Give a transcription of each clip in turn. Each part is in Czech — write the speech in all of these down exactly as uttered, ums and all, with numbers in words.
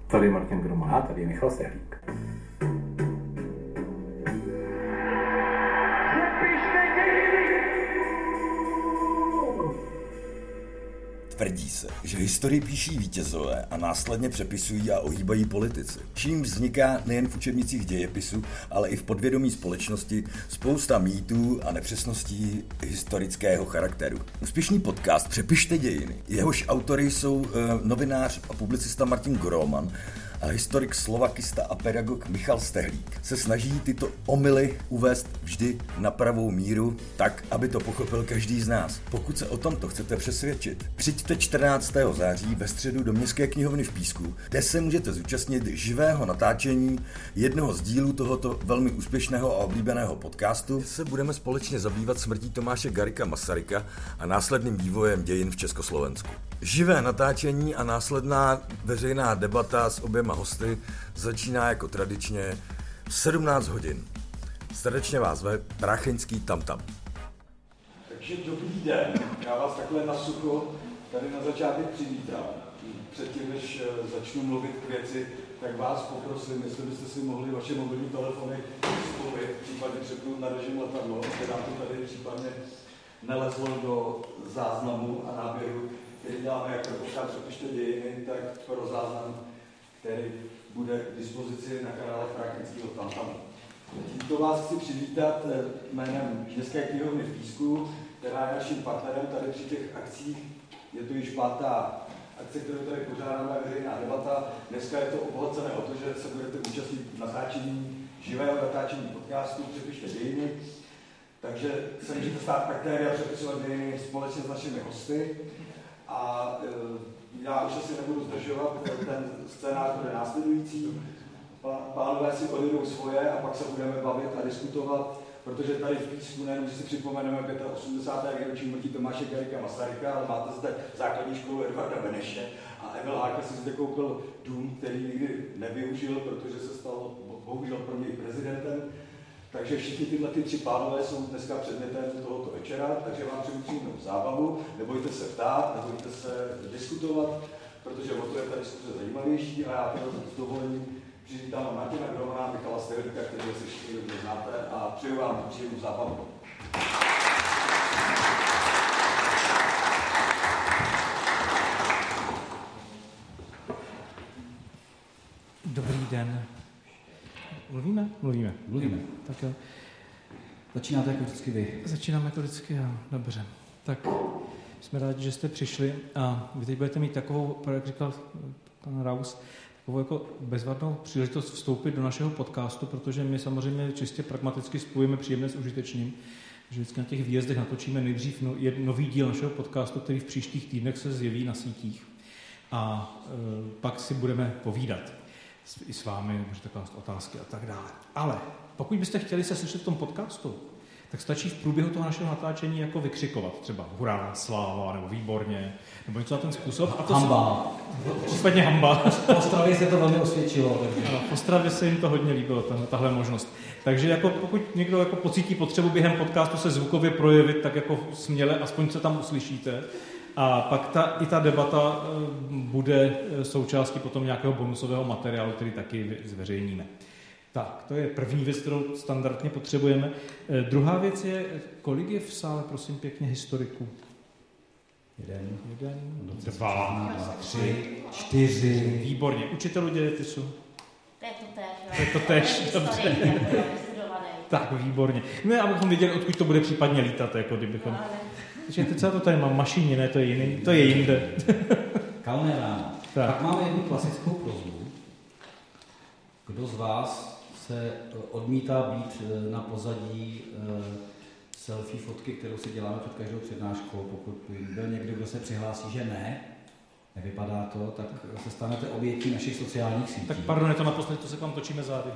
Tady je Martin Groman. A tady je Michal Stehlík. Tvrdí se, že historii píší vítězové a následně přepisují a ohýbají politici. Čím vzniká nejen v učebnicích dějepisu, ale i v podvědomí společnosti spousta mýtů a nepřesností historického charakteru. Úspěšný podcast Přepište dějiny. Jehož autory jsou e, novinář a publicista Martin Groman a historik, slovakista a pedagog Michal Stehlík se snaží tyto omyly uvést vždy na pravou míru, tak, aby to pochopil každý z nás. Pokud se o tomto chcete přesvědčit, přijďte čtrnáctého září ve středu do Městské knihovny v Písku, kde se můžete zúčastnit živého natáčení jednoho z dílů tohoto velmi úspěšného a oblíbeného podcastu. Se budeme společně zabývat smrtí Tomáše Garrigua Masaryka a následným vývojem dějin v Československu. Živé natáčení a následná veřejná debata s oběma hosty začíná jako tradičně v sedmnáct hodin. Srdečně vás zve Brácheňský Tamtam. Takže dobrý den, já vás takhle na sucho tady na začátek přivítám. Předtím, než začnu mluvit k věci, tak vás poprosím, jestli byste si mohli vaše mobilní telefony spojit, případně přepnout na režim letadlo, aby nám to tady případně nelezlo do záznamu a náběru, který děláme jak pro podcast Přepište dějiny, tak pro záznam, který bude k dispozici na kanále Brácheňského Tamtamu. Tímto vás chci přivítat jménem Městské knihovny v Písku, která je naším partnerem tady při těch akcích. Je to již pátá akce, kterou tady pořádáme, veřejná debata. Dneska je to obohacené o to, že se budete účastnit natáčení, živého natáčení podcastu Přepište dějiny. Takže se můžete stát aktéry a přepisovat dějiny společně s našimi hosty. A e, já už asi nebudu zdržovat, ten scénář bude následující. Pánové si odjedou svoje a pak se budeme bavit a diskutovat, protože tady v Písku nejenom, že si připomeneme osmdesátého výročí úmrtí Tomáše Garrigua Masaryka, ale máte zde základní školu Edvarda Beneše a Emil Hájka si zde koupil dům, který nikdy nevyužil, protože se stal bohužel pro něj prezidentem. Takže všichni tyhle ty tři pánové jsou dneska předmětem tohoto večera, takže vám přeju příjemnou zábavu, nebojte se ptát, nebojte se diskutovat, protože o to je ta diskuze zajímavější a já teda s dovolením přivítám Martina Gromana, Michala Stehlíka, který se všichni dobře znáte a přeju vám příjemnou zábavu. Dobrý den. Mluvíme? Mluvíme. Mluvíme. Tak jo. Začínáte jako vždycky vy. Začínáme jako vždycky, jo. Dobře. Tak jsme rádi, že jste přišli a vy teď budete mít takovou, jak říkal pan Raus, takovou jako bezvadnou příležitost vstoupit do našeho podcastu, protože my samozřejmě čistě pragmaticky spojíme příjemné s užitečným. Že vždycky na těch výjezdech natočíme nejdřív no, nový díl našeho podcastu, který v příštích týdnech se zjeví na sítích. A e, pak si budeme povídat i s vámi, můžete klást otázky a tak dále. Ale pokud byste chtěli se slyšet v tom podcastu, tak stačí v průběhu toho našeho natáčení jako vykřikovat třeba hurá, sláva, nebo výborně, nebo něco na ten způsob. A to hamba. Se, případně hamba. V Ostravě se to velmi osvědčilo. Ano, v Ostravě se jim to hodně líbilo, tahle možnost. Takže jako, pokud někdo jako pocítí potřebu během podcastu se zvukově projevit, tak jako směle, aspoň se tam uslyšíte. A pak ta, i ta debata bude součástí potom nějakého bonusového materiálu, který taky zveřejníme. Tak, to je první věc, kterou standardně potřebujeme. E, druhá věc je, kolik je v sále, prosím pěkně, historiků? Jeden, Jeden dva, dva, dva, tři, čtyři. Výborně. Učitelů dějepisu? To je to též. To je to též, dobře. Tak, výborně. No a abychom věděli, odkud to bude případně lítat, jako kdybychom... No, Takže teď co to tady mám? Mašíně, ne, to je jiný, to je jinde. Kalné ráno. Tak máme jednu klasickou prosbu. Kdo z vás se odmítá být na pozadí selfie fotky, kterou si děláme před každou přednáškou? Pokud byl někdo, kdo se přihlásí, že ne, nevypadá to, tak se stanete obětí našich sociálních sítí. Tak pardon, je to naposledy, to se k vám točíme zády.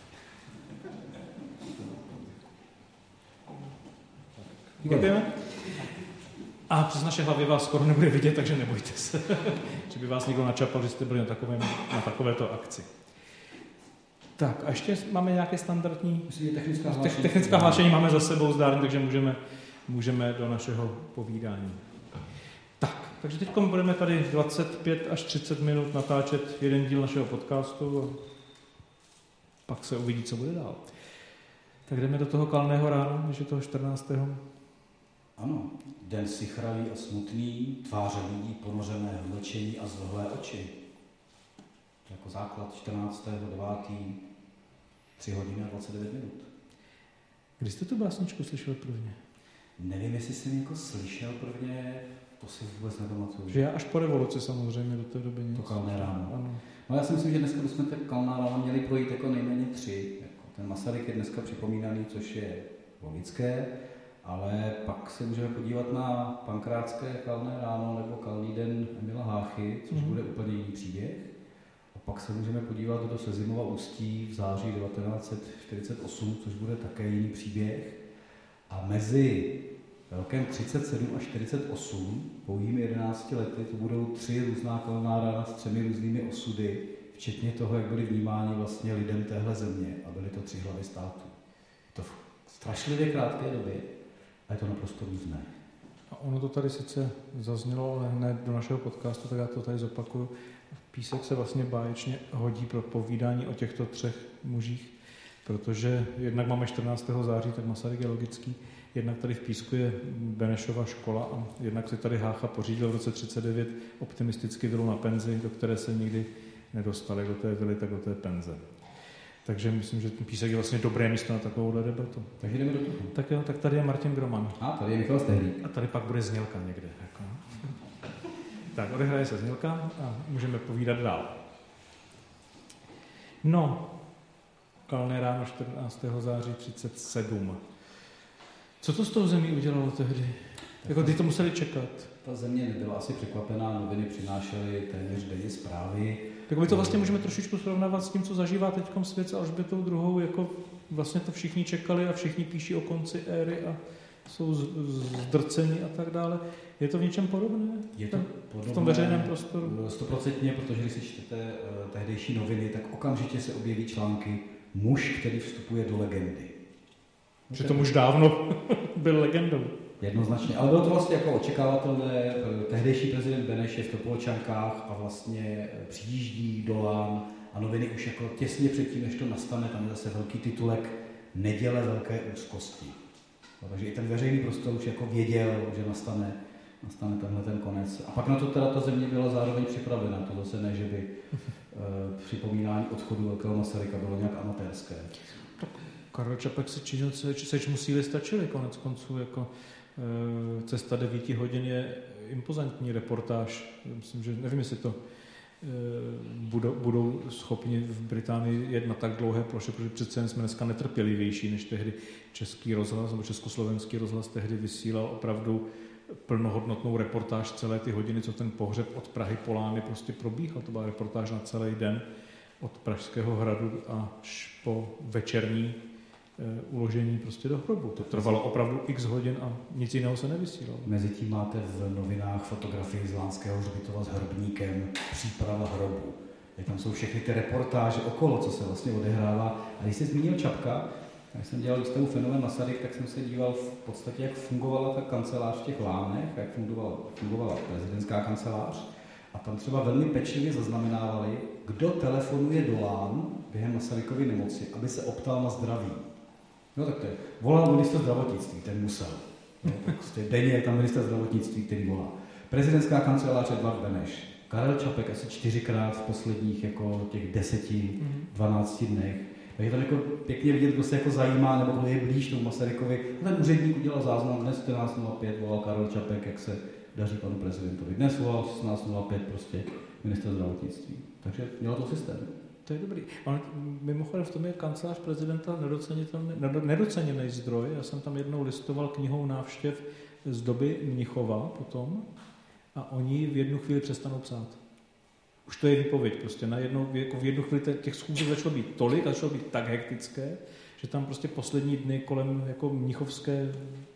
Děkujeme. A přes naše hlavy vás skoro nebude vidět, takže nebojte se, že by vás někdo načapal, že jste byli na, takovém, na takovéto akci. Tak a ještě máme nějaké standardní... Technická hlášení. Technická hlášení máme za sebou zdárně, takže můžeme, můžeme do našeho povídání. Tak, takže teď budeme tady dvacet pět až třicet minut natáčet jeden díl našeho podcastu a pak se uvidí, co bude dál. Tak jdeme do toho kalného rána, než je toho čtrnáctého Ano, den sichravý a smutný, tváře lidí ponořené v mlčení a zvlhlé oči. Jako základ čtrnáctého devátého tři hodiny a dvacet devět minut. Kdy jste tu básničku slyšel prvně? Nevím, jestli jsem jako slyšel prvně, to si vůbec nepamatuju. Že já až po revoluci samozřejmě do té doby nic. To kalné ráno. Ano. No já si myslím, že dneska bychom tak kalná ráno měli projít jako nejméně tři. Jako ten Masaryk je dneska připomínaný, což je logické, ale pak se můžeme podívat na pankrátské kalné ráno nebo kalný den Emila Háchy, což mm. bude úplně jiný příběh. A pak se můžeme podívat do Sezimova Ústí v září devatenáct set čtyřicet osm, což bude také jiný příběh. A mezi rokem třicet sedm a čtyřicet osm, pouhými jedenácti lety, to budou tři různá kalná rána s třemi různými osudy, včetně toho, jak byli vnímáni vlastně lidem téhle země. A byly to tři hlavy státu. To v strašlivě krátké době a je to naprosto různé. A ono to tady sice zaznělo, ale ne do našeho podcastu, tak já to tady zopakuju. Písek se vlastně báječně hodí pro povídání o těchto třech mužích, protože jednak máme čtrnáctého září, tak Masaryk je logický, jednak tady v Písku je Benešova škola a jednak si tady Hácha pořídil v roce třicet devět optimisticky vilu na penzi, do které se nikdy nedostal, jak do té vily, tak do té penze. Takže myslím, že ten Písek je vlastně dobré místo na takovouhle debatu. Takže jdeme do toho. Tak jo, tak tady je Martin Groman. A tady je Michal Stehlík. A tady pak bude znělka někde. Jako. Tak, odehraje se znělka a můžeme povídat dál. No, kalné ráno čtrnáctého září třicet sedm. Co to s tou zemí udělalo tehdy? Jako ty to museli čekat. Ta země nebyla asi překvapená, noviny přinášely téměř denně zprávy. Tak my to vlastně můžeme trošičku srovnávat s tím, co zažívá teď svět s Alžbětou druhou. Jako vlastně to všichni čekali a všichni píší o konci éry a jsou zdrceni a tak dále. Je to v něčem podobné? Je to podobné v tom veřejném prostoru? Stoprocentně, protože když si čtete uh, tehdejší noviny, tak okamžitě se objeví články muž, který vstupuje do legendy. Že to muž dávno byl legendou. Jednoznačně, ale bylo to vlastně jako očekávatelné. Tehdejší prezident Beneš je v Topolčankách a vlastně přijíždí do Lán a noviny už jako těsně předtím, než to nastane, tam je zase velký titulek Neděle velké úzkosti. No, takže i ten veřejný prostor už jako věděl, že nastane, nastane tenhle ten konec. A pak na to teda ta země byla zároveň připravena. To zase ne, že by e, připomínání odchodu velkého Masaryka bylo nějak amatérské. Tak Karel Čapek se činil, seč mu síly stačily konec konců. Jako, e, cesta devíti hodin je impozantní reportáž. Myslím, že nevím, jestli to e, budou, budou schopni v Británii jet na tak dlouhé ploše, protože přece jen jsme dneska netrpělivější, než tehdy Český rozhlas nebo Československý rozhlas tehdy vysílal opravdu plnohodnotnou reportáž celé ty hodiny, co ten pohřeb od Prahy po Lány prostě probíhal. To byla reportáž na celý den od Pražského hradu až po večerní e, uložení prostě do hrobu. To trvalo opravdu x hodin a nic jiného se nevysílalo. Mezitím máte v novinách fotografii z Lánského hřbitova s hrobníkem, příprava hrobu. Jak tam jsou všechny ty reportáže okolo, co se vlastně odehrává. A když jsi zmínil Čapka, když jsem dělal výstavu Fenomén Masaryk, tak jsem se díval v podstatě, jak fungovala ta kancelář v těch Lánech, jak fungovala, fungovala prezidentská kancelář. A tam třeba velmi pečlivě zaznamenávali, kdo telefonuje do Lán během Masarykovy nemoci, aby se optal na zdraví. No tak to je. Volal ministr zdravotnictví, ten musel. No, prostě denně je tam ministr zdravotnictví, který volá. Prezidentská kancelář Edvard Beneš. Karel Čapek asi čtyřikrát v posledních jako těch deseti, dvanácti dnech. Takže tam jako pěkně vidět, kdo se jako zajímá, nebo kdo je blíž tomu Masarykovi. Ten úředník udělal záznam, dnes čtrnáct nula pět volal Karel Čapek, jak se daří panu prezidentovi. Dnes volal šestnáct nula pět prostě ministr zdravotnictví. Takže mělo to systém. To je dobrý. Ale mimochodem v tom je kancelář prezidenta nedoceněný zdroj. Já jsem tam jednou listoval knihou návštěv z doby Mnichova potom a oni v jednu chvíli přestanou psát. Už to je výpověď prostě. Na jedno, jako v jednu chvíli těch schůzek začalo být tolik a začalo být tak hektické, že tam prostě poslední dny kolem jako mnichovské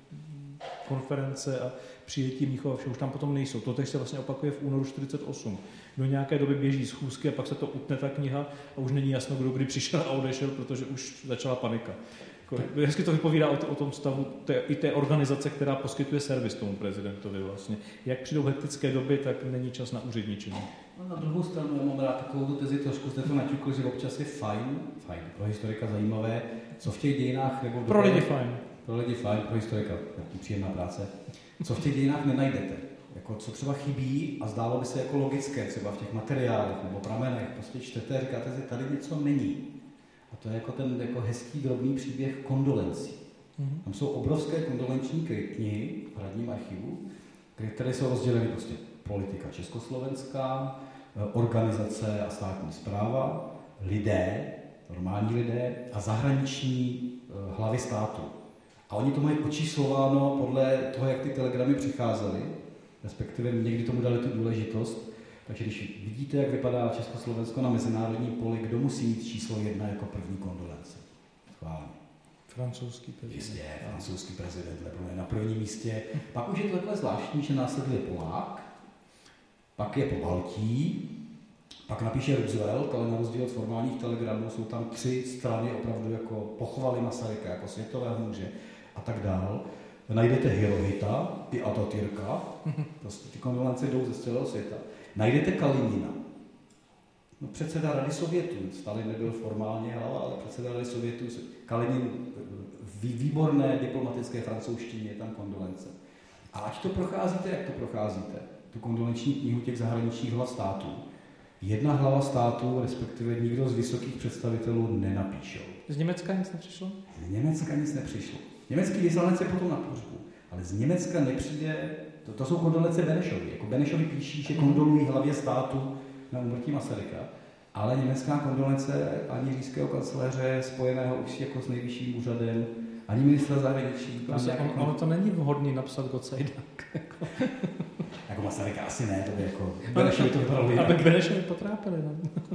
konference a přijetí Mnichova, vše už tam potom nejsou. To teď se vlastně opakuje v únoru čtyřicet osm. Do nějaké doby běží schůzky a pak se to utne ta kniha a už není jasno, kdo kdy přišel a odešel, protože už začala panika. Hezky to vypovídá o, t- o tom stavu té, i té organizace, která poskytuje servis tomu prezidentovi vlastně. Jak přijdou hektické doby, tak není čas na úředničení. No, na druhou stranu já mám rád takovou tu tezi, trošku jste to naťukli, že občas je fajn, fajn, pro historika zajímavé, co v těch dějinách, nebo pro lidi fajn. Pro lidi fajn, pro historika příjemná práce. Co v těch dějinách nenajdete? Jako co třeba chybí a zdálo by se jako logické, třeba v těch materiálech nebo pramenech, prostě čtete a říkáte si, tady něco není. A to je jako ten jako hezký drobný příběh kondolencí. Mm-hmm. Tam jsou obrovské kondolenční knihy v hradním archivu, které jsou rozděleny prostě politika československá, organizace a státní správa, lidé, normální lidé a zahraniční hlavy státu. A oni to mají očíslováno podle toho, jak ty telegramy přicházely, respektive někdy tomu dali tu důležitost. Takže když vidíte, jak vypadá Československo na mezinárodní poli, kdo musí mít číslo jedna jako první kondolence? Schválně. Francouzský prezident. Jistě, francouzský prezident je na prvním místě. Pak už je to takhle zvláštní, že následuje Polák, pak je Pobaltí, pak napíše Roosevelt, ale na rozdíl od formálních telegramů jsou tam tři strany opravdu jako pochvaly Masaryka jako světového muže a tak dál. Najdete Hirohita i Atatürka, prostě ty kondolence jdou ze celého světa. Najdete Kalinina, no předseda Rady Sovětů, Stalin nebyl formálně hlava, ale předseda Rady Sovětů, Kalinin v výborné diplomatické francouzštině, je tam kondolence. A ať to procházíte, jak to procházíte, tu kondolenční knihu těch zahraničních hlav států, jedna hlava státu, respektive nikdo z vysokých představitelů nenapíšou. Z Německa nic nepřišlo? Z Německa nic nepřišlo. Německý vyslanec je potom na pohřbu, ale z Německa nepřijde, to, to jsou kondolence Benešovi. Jako Benešovi píší, že kondolují hlavě státu na úmrtí Masaryka, ale německá kondolence ani říšského kancléře spojeného už jako s nejvyšším úřadem, ani ministra zahraničí. Vlastně on, ono to není vhodný napsat God sei Dank. Jako Masaryka asi ne, to by jako Benešovi to vypadalo jinak. Aby Benešovi potrápili. No.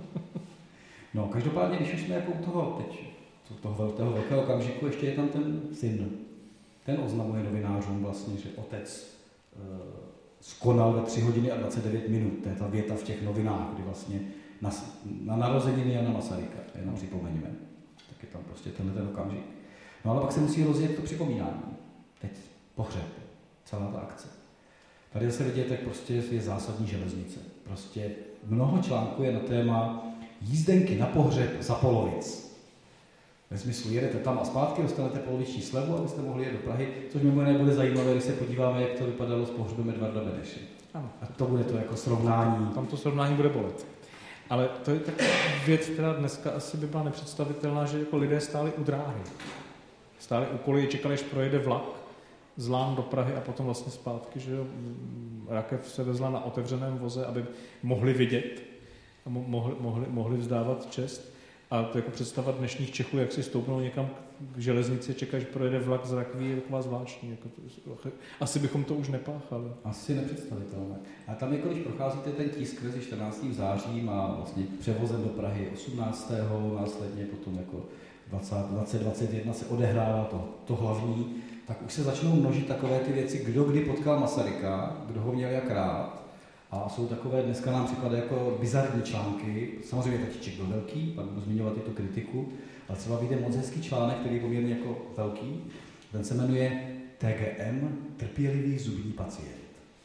No, každopádně, když už jsme jako u toho teď, toho, toho velkého okamžiku, ještě je tam ten syn. Ten oznamuje novinářům vlastně, že otec e, skonal ve tři hodiny a dvacet devět minut. To je ta věta v těch novinách, kdy vlastně na, na narozeniny Jana Masaryka, jenom připomeňme. Tak je tam prostě tenhle ten okamžik. No ale pak se musí rozjet to připomínání. Teď pohřeb, celá ta akce. Tady zase vidět, jak prostě je zásadní železnice. Prostě mnoho článků je na téma jízdenky na pohřeb za polovic. Ve smyslu, jedete tam a zpátky, dostanete poloviční slevu, abyste mohli jet do Prahy, což mimo jiné bude zajímavé, když se podíváme, jak to vypadalo s pohřbem Edvarda Beneše. Ano. A to bude to jako srovnání. Tam to srovnání bude bolet. Ale to je taková věc, která dneska asi by byla nepředstavitelná, že jako lidé stáli u dráhy. Stáli u koleje, čekali, až projede vlak z Lán do Prahy a potom vlastně zpátky, že jo, rakev se vezla na otevřeném voze, aby mohli vidět a mohli, mohli, mohli vzdávat čest. A to jako představa dnešních Čechů, jak si stoupnou někam k železnici, čekají, že projede vlak z rakví, je taková zvláštní. Jako to, asi bychom to už nepáchali. Asi nepředstavitelné. A tam, jako když procházíte ten tisk mezi čtrnáctým zářím a vlastně převozem do Prahy osmnáctého následně potom jako dvacet dvacet jedna se odehrává to, to hlavní, tak už se začnou množit takové ty věci, kdo kdy potkal Masaryka, kdo ho měl jak rád. A jsou takové, dneska nám připadají jako bizarní články, samozřejmě tatíček byl velký, pak budu zmiňovat i tu kritiku, ale třeba vyjde moc hezký článek, který je poměrně jako velký, ten se jmenuje T G M, trpělivý zubní pacient.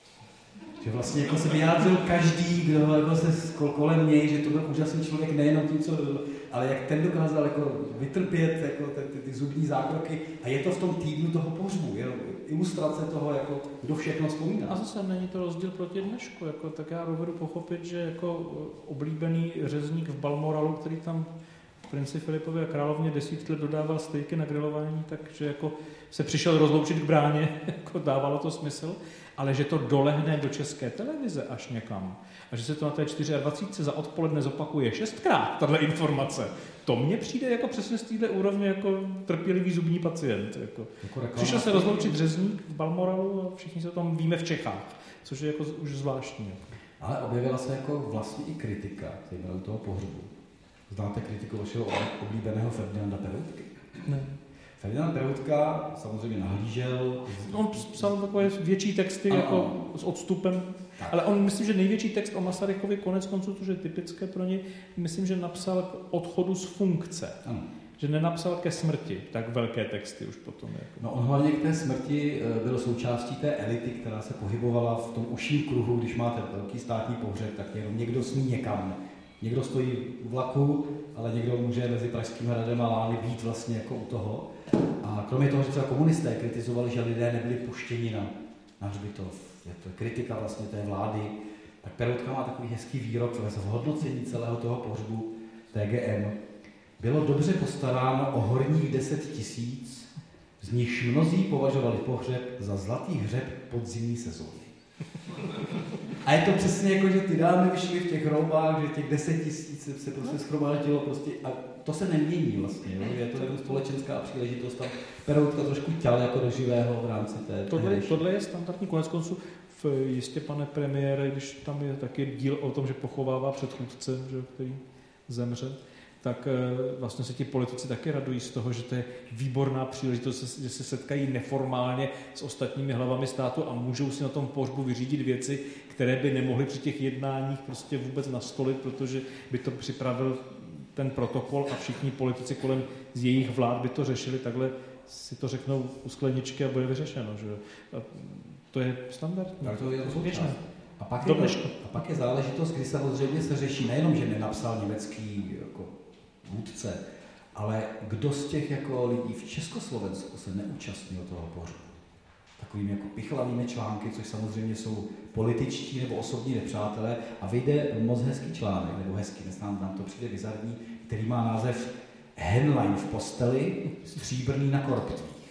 Že vlastně jako se vyjádřil každý, kdo jako se kolem něj, že to byl úžasný člověk nejenom tím, co byl, ale jak ten dokázal jako vytrpět jako ty, ty, ty zubní zákroky a je to v tom týdnu toho pohřbu, je ilustrace toho, jako kdo všechno vzpomíná. A zase není to rozdíl proti dnešku, jako, tak já dovedu pochopit, že jako oblíbený řezník v Balmoralu, který tam v Princi Filipově a královně desítky let dodával stejky na grilování, takže jako se přišel rozloučit k bráně, jako dávalo to smysl, ale že to dolehne do České televize až někam a že se to na té dvacet čtyři za odpoledne zopakuje šestkrát, tahle informace, to mně přijde jako přesně z téhle úrovně jako trpělivý zubní pacient. Jako. Jako přišel se rozloučit řezník v Balmoralu a všichni se o tom víme v Čechách, což je jako už zvláštní. Ale objevila se jako vlastně i kritika zejména toho pohřbu. Znáte kritiku vašeho oblíbeného Ferdinanda Peroutky? Ne. Ferdinand Peroutka samozřejmě nahlížel. On psal takové větší texty ano, jako ano. s odstupem, tak. Ale on myslím, že největší text o Masarykovi konec konců, což je typické pro něj, myslím, že napsal k odchodu z funkce. Ano. že nenapsal ke smrti tak velké texty už potom. Jako. No on hlavně k té smrti byl součástí té elity, která se pohybovala v tom užším kruhu, když máte velký státní pohřeb, tak jenom někdo smí někam. Někdo stojí u vlaku, ale někdo může mezi Pražským hradem a Lány být vlastně jako u toho. A kromě toho, že třeba komunisté kritizovali, že lidé nebyli puštěni na, na hřbitov, je to kritika vlastně té vlády, tak Peroutka má takový hezký výrok v hodnocení celého toho pohřbu T G M. Bylo dobře postaráno o horních deset tisíc, z nichž mnozí považovali pohřeb za zlatý hřeb podzimní sezóny. A je to přesně jako, že ty dámy vyšly v těch roubách, že těch deset tisíc se prostě shromáždilo prostě a to se nemění vlastně, jo? Je to jako společenská příležitost, tam Peroutka trošku ťal jako do živého v rámci té... Tohle, tohle je standardní konec konců v Jistě, pane premiére, když tam je taky díl o tom, že pochovává předchůdce, že, který zemře, tak vlastně se ti politici taky radují z toho, že to je výborná příležitost, že se setkají neformálně s ostatními hlavami státu a můžou si na tom pohřbu vyřídit věci, které by nemohli při těch jednáních prostě vůbec nastolit, protože by to připravil ten protokol a všichni politici kolem z jejich vlád by to řešili, takhle si to řeknou u skleničky a bude vyřešeno. Že? A to je standardní. Tak to je to běžné. A pak, je, a pak je záležitost, kdy samozřejmě se řeší nejenom, že nenapsal německý jako vůdce, ale kdo z těch jako lidí v Československu se neúčastnil toho pohřbu. Takovými jako pichlavými články, což samozřejmě jsou političtí nebo osobní nepřátelé a vyjde moc hezký článek, nebo hezký, nám, nám to přijde bizarní, který má název Henlein v posteli, stříbrný na koroptvích.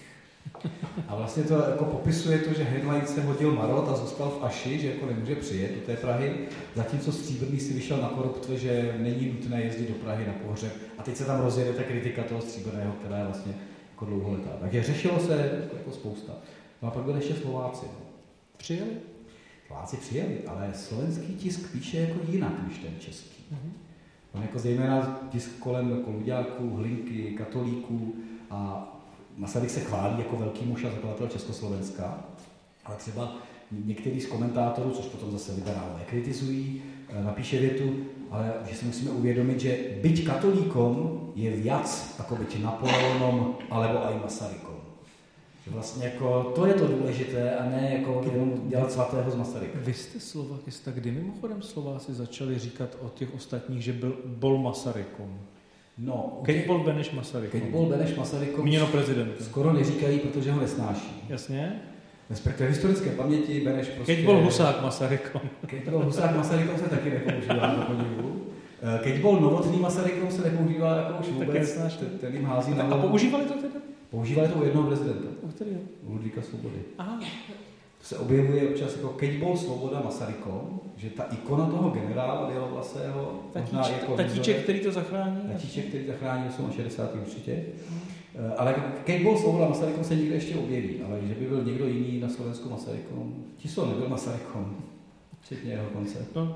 A vlastně to jako popisuje to, že Henlein se hodil marot a zůstal v Aši, že jako nemůže přijet do té Prahy, zatímco stříbrný si vyšel na koroptve, že není nutné jezdit do Prahy na pohřeb. A teď se tam rozjede ta kritika toho stříbrného, která je vlastně jako dlouholetá. Takže řešilo se jako spousta. No a pak byli ještě Slováci. Přijeli? Slováci přijeli, ale slovenský tisk píše jako jinak než ten český. Mm-hmm. On jako zejména tisk kolem jako Luďáků, Hlinky, katolíků a Masaryk se chválí jako velký muž a zakladatel Československa, ale třeba některý z komentátorů, což potom zase liberálové kritizují, napíše větu, ale že si musíme uvědomit, že byť katolíkom je viac ako byť Napoleonom alebo aj Masarykom. Že vlastně jako to je to důležité a ne jako jenom dělat svatého z Masaryka. Vy jste Slovakista, kdy mimochodem Slováci začali říkat o těch ostatních, že byl bol Masarykom? No, keď bol Beneš Masarykom. Keď bol Beneš Masarykom. Míněno prezident. Skoro neříkají, protože ho nesnáší. Jasně. Respektive historické paměti Beneš prostě... Keď bol Husák Masarykom. Keď bol Husák Masarykom se taky nepoužívá na podivu. Keď bol Novotný Masarykom se nepoužívá jako už vůbec. Ten jim hází na... A používali to teda? Používali to u jednoho prezidenta. U kterého? U Ludvíka Svobody. Aha. To se objevuje občas jako keď bol Svoboda Masarykom, že ta ikona toho generála Bělohlasého... Tatíček, jako tatíček který to zachrání? Tatíček, který zachrání šedesátých určitě. Hmm. Ale keď bol Svoboda Masarykom se někde ještě objeví, ale že by byl někdo jiný na Slovensku Masarykom, Tiso nebyl Masarykom, včetně jeho konce. No,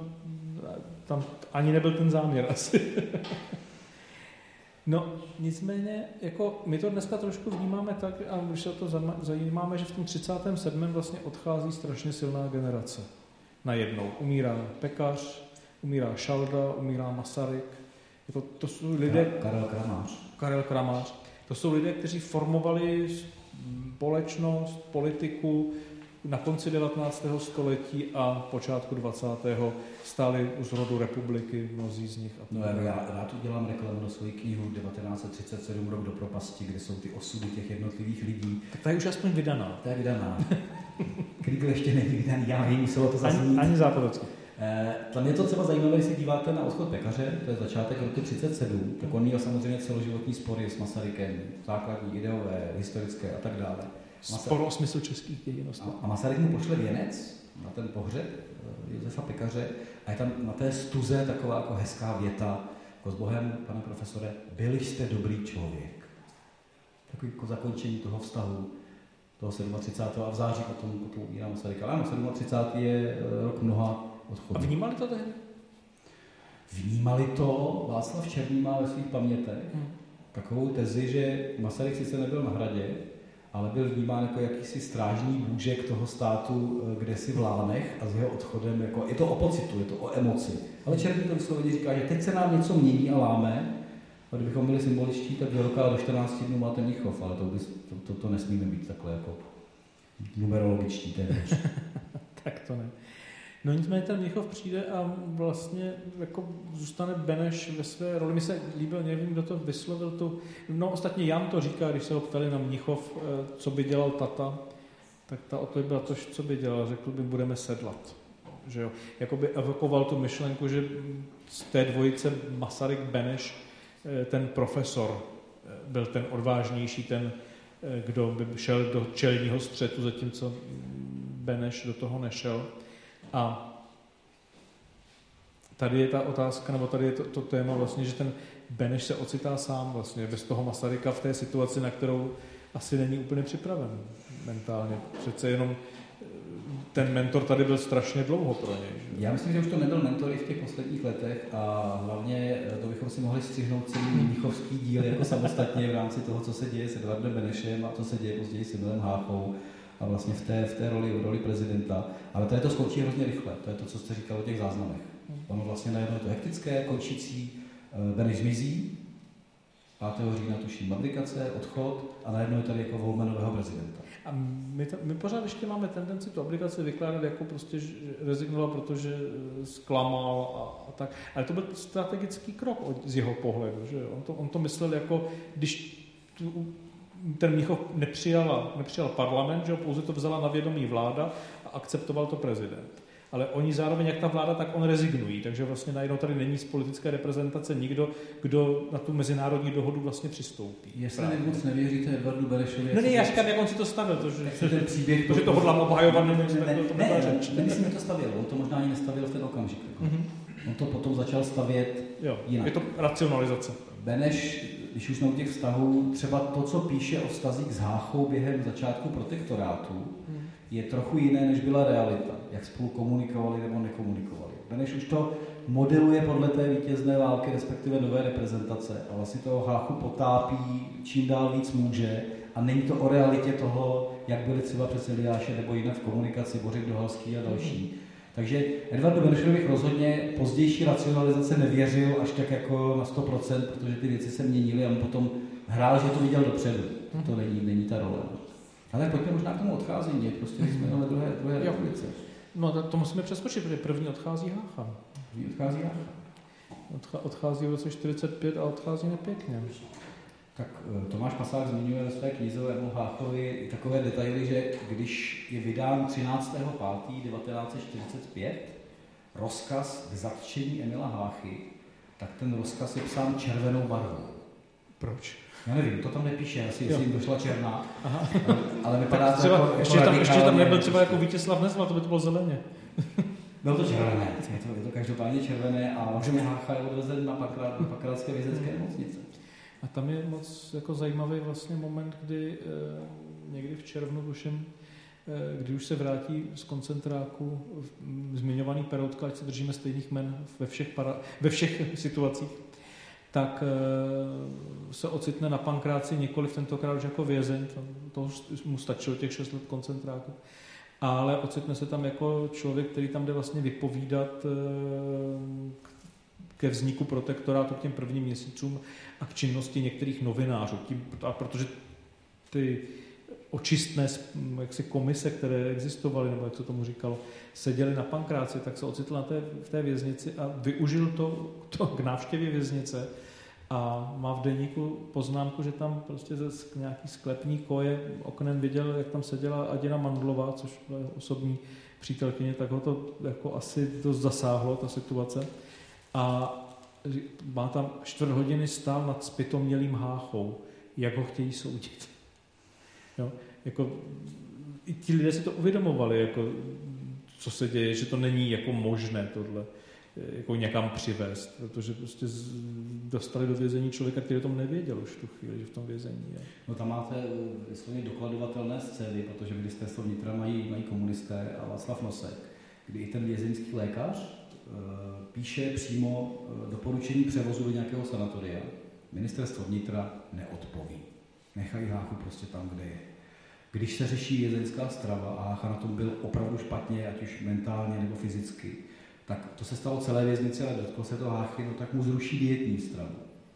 tam ani nebyl ten záměr asi. No, nicméně, jako my to dneska trošku vnímáme tak, a když se to zajímáme, že v tom třicátém sedmém vlastně odchází strašně silná generace. Najednou umírá Pekař, umírá Šalda, umírá Masaryk. Jako to jsou lidé... Karel Kramář. Karel Kramář. To jsou lidé, kteří formovali společnost, politiku na konci devatenáctého století a počátku dvacátého stáli u zrodu republiky, mnozí z nich. No já rád udělám reklamu na svoji knihu devatenáct set třicet sedm Rok do propasti, kde jsou ty osudy těch jednotlivých lidí. Tak ta je už aspoň vydaná. Ta je vydaná. Krýgl ještě není vydaný, já vím, muselo to zaznít. Ani, ani zápodocky. Eh, tam je to třeba zajímavé, když se díváte na odchod Pekaře, to je začátek roku třicet sedm, tak on měl samozřejmě celoživotní spory s Masarykem, základní, ideové, historické a tak dále. Spor o smysl českých dějin. A, a Masaryk mu pošle věnec na ten pohřeb Josefa Pekaře a je tam na té stuze taková jako hezká věta, jako s Bohem, pane profesore, byli jste dobrý člověk. Takový jako zakončení toho vztahu, toho třicátého sedmého a v září potom, potom umírá Masaryk. Ale ano, třicátého sedmého je rok mnoha odchodů. A vnímali to tehdy? Vnímali to, Václav Černý má ve svých pamětech hmm. takovou tezi, že Masaryk sice nebyl na hradě, ale byl vnímán jako jakýsi strážný bůžek toho státu, kde si v Lánech a s jeho odchodem, jako, je to o pocitu, je to o emoci. Ale Černý to vysloveně říká, že teď se nám něco mění a láme A kdybychom byli symboličtí, tak do roka do čtrnácti dnů máte Mnichov, ale to, bys, to, to, to nesmíme být takhle jako numerologičtí téměř. Tak to ne. No nicméně ten Mnichov přijde a vlastně jako zůstane Beneš ve své roli. Mi se líbil, nevím, kdo to vyslovil tu, no ostatně Jan to říká, když se ho ptali na Mnichov, co by dělal tata, tak ta odpověď byla to, co by dělal, řekl by, budeme sedlat. Že jo? Jakoby evokoval tu myšlenku, že z té dvojice Masaryk-Beneš ten profesor byl ten odvážnější, ten, kdo by šel do čelního střetu, zatímco Beneš do toho nešel. A tady je ta otázka, nebo tady je to, to téma vlastně, že ten Beneš se ocitá sám vlastně, bez toho Masaryka v té situaci, na kterou asi není úplně připraven mentálně. Přece jenom ten mentor tady byl strašně dlouho pro něj. Že? Já myslím, že už to nebyl mentor i v těch posledních letech a hlavně to bychom si mohli střihnout celý mnichovský díl jako samostatně v rámci toho, co se děje s Edvardem Benešem a co se děje později s Emilem Háchou a vlastně v té, v té roli, roli prezidenta. Ale tady to skončí hrozně rychle. To je to, co jste říkal o těch záznamech. Ono vlastně najednou je to hektické, končící, Beneš zmizí, pátého října tuším abdikace, odchod a najednou je tady jako volba nového prezidenta. A my, to, my pořád ještě máme tendenci tu aplikaci vykládat jako prostě, že rezignoval, protože zklamal a, a tak. Ale to byl strategický krok z jeho pohledu, že on to, on to myslel jako, když tu, ten Mnichov nepřijal, nepřijal parlament, že pouze to vzala na vědomí vláda a akceptoval to prezident. Ale oni zároveň, jak ta vláda, tak on rezignují. Takže vlastně najednou tady není z politické reprezentace nikdo, kdo na tu mezinárodní dohodu vlastně přistoupí. Jestli moc nevěříte Edvardu Benešovi... No ne, já říkám, jak on si to stavil. To, že, ten příběh... To, že to hodlám obhajovat, ne, ne, ne, ne, to ne, nebyla řeč. Ne, nemyslím, že to stavěl. On to možná ani nestavil v ten okamžik. Mm-hmm. On to potom začal stavět jo, jinak. Je to racionalizace. Beneš, když už jsme u těch vztahů, třeba to, co píše o vztazích s Háchou během začátku protektorátu, hmm. je trochu jiné, než byla realita. Jak spolu komunikovali nebo nekomunikovali. Beneš už to modeluje podle té vítězné války, respektive nové reprezentace a vlastně toho Háchu potápí, čím dál víc může a není to o realitě toho, jak byli třeba přes Eliáše nebo jinak v komunikaci, Bořek Dohalský a další. Hmm. Takže Edvardu Benešovi bych rozhodně pozdější racionalizace nevěřil až tak jako na sto procent, protože ty věci se měnily a on potom hrál, že to viděl dopředu. To není, není ta role. Ale pojďme možná k tomu odcházení, prostě jsme na druhé, druhé republice. No to, to musíme přeskočit, protože první odchází Hácha. První odchází Hácha. Odcha, odchází v roce čtyřicet pět a odchází nepěkně. Tak Tomáš Pasák zmiňuje ve své knize o Emu Háchovi takové detaily, že když je vydán třináctého pátého devatenáct set čtyřicet pět rozkaz k zatčení Emila Háchy, tak ten rozkaz je psán červenou barvou. Proč? Já nevím, to tam nepíše, asi jestli jim došla černá, Aha. ale, ale vypadá to třeba, jako, ještě, jako tam, ještě tam nebyl třeba jako Vítězslav Nezval, to by to bylo zeleně. Bylo to červené, je to, je to každopádně červené a vlastně Hácha je odvezen na Pakrátské vězeňské nemocnice. A tam je moc jako zajímavý vlastně moment, kdy e, někdy v červnu dušem, e, kdy už se vrátí z koncentráku v, zmiňovaný Peroutka, ať se držíme stejných jmen ve všech, para, ve všech situacích, tak e, se ocitne na Pankráci nikoliv tentokrát už jako vězeň, to mu stačilo těch šest let koncentráku, ale ocitne se tam jako člověk, který tam jde vlastně vypovídat e, ke vzniku protektorátu, k těm prvním měsícům a k činnosti některých novinářů. Tím, a protože ty očistné jaksi komise, které existovaly, nebo jak se tomu říkalo, seděli na Pankráci, tak se ocitl na té, v té věznici a využil to, to k návštěvě věznice a má v deníku poznámku, že tam prostě ze nějaký sklepní koje oknem viděl, jak tam seděla Adina Mandlová, což byla osobní přítelkyně, tak ho to jako asi dost zasáhlo, ta situace. A má tam čtvrt hodiny stál nad zpytomělým Háchou, jak ho chtějí soudit. Jo? Jako, i ti lidé si to uvědomovali, jako, co se děje, že to není jako možné tohle jako někam přivést, protože prostě z, dostali do vězení člověka, který o tom nevěděl už v tu chvíli, že v tom vězení je. No tam máte vysloveně dokladovatelné scény, protože ministerstvo vnitra mají, mají komunisté a Václav Nosek, kdy i ten vězeňský lékař píše přímo doporučení převozu do nějakého sanatoria. Ministerstvo vnitra neodpoví. Nechají Háchu prostě tam, kde je. Když se řeší vězeňská strava a Hácha na tom byl opravdu špatně, ať už mentálně nebo fyzicky, tak to se stalo celé věznici, ale dotklo se to Háchy, no tak mu zruší dietní stravu.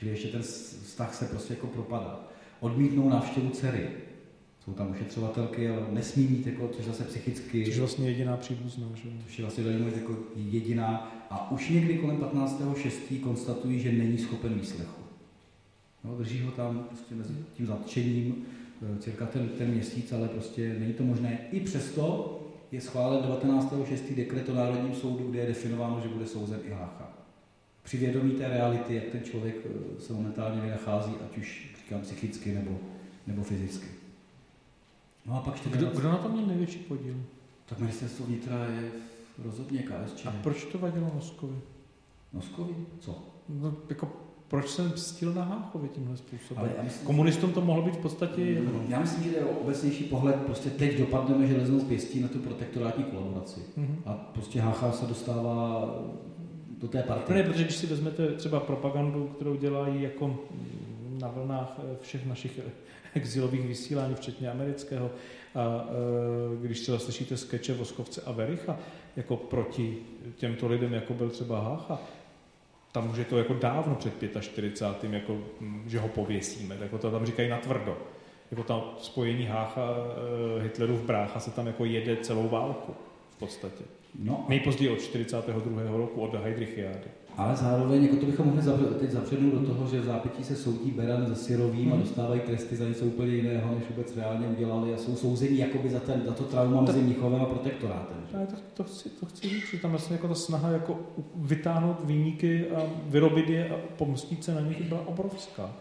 Čili ještě ten vztah se prostě jako propadá. Odmítnou návštěvu dcery. Jsou tam ošetřovatelky, ale nesmí mít, jako, což zase psychicky... Což je vlastně jediná příbuzná, že? Což je vlastně jako jediná. A už někdy kolem patnáctého šestého konstatují, že není schopen výslechu. No, drží ho tam prostě mezi tím zatčením cirka ten, ten měsíc, ale prostě není to možné. I přesto je schválen devatenáctého šestého dekret o Národním soudu, kde je definováno, že bude souzen i Hácha. Při vědomí té reality, jak ten člověk se momentálně vynachází, ať už říkám psychicky nebo, nebo fyzicky. No a pak kdo, kdo na to měl největší podíl? Tak ministerstvo vnitra je rozhodně K S Č. A proč to vadilo Noskovi? Noskovi? Co? No, jako, proč jsem pstil na Háchovi tímhle způsobem? Myslím, komunistům to mohlo být v podstatě jedno. Já myslím, že je obecnější pohled, prostě teď dopadneme železnou pěstí na tu protektorátní kolaboraci. Mm-hmm. A prostě Hácha se dostává do té partie. Ne, protože když si vezmete třeba propagandu, kterou dělají jako na vlnách všech našich exilových vysílání, včetně amerického, a když třeba slyšíte skeče Voskovce a Vericha, jako proti těmto lidem, jako byl třeba Hácha, tam už je to jako dávno před čtyřicátým pátým jako, že ho pověsíme, jako to tam říkají natvrdo. Jako tam spojení Hácha, Hitlerův brácha se tam jako jede celou válku v podstatě. No. Nejpozději od čtyřicátého druhého roku, od Heydrichiády. Ale zároveň, jako to bychom mohli zapřed, teď zapřednout do toho, že v zápětí se soudí Beran se Syrovým hmm. a dostávají tresty za něco úplně jiného, než vůbec reálně udělali a jsou souzení jakoby za, ten, za to trauma mezi Mnichovem a protektorátem. Ne, to, to, chci, to chci říct, že tam vlastně jako ta snaha jako vytáhnout viníky a vyrobit je a pomstit se na nich byla obrovská.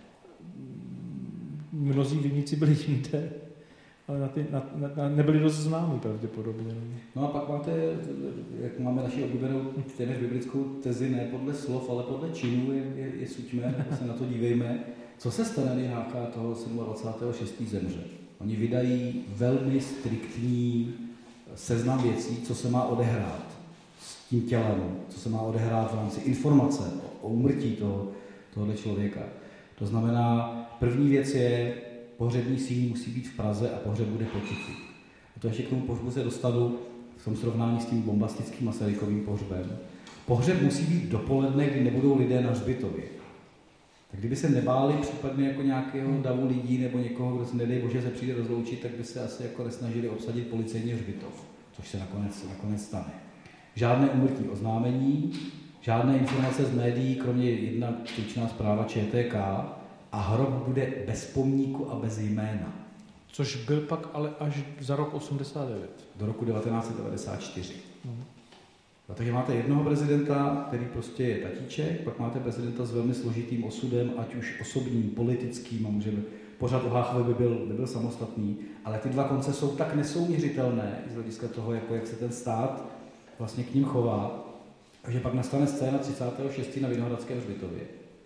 Mnozí viníci byli jinde, ale na ty, na, na, nebyli dost známí pravděpodobně. No a pak máte, jak máme naši oblíbenou téměř biblickou tezi, ne podle slov, ale podle činů, je, je, je suďme, se na to dívejme. Co se stane, když Hácha toho dvacátého sedmého šestého zemře? Oni vydají velmi striktní seznam věcí, co se má odehrát s tím tělem, co se má odehrát v rámci informace o úmrtí toho, tohoto člověka. To znamená, první věc je, pohřební síň musí být v Praze a pohřeb bude potichu. A to ještě k tomu pohřbu se dostanu v tom srovnání s tím bombastickým Masarykovým pohřbem. Pohřeb musí být dopoledne, kdy nebudou lidé na hřbitově. Tak kdyby se nebáli případně jako nějakého davu lidí nebo někoho, kdo se nedej bože se přijde rozloučit, tak by se asi jako nesnažili obsadit policejní hřbitov, což se nakonec, nakonec stane. Žádné úmrtní oznámení, žádné informace z médií, kromě jedna stručná zpráva Č T K, a hrob bude bez pomníku a bez jména. Což byl pak ale až za rok osmdesát devět. Do roku devatenáct set devadesát čtyři. Mm. A takže máte jednoho prezidenta, který prostě je tatíček, pak máte prezidenta s velmi složitým osudem, ať už osobním, politickým, a můžeme, pořád o Háchovi by byl, by byl samostatný, ale ty dva konce jsou tak nesouměřitelné z hlediska toho, jako jak se ten stát vlastně k ním chová, že pak nastane scéna třicátého šestého na Vinohradském hřbitově,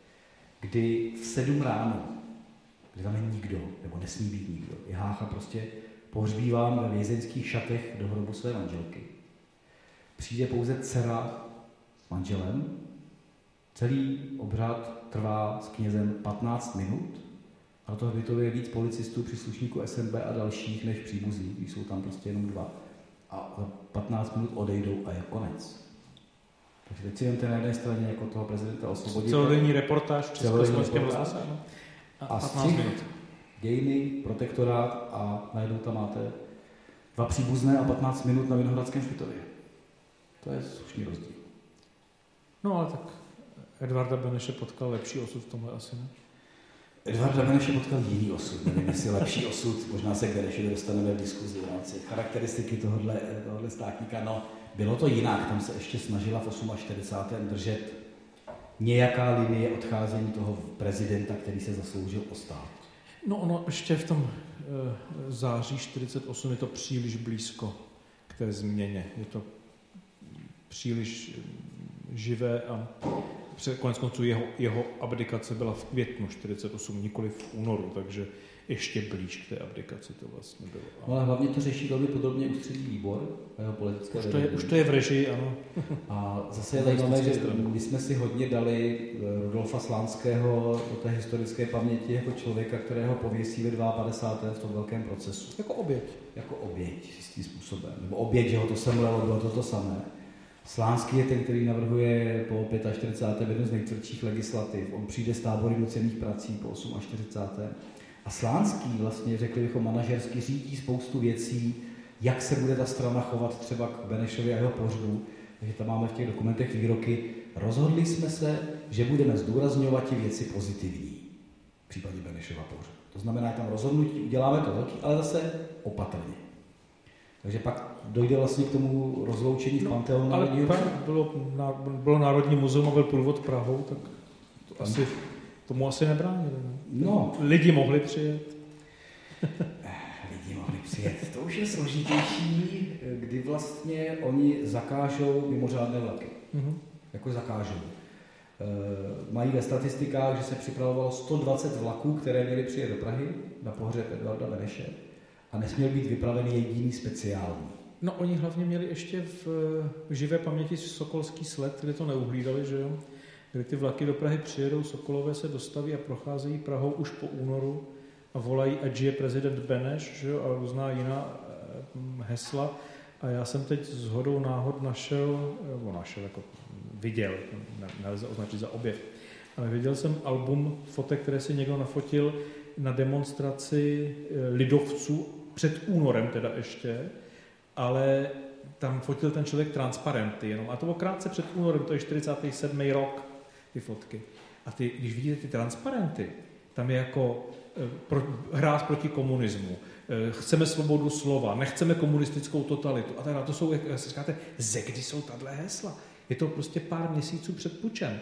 kdy v sedm ráno, kdy tam není nikdo, nebo nesmí být nikdo, je Hácha prostě pohřbíván ve vězeňských šatech do hrobu své manželky. Přijde pouze dcera s manželem, celý obřad trvá s knězem patnáct minut, a do toho hřbitově je víc policistů, příslušníků S N B a dalších než příbuzní, když jsou tam prostě jenom dva. A za patnáct minut odejdou a je konec. Takže teď si vemte na jedné straně jako toho prezidenta osvobodit. Celodenní reportáž v Československém rozhlase. A, a z těch dějiny, protektorát a najednou tam máte dva příbuzné a patnáct minut na Vinohradském hřbitově. To je slušný rozdíl. No ale tak Edvarda Beneše potkal lepší osud v tomhle asi, ne? Edvarda Beneše potkal jiný osud, nevím, jestli lepší osud, možná se k Benešovi dostaneme v diskuzi v rámci charakteristiky tohohle, tohohle státníka. No, bylo to jinak, tam se ještě snažila v čtyřicátém osmém držet nějaká linie odcházení toho prezidenta, který se zasloužil o stát. No ono ještě v tom e, září čtyřicet osm je to příliš blízko k té změně. Je to příliš živé a konec konců jeho, jeho abdikace byla v květnu čtyřicet osm, nikoli v únoru, takže ještě blíž k té abdikaci to vlastně bylo. No, ale hlavně to řeší velmi podrobně ústřední výbor a jeho politické už to, je, už to je v režii, ano. A zase je zajímavé, že my jsme si hodně dali Rudolfa Slánského do té historické paměti jako člověka, kterého pověsí ve padesátém druhém v tom velkém procesu. Jako oběť. Jako oběť, jistým způsobem. Nebo oběť, že ho to semlelo, bylo to to samé. Slánský je ten, který navrhuje po čtyřicátém pátém jednu z nejtvrdších legislativ. On přijde z tábory nucených prací po čtyřicátém osmém A Slánský vlastně, řekli bychom manažersky, řídí spoustu věcí, jak se bude ta strana chovat třeba k Benešovi a jeho pohřbu. Takže tam máme v těch dokumentech výroky. Rozhodli jsme se, že budeme zdůrazňovat ty věci pozitivní v případě Benešova pohřbu. To znamená, tam rozhodnutí, uděláme to velký, ale zase opatrně. Takže pak dojde vlastně k tomu rozloučení v Panteonu. No, ale pak bylo, bylo Národní muzeum a byl průvod Prahou, tak to asi, tomu asi nebránili. Ne? No. Lidi mohli přijet. Lidi mohli přijet. To už je složitější, kdy vlastně oni zakážou mimořádné vlaky. Mm-hmm. Jako zakážou. E, mají ve statistikách, že se připravovalo sto dvacet vlaků, které měly přijet do Prahy na pohřeb Edvarda Beneše a nesměl být vypravený jediný speciální. No oni hlavně měli ještě v, v živé paměti sokolský sled, kde to neuhlídali, že jo? Kdy ty vlaky do Prahy přijedou, sokolové se dostaví a procházejí Prahou už po únoru a volají, ať je prezident Beneš, že jo? A různá jiná hesla. A já jsem teď shodou náhod našel, nebo našel, jako viděl, nelze označit za objev, ale viděl jsem album fotek, které si někdo nafotil na demonstraci lidovců před únorem teda ještě, ale tam fotil ten člověk transparenty jenom. A to bylo krátce před únorem, to je čtyřicátý sedmý rok, ty fotky. A ty, když vidíte ty transparenty, tam je jako pro, hráz proti komunismu, chceme svobodu slova, nechceme komunistickou totalitu. A teda to jsou, jak si říkáte, ze kdy jsou tato hesla? Je to prostě pár měsíců před pučem.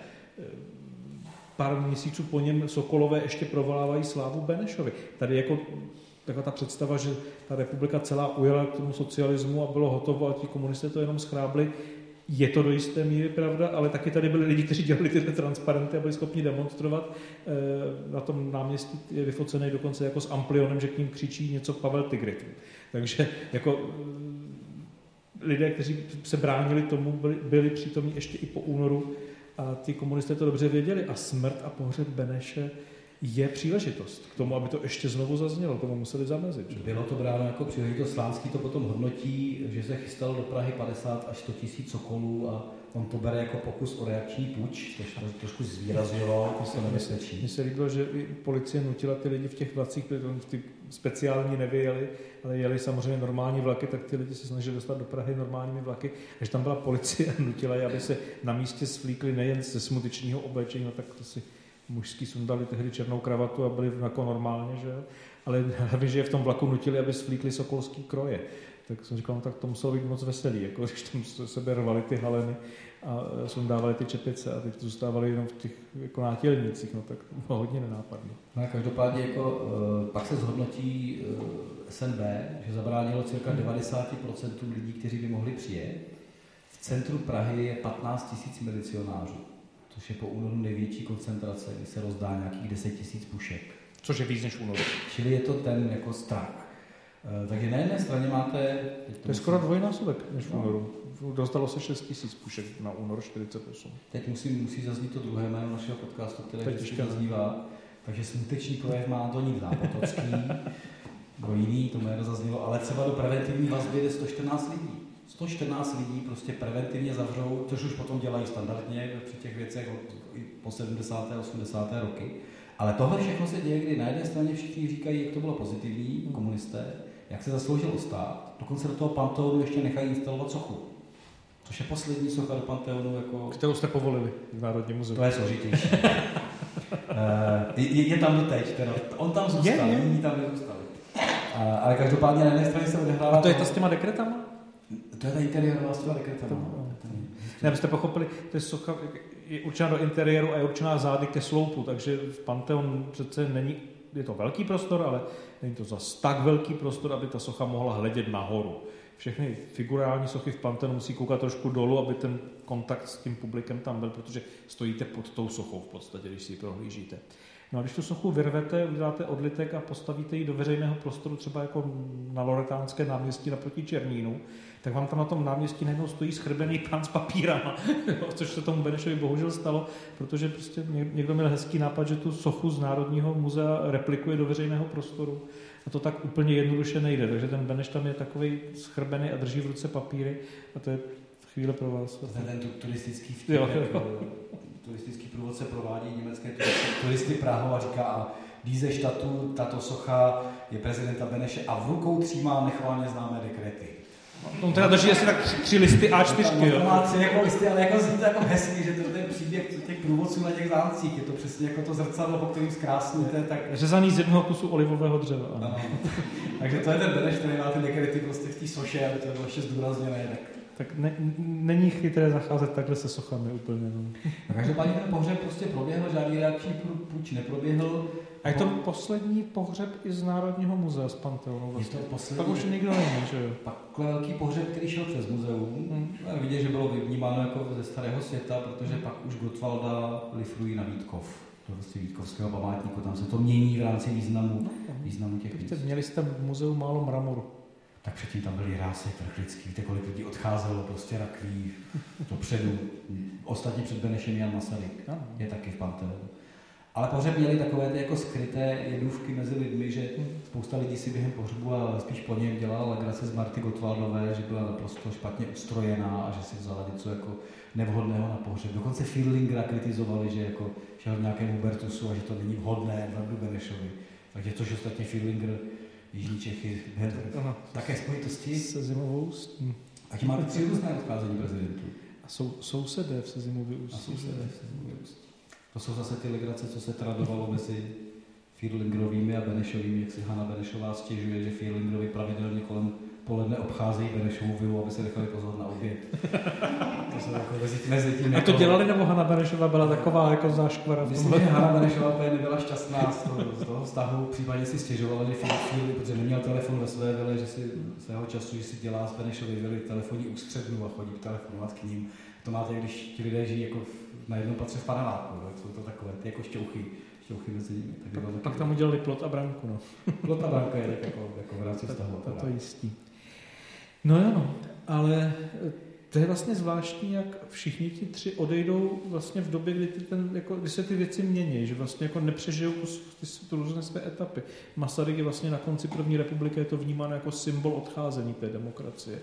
Pár měsíců po něm sokolové ještě provolávají slávu Benešovi. Tady jako taková ta představa, že ta republika celá ujela k tomu socialismu a bylo hotovo a ti komunisté to jenom schrábli. Je to do jisté míry pravda, ale taky tady byli lidi, kteří dělali tyhle transparenty a byli schopni demonstrovat. Na tom náměstí je vyfocený dokonce jako s amplionem, že k ním křičí něco Pavel Tigrit. Takže jako lidé, kteří se bránili tomu, byli, byli přítomní ještě i po únoru a ty komunisté to dobře věděli. A smrt a pohřeb Beneše je příležitost k tomu, aby to ještě znovu zaznělo. Tomu museli zamezit. Že? Bylo to bráno jako příležitost. Slánský to potom hodnotí, že se chystal do Prahy padesát až sto tisíc sokolů a on to bere jako pokus o reakční puč, což to trošku zvýrazňovalo, to se nebezpečí. Mně se líbilo, že policie nutila ty lidi v těch vlacích, protože ty speciální nevyjeli, ale jeli samozřejmě normální vlaky, tak ty lidi se snažili dostat do Prahy normálními vlaky. Takže tam byla policie a nutila je, aby se na místě svlíkli nejen ze smutečního oblečení, no tak to si mužský sundali tehdy černou kravatu a byli jako normálně, že? Ale hlavně, že je v tom vlaku nutili, aby svlíkli sokolský kroje. Tak jsem říkal, no, tak to muselo být moc veselý, jako když tam sebe rvali ty haleny a sundávali ty čepice a teď zůstávali jenom v těch jako nátělnících, no tak to bylo hodně nenápadné. No a každopádně jako, uh, pak se zhodnotí uh, S N B, že zabránilo cirka devadesát procent lidí, kteří by mohli přijet. V centru Prahy je patnáct tisíc milicionářů, což je po únoru největší koncentrace, kdy se rozdá nějakých deset tisíc pušek. Což je víc než únoru. Čili je to ten jako strach. Uh, takže na jedné straně máte... To je skoro dvojnásobek než v únoru. Dostalo se šest tisíc pušek na únor čtyřicet osm. Teď musí, musí zaznít to druhé jméno našeho podcastu, které vždycky zaznívá. Takže smuteční projev má Antonín Zápotocký, kdo jiný, to jméno zaznělo, ale třeba do preventivní vazby jde sto čtrnáct lidí. sto čtrnáct lidí prostě preventivně zavřou, což už potom dělají standardně při těch věcech po sedmdesátém osmdesátém roky. Ale tohle všechno se děje, kdy na jedné straně všichni říkají, jak to bylo pozitivní, komunisté, jak se zasloužil o stát, dokonce do toho Panteonu ještě nechají instalovat sochu. Což je poslední socha do Panteonu. Jako... Kterou jste povolili v Národním muzeu. To je složitější. je, je tam doteď, teda. On tam zůstal, jiní tam nezůstali. Uh, ale každopádně na jedné straně se odehrává... A to je to s těma dekretama? To je ta interiérová s těma dekretama. To, ne, abyste pochopili, to je socha je určená do interiéru a je určená zády ke sloupu, takže v Panteon přece není, je to velký prostor, ale není to zas tak velký prostor, aby ta socha mohla hledět nahoru. Všechny figurální sochy v Panteonu musí koukat trošku dolů, aby ten kontakt s tím publikem tam byl, protože stojíte pod tou sochou v podstatě, když si ji prohlížíte. No a když tu sochu vyrvete, uděláte odlitek a postavíte ji do veřejného prostoru, třeba jako na Loretánské náměstí naproti Černínu, tak vám tam na tom náměstí najednou stojí schrbený pán s papírama, což se tomu Benešovi bohužel stalo, protože prostě někdo měl hezký nápad, že tu sochu z Národního muzea replikuje do veřejného prostoru. A to tak úplně jednoduše nejde, takže ten Beneš tam je takovej schrbený a drží v ruce papíry a to je chvíle pro vás. Ten turistický vtip, jo, jo. turistický průvodce provádí německé turisty, turisty Prahou a říká a Diese Statu, tato socha je prezidenta Beneše a v rukou třímá nechvalně známé dekrety. On teda drží asi tak tři, tři listy á čtyři, jo? To má tři jako listy, ale jako zní to jako hezký, že to je ten příběh těch průvodců na těch zámcích, je to přesně jako to zrcadlo, po kterým zkrásníte, tak... Řezaný z jednoho kusu olivového dřeva. Ano. Takže to je ten Beneš, který má ty dekrety prostě v té soše, aby to bylo ještě zdůrazněné, tak... Tak ne, není chytré zacházet takhle se sochami úplně. No. A každopádně ten pohřeb prostě proběhl, žádný reakční půjč neproběhl. A je to poslední pohřeb i z Národního muzea z Panteonu. Vlastně. Je to poslední... Pak už nikdo není, že jo? Takhle velký pohřeb, který šel přes muzeum. Hmm. Vidět, že bylo vnímáno jako ze starého světa, protože hmm. pak už Gottwalda lifrují na Vítkov. To prostě Vítkovského památníku, tam se to mění v rámci významu, významu těch míst. Měli jste v muzeu málo mramoru. Tak předtím tam byly rásy vrchlický, víte, kolik lidí odcházelo, prostě rakví dopředu. Ostatně před Benešem Jan Masaryk je taky v Panteonu. Ale pohřeb měli takové ty jako skryté jednůvky mezi lidmi, že spousta lidí si během pohřbu a spíš po něm dělala legraci z Marty Gottwaldové, že byla naprosto špatně ustrojená a že si vzala něco jako nevhodného na pohřeb. Dokonce Fierlingera kritizovali, že jako šel v nějakém Hubertusu a že to není vhodné Edvardu Benešovi. Takže což ostatně Fierlinger Jižní Čechy, Aha. také spojitosti. Se Zimovou Ústí. A ti máte tři různé odcházení prezidentů. A sou, sousedé v Sezimově Ústí. A sousedé v Sezimově Ústí. To jsou zase ty legrace, co se tradovalo mezi Fierlingerovými a Benešovými, jak si Hana Benešová stěžuje, že Fierlingerovi pravidelně kolem poledne obcházejí Benešovu vilu, aby se nechali pozvat na oběd. To jsou jako mezi, mezi tím. A to dělali, nebo Hana Benešová byla taková jako záškvara? Myslím, že Hana Benešová úplně nebyla šťastná z toho, z toho vztahu, případně si stěžovala, že Fierling, protože neměl telefon ve své vile, že si svého času, že si dělá z Benešovy vily telefonní ústřednu a chodí telefonovat k ním. To máte, když ti lidé žijí jako na jednom patře v paneláku, no? Jsou to takové, ty jako šťouchy, šťouchy mezi nimi. Tak pak, pak tam udělali plot a branku, no. Plot a branka je tak jako, jako v rámci vztahu. To, to, to jistý. No jo, no, ale to je vlastně zvláštní, jak všichni ti tři odejdou vlastně v době, kdy, ty ten, jako, kdy se ty věci mění, že vlastně jako nepřežijou ty, ty různé své etapy. Masaryk je vlastně na konci první republiky, je to vnímáno jako symbol odcházení té demokracie.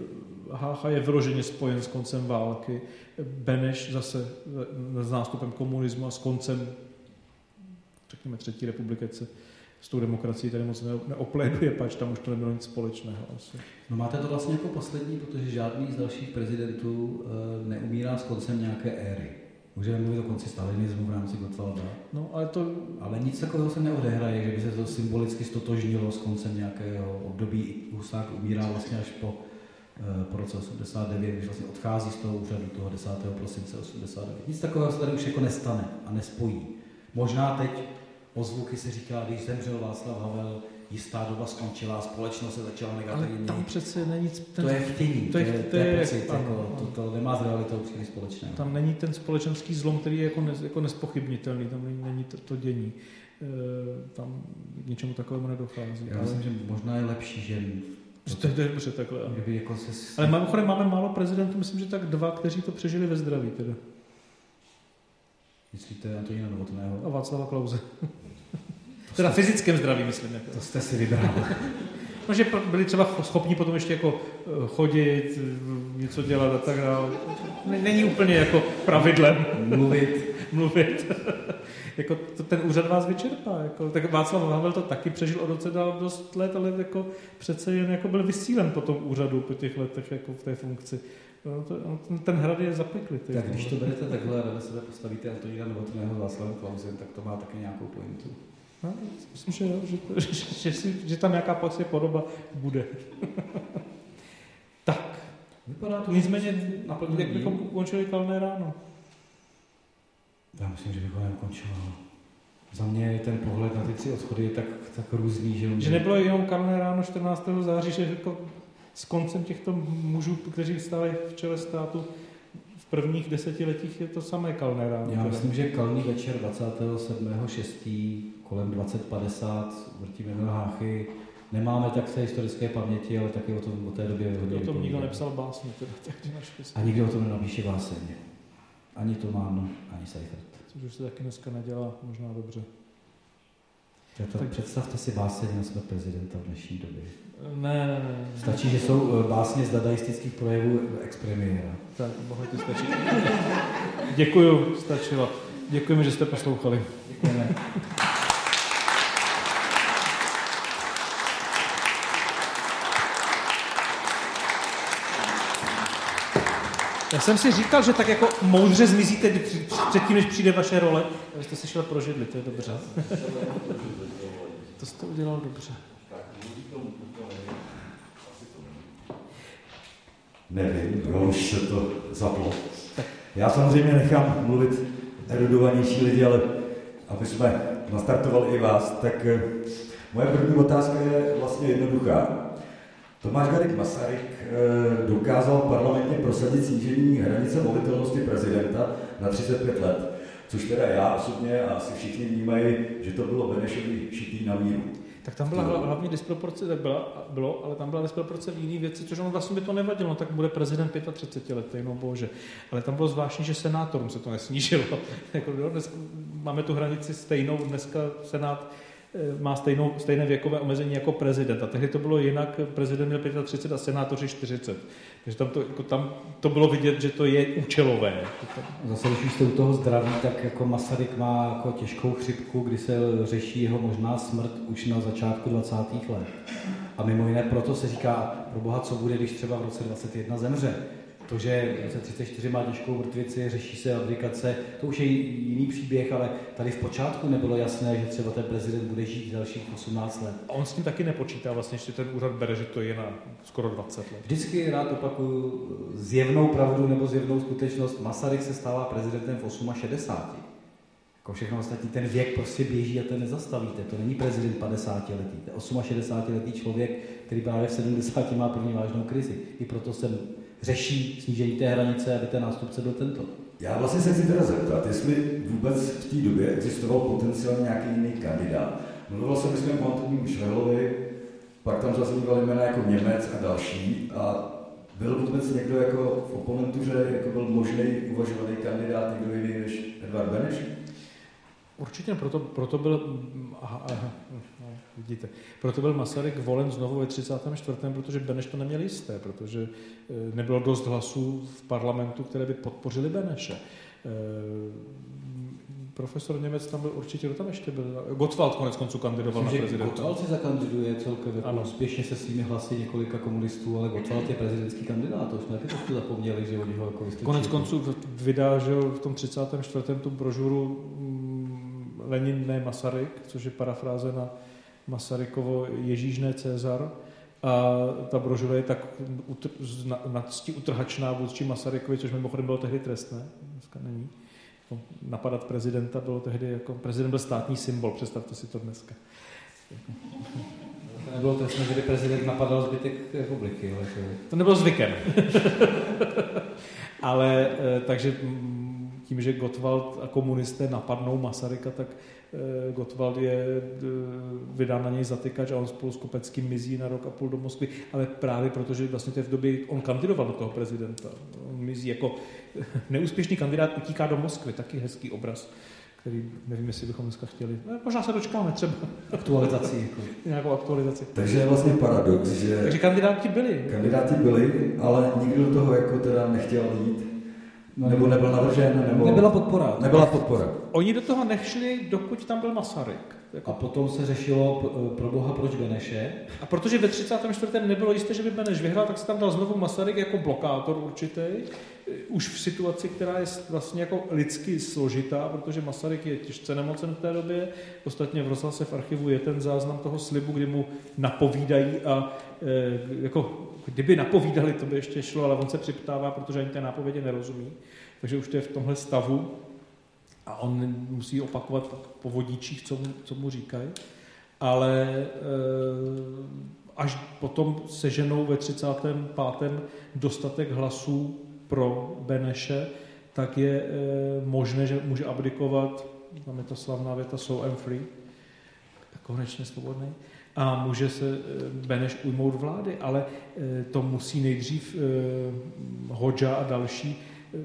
Hácha je vyloženě spojen s koncem války, Beneš zase s nástupem komunismu a s koncem, řekněme, třetí republiky s tou demokracií tady moc neopléduje, pač tam už to nebylo nic společného. Asi. No máte to vlastně jako poslední, protože žádný z dalších prezidentů e, neumírá s koncem nějaké éry. Můžeme mluvit o konci stalinismu v rámci Gottwalda. No, ale, to... ale nic takového se neodehraje, že by se to symbolicky stotožnilo s koncem nějakého období. Husák umírá vlastně až po, e, po roce osmdesát devět, když vlastně odchází z toho úřadu toho desátého prosince osmdesát devět. Nic takového se tady už jako nestane a nespojí. Možná teď ozvuky se říká, když zemřel Václav Havel, jistá doba skončila, společnost se začala negativně měnit. Ale tam přece není... Ten... To je chtění, to je, to je, to je pocit, jako, ano, to, to nemá s realitou příliš společného. Tam není ten společenský zlom, který je jako, ne, jako nespochybnitelný, tam není, není to, to dění. E, tam k ničemu takovému nedochází. Já myslím, že možná je lepší, že... To je dobře takhle. Jako se... Ale mimochodem máme málo prezidentů, myslím, že tak dva, kteří to přežili ve zdraví teda. Myslíte Antonína Novotného? A Václava Klause. Teda fyzickém zdraví, myslím. Jako. To jste si vybral. No, že byli třeba schopni potom ještě jako chodit, něco dělat a tak dále. Není úplně jako pravidlem. Mluvit. Mluvit. Jako to, ten úřad vás vyčerpá. Jako, tak Václav Havel to taky přežil od roce dál dost let, ale jako přece jen jako byl vysílen po tom úřadu po těch letech jako v té funkci. No, to, ten, ten hrad je zapeklitý. Tak když to berete takhle a vedle sebe postavíte Antonína Novotného s Václavem Klausem, tak to má taky nějakou pointu. No, myslím, že, jo, že, že, že, že, že tam nějaká prostě podoba bude. Tak. Vypadá to, nicméně, jak bychom ukončili Kalné ráno? Já myslím, že bychom neukončili. Za mě ten pohled na ty tři odchody je tak, tak různý, že... Že nebylo jenom Kalné ráno čtrnáctého září, že jako s koncem těchto mužů, kteří stáli v čele státu v prvních desetiletích, je to samé Kalné ráno. Já myslím, že Kalný večer dvacátého sedmého šestého kolem dvacet padesát vrtíme na Háchy. Nemáme tak v té historické paměti, ale taky o, tom, o té době hodně. O tom nikdo nepsal básně. Teda, a nikdo o tom nenapíše báseň. Ani Tomán, ani Seifert. Což už se taky dneska nedělá, možná dobře. To, tak představte si báseň na smrt prezidenta v dnešní době. Ne, ne, ne. Stačí, že jsou básně z dadaistických projevů ex-premiéra. Tak, bohatě stačí. Děkuju, stačilo. Děkujeme, že jste poslouchali. Děkujeme. Já jsem si říkal, že tak jako moudře zmizíte předtím, než přijde vaše role. Vy jste se šel pro židli, to je dobře. To jste udělal dobře. Nevím, jo, už se to zaplo. Já samozřejmě nechám mluvit erudovanější lidi, ale aby jsme nastartovali i vás, tak moje první otázka je vlastně jednoduchá. Tomáš Garrigue Masaryk dokázal parlamentně prosadit snížení hranice volitelnosti prezidenta na třicet pět let, což teda já osobně a asi všichni vnímají, že to bylo Benešovi šitý na míru. Tak tam byla hlavní disproporce, tak byla, bylo, ale tam byla disproporce v jiných věci, což on vlastně by to nevadilo, no, tak bude prezident třicet pět letý, no bože. Ale tam bylo zvláštní, že senátorům se to nesnížilo. jako, jo, dnes, máme tu hranici stejnou, dneska senát má stejnou, stejné věkové omezení jako prezident. A tehdy to bylo jinak, prezident měl třicet pět a senátoři čtyřicet. Takže tam to, jako tam to bylo vidět, že to je účelové. Zase, když jste u toho zdraví, tak jako Masaryk má jako těžkou chřipku, kdy se řeší jeho možná smrt už na začátku dvacátých let. A mimo jiné proto se říká, pro boha, co bude, když třeba v roce dvacet jedna zemře. To, že v roce třicet čtyři má těžkou mrtvici, řeší se abdikace, to už je jiný příběh, ale tady v počátku nebylo jasné, že třeba ten prezident bude žít dalších osmnáct let. A on s tím taky nepočítá vlastně, že ten úřad bere, že to je na skoro dvacet let. Vždycky rád opakuju zjevnou pravdu nebo zjevnou skutečnost. Masaryk se stává prezidentem v šedesáti osmi. Jako všechno ostatní, ten věk prostě běží a ten nezastavíte. To není prezident padesátiletý, to je šedesátiosmiletý člověk, který právě v sedmdesáti má první vážnou krizi. I proto jsem řeší snížení té hranice, aby ten nástupce byl tento. Já vlastně se chci teda zeptat, jestli vůbec v té době existoval potenciálně nějaký jiný kandidát. Mluvil jsem myslím o Antonínu Švehlovi, pak tam zaznívaly jména jako Němec a další a byl vůbec někdo jako v oponentu, že jako byl možný uvažovaný kandidát někdo jiný než Edvard Beneš? Určitě, proto, proto byl, aha, aha, no, vidíte, proto byl Masaryk volen znovu ve třicátém čtvrtém protože Beneš to neměl jisté, protože nebylo dost hlasů v parlamentu, které by podpořili Beneše. E, profesor Němec tam byl určitě, kdo tam ještě byl? Gottwald konec konců kandidoval Myslím, na prezidenta. Gottwald si zakandiduje celkově úspěšně se svými hlasy několika komunistů, ale Gottwald je prezidentský kandidát, to už jsme taky trošku zapomněli, že oni ho jako vystrčili. Konec konců vydá, že v tom třicátém čtvrtém tu brožuru Lenin ne Masaryk, což je parafráze na Masarykovo Ježíš ne Cezar. A ta brožura je tak nadstí utrhačná vůči Masarykovi, což mimochodem bylo tehdy trestné, dneska není. Napadat prezidenta bylo tehdy jako, prezident byl státní symbol, představte si to dneska. To nebylo trestné, že by prezident napadal zbytek republiky. Ale to... to nebylo zvykem. Ale takže tím, že Gottwald a komunisté napadnou Masaryka, tak Gottwald je vydán na něj zatykač a on spolu s Kopeckým mizí na rok a půl do Moskvy, ale právě protože vlastně to je v době, on kandidoval na toho prezidenta. On mizí jako neúspěšný kandidát, utíká do Moskvy, taky hezký obraz, který nevím, jestli bychom dneska chtěli. No, možná se dočkáme třeba. Aktualizaci. Jako. Nějakou aktualizaci. Takže je vlastně paradox, že... Takže kandidáti byli. Kandidáti byli, ale nikdo do toho jako teda nechtěl jít. No, nebo nebyl navržen, nebo... Nebyla podpora. Nebyla podpora. Oni do toho nešli, dokud tam byl Masaryk. Jako... A potom se řešilo, pro boha, proč Beneše. A protože ve třicátém čtvrtém nebylo jisté, že by Beneš vyhrál, tak se tam dal znovu Masaryk jako blokátor určitý. Už v situaci, která je vlastně jako lidsky složitá, protože Masaryk je těžce nemocen v té době. Ostatně v rozhlase v archivu je ten záznam toho slibu, kdy mu napovídají a e, jako kdyby napovídali, to by ještě šlo, ale on se připtává, protože ani té nápovědi nerozumí. Takže už to je v tomhle stavu a on musí opakovat po vodičích, co mu, co mu říkají. Ale e, až potom seženou ve třicátém pátém dostatek hlasů pro Beneše, tak je e, možné, že může abdikovat, tam je ta slavná věta, so I'm free, konečně svobodný, a může se e, Beneš ujmout vlády, ale e, to musí nejdřív e, Hodža a další e,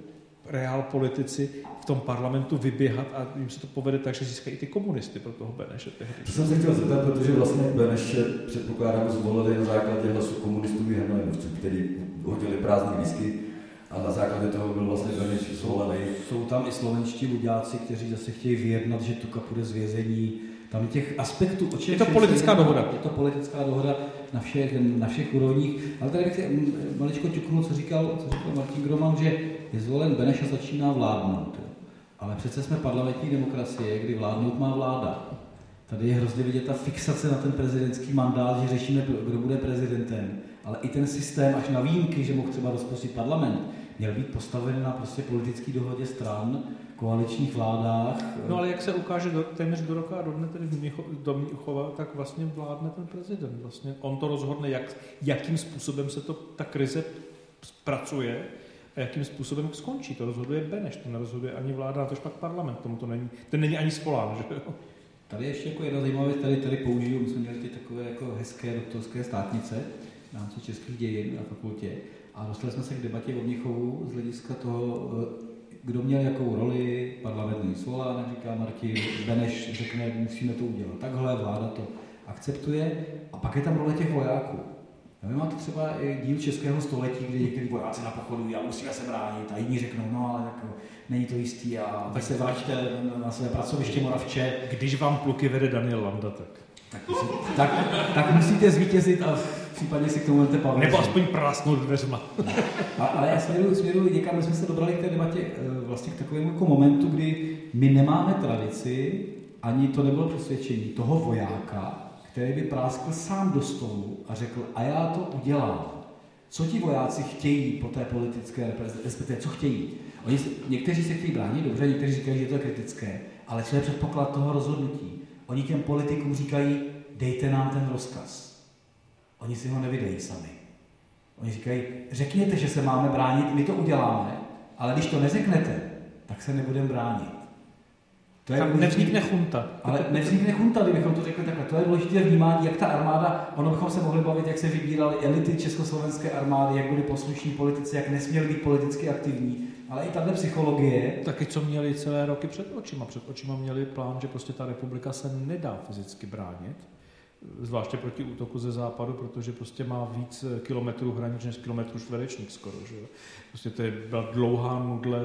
reál politici v tom parlamentu vyběhat a jim se to povede tak, že získají ty komunisty pro toho Beneše tehdy. To jsem se chtěl zeptat, protože vlastně Beneše předpokládám zvolili na základě hlasu komunistů i Hanojnovců, který hodili prázdný lístky a na základě toho byl vlastně Beneš zvolený. Jsou tam i slovenští ludáci, kteří zase chtějí vyjednat, že Tuka půjde z vězení. Tam těch aspektů, o čem je to politická jedná, dohoda. Je to politická dohoda na všech, na všech úrovních. Ale tady bych maličko ťuknul, co říkal, co říkal Martin Groman, že je zvolen Beneš a začíná vládnout. Ale přece jsme parlamentní demokracie, kdy vládnout má vláda. Tady je hrozně vidět ta fixace na ten prezidentský mandát, že řešíme, kdo bude prezidentem. Ale i ten systém, až na výjimky, že mohl třeba rozpustit parlament, měl být postaven na prostě politické dohodě stran, koaličních vládách. No ale jak se ukáže do, téměř do roka a do dne tedy do Mnichova, tak vlastně vládne ten prezident. Vlastně on to rozhodne, jak, jakým způsobem se to, ta krize zpracuje a jakým způsobem skončí. To rozhoduje Beneš, to nerozhoduje ani vláda, a tož pak parlament, tomu to není, ten není ani svolán, že jo? Tady ještě jako jedna zajímavá věc, tady, tady použiju, my jsme měli teď takové jako hezké doktorské státnice v rámci českých dějin na fakultě a dostali jsme se k debatě o Mnichovu z hlediska toho, kdo měl jakou roli, parlamentní svolán, říká Martin, Beneš řekne, musíme to udělat takhle, vláda to akceptuje a pak je tam role těch vojáků. No, vy máte třeba i díl českého století, kdy někteří vojáci na pochodu, já musíme se bránit a jiní řeknou, no ale jako, není to jistý a vy se vraťte na své pracoviště Moravče. Když vám pluky vede Daniel Landa, tak... Tak, musí, tak, tak musíte zvítězit a případně si k tomu budete pavlit. Nebo aspoň prásnout dveřma. A, ale já směruji, směruji někam, my jsme se dobrali k té debatě vlastně k takovému jako momentu, kdy my nemáme tradici, ani to nebylo přesvědčení toho vojáka, který by práskl sám do stolu a řekl, a já to udělám. Co ti vojáci chtějí po té politické reprezentaci, respektive co chtějí? Oni, někteří se chtějí bránit, dobře, někteří říkají, že to je kritické, ale co je předpoklad toho rozhodnutí? Oni těm politikům říkají, dejte nám ten rozkaz. Oni si ho nevydají sami. Oni říkají, řekněte, že se máme bránit, my to uděláme, ale když to neřeknete, tak se nebudeme bránit. To je tam nevznikne chunta. Ale nevznikne chunta, kdybychom to řekli takhle. To je důležité vnímání, jak ta armáda, ono bychom se mohli bavit, jak se vybíraly elity československé armády, jak byli poslušní politici, jak nesměli být politicky aktivní. Ale i tahle psychologie... Taky co měli celé roky před očima. Před očima měli plán, že prostě ta republika se nedá fyzicky bránit, zvláště proti útoku ze západu, protože prostě má víc kilometrů hranic než kilometrů čtverečních skoro. Že? Prostě to je byla dlouhá nudle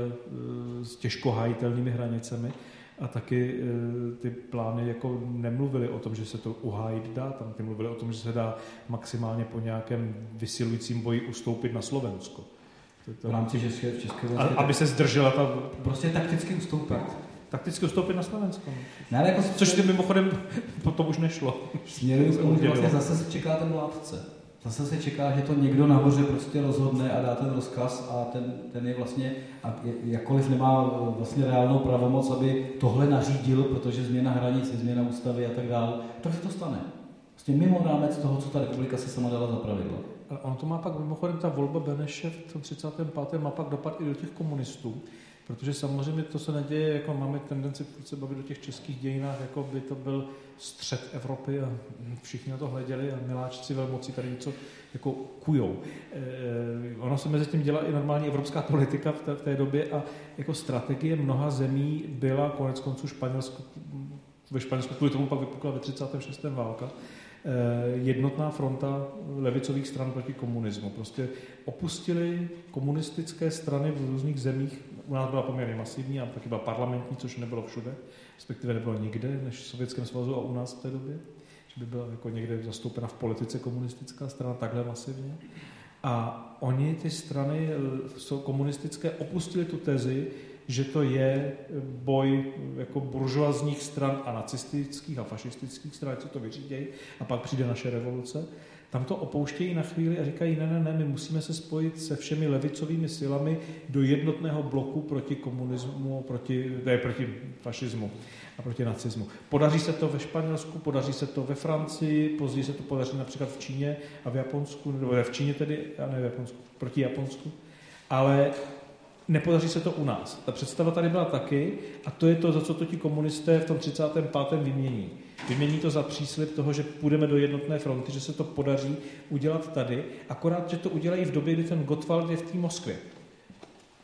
s těžko hájitelnými hranicemi. A taky e, ty plány jako nemluvily o tom, že se to uhájit dá, tam ty mluvili o tom, že se dá maximálně po nějakém vysilujícím boji ustoupit na Slovensko. To, to, v rámci České, České a, aby se zdržela ta... Prostě takticky ustoupit. Takticky ustoupit na Slovensko. Ne, jako což ty mimochodem potom už nešlo. Směruju k tomu, že vlastně zase se čeká ten vládce. Zase se čeká, že to někdo nahoře prostě rozhodne a dá ten rozkaz a ten, ten je vlastně, a jakkoliv nemá vlastně reálnou pravomoc, aby tohle nařídil, protože změna hranic, změna ústavy a tak dále, tak se to stane. Vlastně mimo rámec toho, co ta republika se sama dala za pravidla. Ale on to má pak, mimochodem ta volba Beneše v tom třicátém pátém má pak dopad i do těch komunistů. Protože samozřejmě to se neděje, jako máme tendenci se bavit do těch českých dějinách, jako by to byl střed Evropy a všichni na to hleděli a miláčci velmocí tady něco jako kujou. E, ono se mezi tím dělá i normální evropská politika v té, v té době a jako strategie mnoha zemí byla konec konců Španělsku, ve Španělsku kvůli tomu pak vypukla ve třicátém šestém válka, jednotná fronta levicových stran proti komunismu. Prostě opustili komunistické strany v různých zemích. U nás byla poměrně masivní a taky byla parlamentní, což nebylo všude, respektive nebylo nikde, než v Sovětském svazu a u nás v té době, že by byla jako někde zastoupena v politice komunistická strana takhle masivně. A oni, ty strany komunistické, opustili tu tezi, že to je boj jako buržoazních stran a nacistických a fašistických stran, co to vyřídějí, a pak přijde naše revoluce. Tam to opouštějí na chvíli a říkají, ne, ne, ne, my musíme se spojit se všemi levicovými silami do jednotného bloku proti komunismu, proti, ne, proti fašismu a proti nacismu. Podaří se to ve Španělsku, podaří se to ve Francii, později se to podaří například v Číně a v Japonsku, nebo v Číně tedy, a ne v Japonsku, proti Japonsku, ale nepodaří se to u nás. Ta představa tady byla taky a to je to, za co to ti komunisté v tom třicátém pátém vymění. Vymění to za příslib toho, že půjdeme do jednotné fronty, že se to podaří udělat tady, akorát, že to udělají v době, kdy ten Gottwald je v té Moskvě.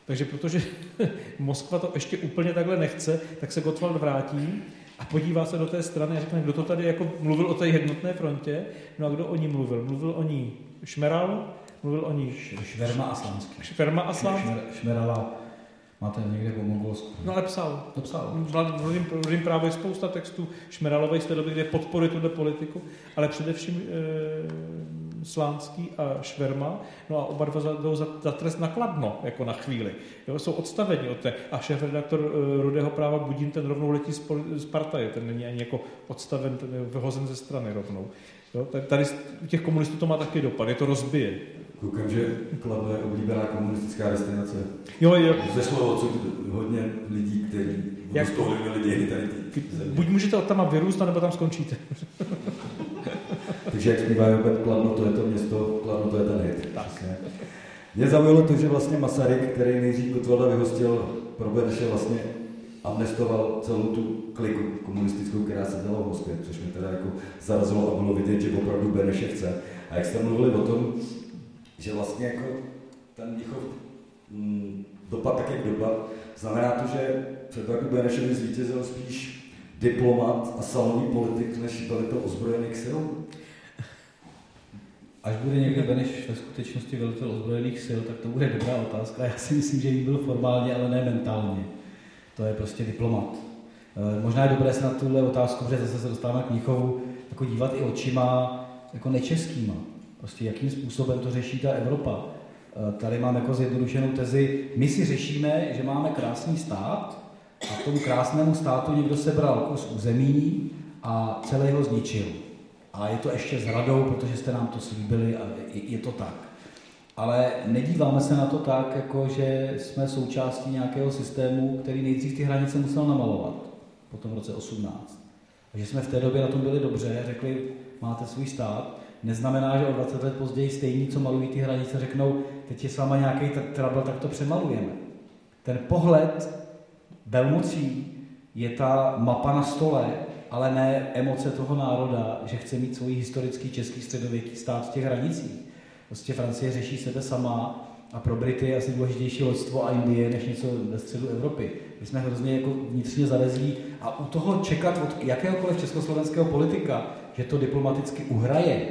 Takže protože Moskva to ještě úplně takhle nechce, tak se Gottwald vrátí a podívá se do té strany a řekne, kdo to tady jako mluvil o té jednotné frontě, no a kdo o ní mluvil? Mluvil o ní Šmeral, mluvil o ní Šverma a Slánský. Šverma a Slánský. Šmerala máte někde po Mongolsku. No ale psal. To psal. V Rudým právu je spousta textů Šmeralové z té doby, kde podporuje tuhle politiku, ale především e, Slánský a Šverma, no a oba dva jdou za, za trest na Kladno, jako na chvíli. Jo, jsou odstaveni od té. A šéfredaktor e, Rudého práva Budín, ten rovnou letí z, z partaje, ten není ani jako odstaven, ten je vyhozen ze strany rovnou. Jo, tady u těch komunistů to má taky dopad, je to rozbije. Koukám, že Kladno je oblíbená komunistická destinace. Jo, jo. Zešlo odsud hodně lidí, kteří budou spohlivili dějiny tady. Buď můžete od tam vyrůst, nebo tam skončíte. Takže jak zpívají opět Kladno, to je to město, Kladno, to je ten hit. Mě zaujalo to, že vlastně Masaryk, který nejdřív Gottwalda vyhostil pro Beneše, vlastně amnestoval celou tu kliku komunistickou, která se dělala v Moskvě, což mě teda jako zarazilo a bylo vidět, že opravdu Beneše chce. A jak jste mluvili o tom, že vlastně jako ten Mnichov mm, dopad tak, jak dopad, znamená to, že třeba jako Benešovi zvítězil spíš diplomat a saloní politik, než velitel ozbrojených sil? Až bude někdy Beneš ve skutečnosti velitel ozbrojených sil, tak to bude dobrá otázka. Já si myslím, že jí byl formálně, ale ne mentálně. To je prostě diplomat. E, možná je dobré se na tuhle otázku, protože zase se dostáváme k Mnichovu, jako dívat i očima jako nečeskýma. Prostě jakým způsobem to řeší ta Evropa. E, tady mám jako zjednodušenou tezi. My si řešíme, že máme krásný stát a tomu krásnému státu někdo sebral kus území a celé ho zničil. A je to ještě s radou, protože jste nám to slíbili a je to tak. Ale nedíváme se na to tak, jako že jsme součástí nějakého systému, který nejdřív ty hranice musel namalovat, potom v roce osmnáct. Takže jsme v té době na tom byli dobře, řekli, máte svůj stát, neznamená, že o dvacet let později stejní, co malují ty hranice, řeknou, teď je s váma nějaký trouble, tak to přemalujeme. Ten pohled velmocí je ta mapa na stole, ale ne emoce toho národa, že chce mít svůj historický český středověký stát v těch hranicích. Prostě Francie řeší sebe sama a pro Brity je asi důležitější loďstvo a Indie než něco ve středu Evropy. My jsme hrozně jako vnitřně zavezlí a u toho čekat od jakéhokoliv československého politika, že to diplomaticky uhraje,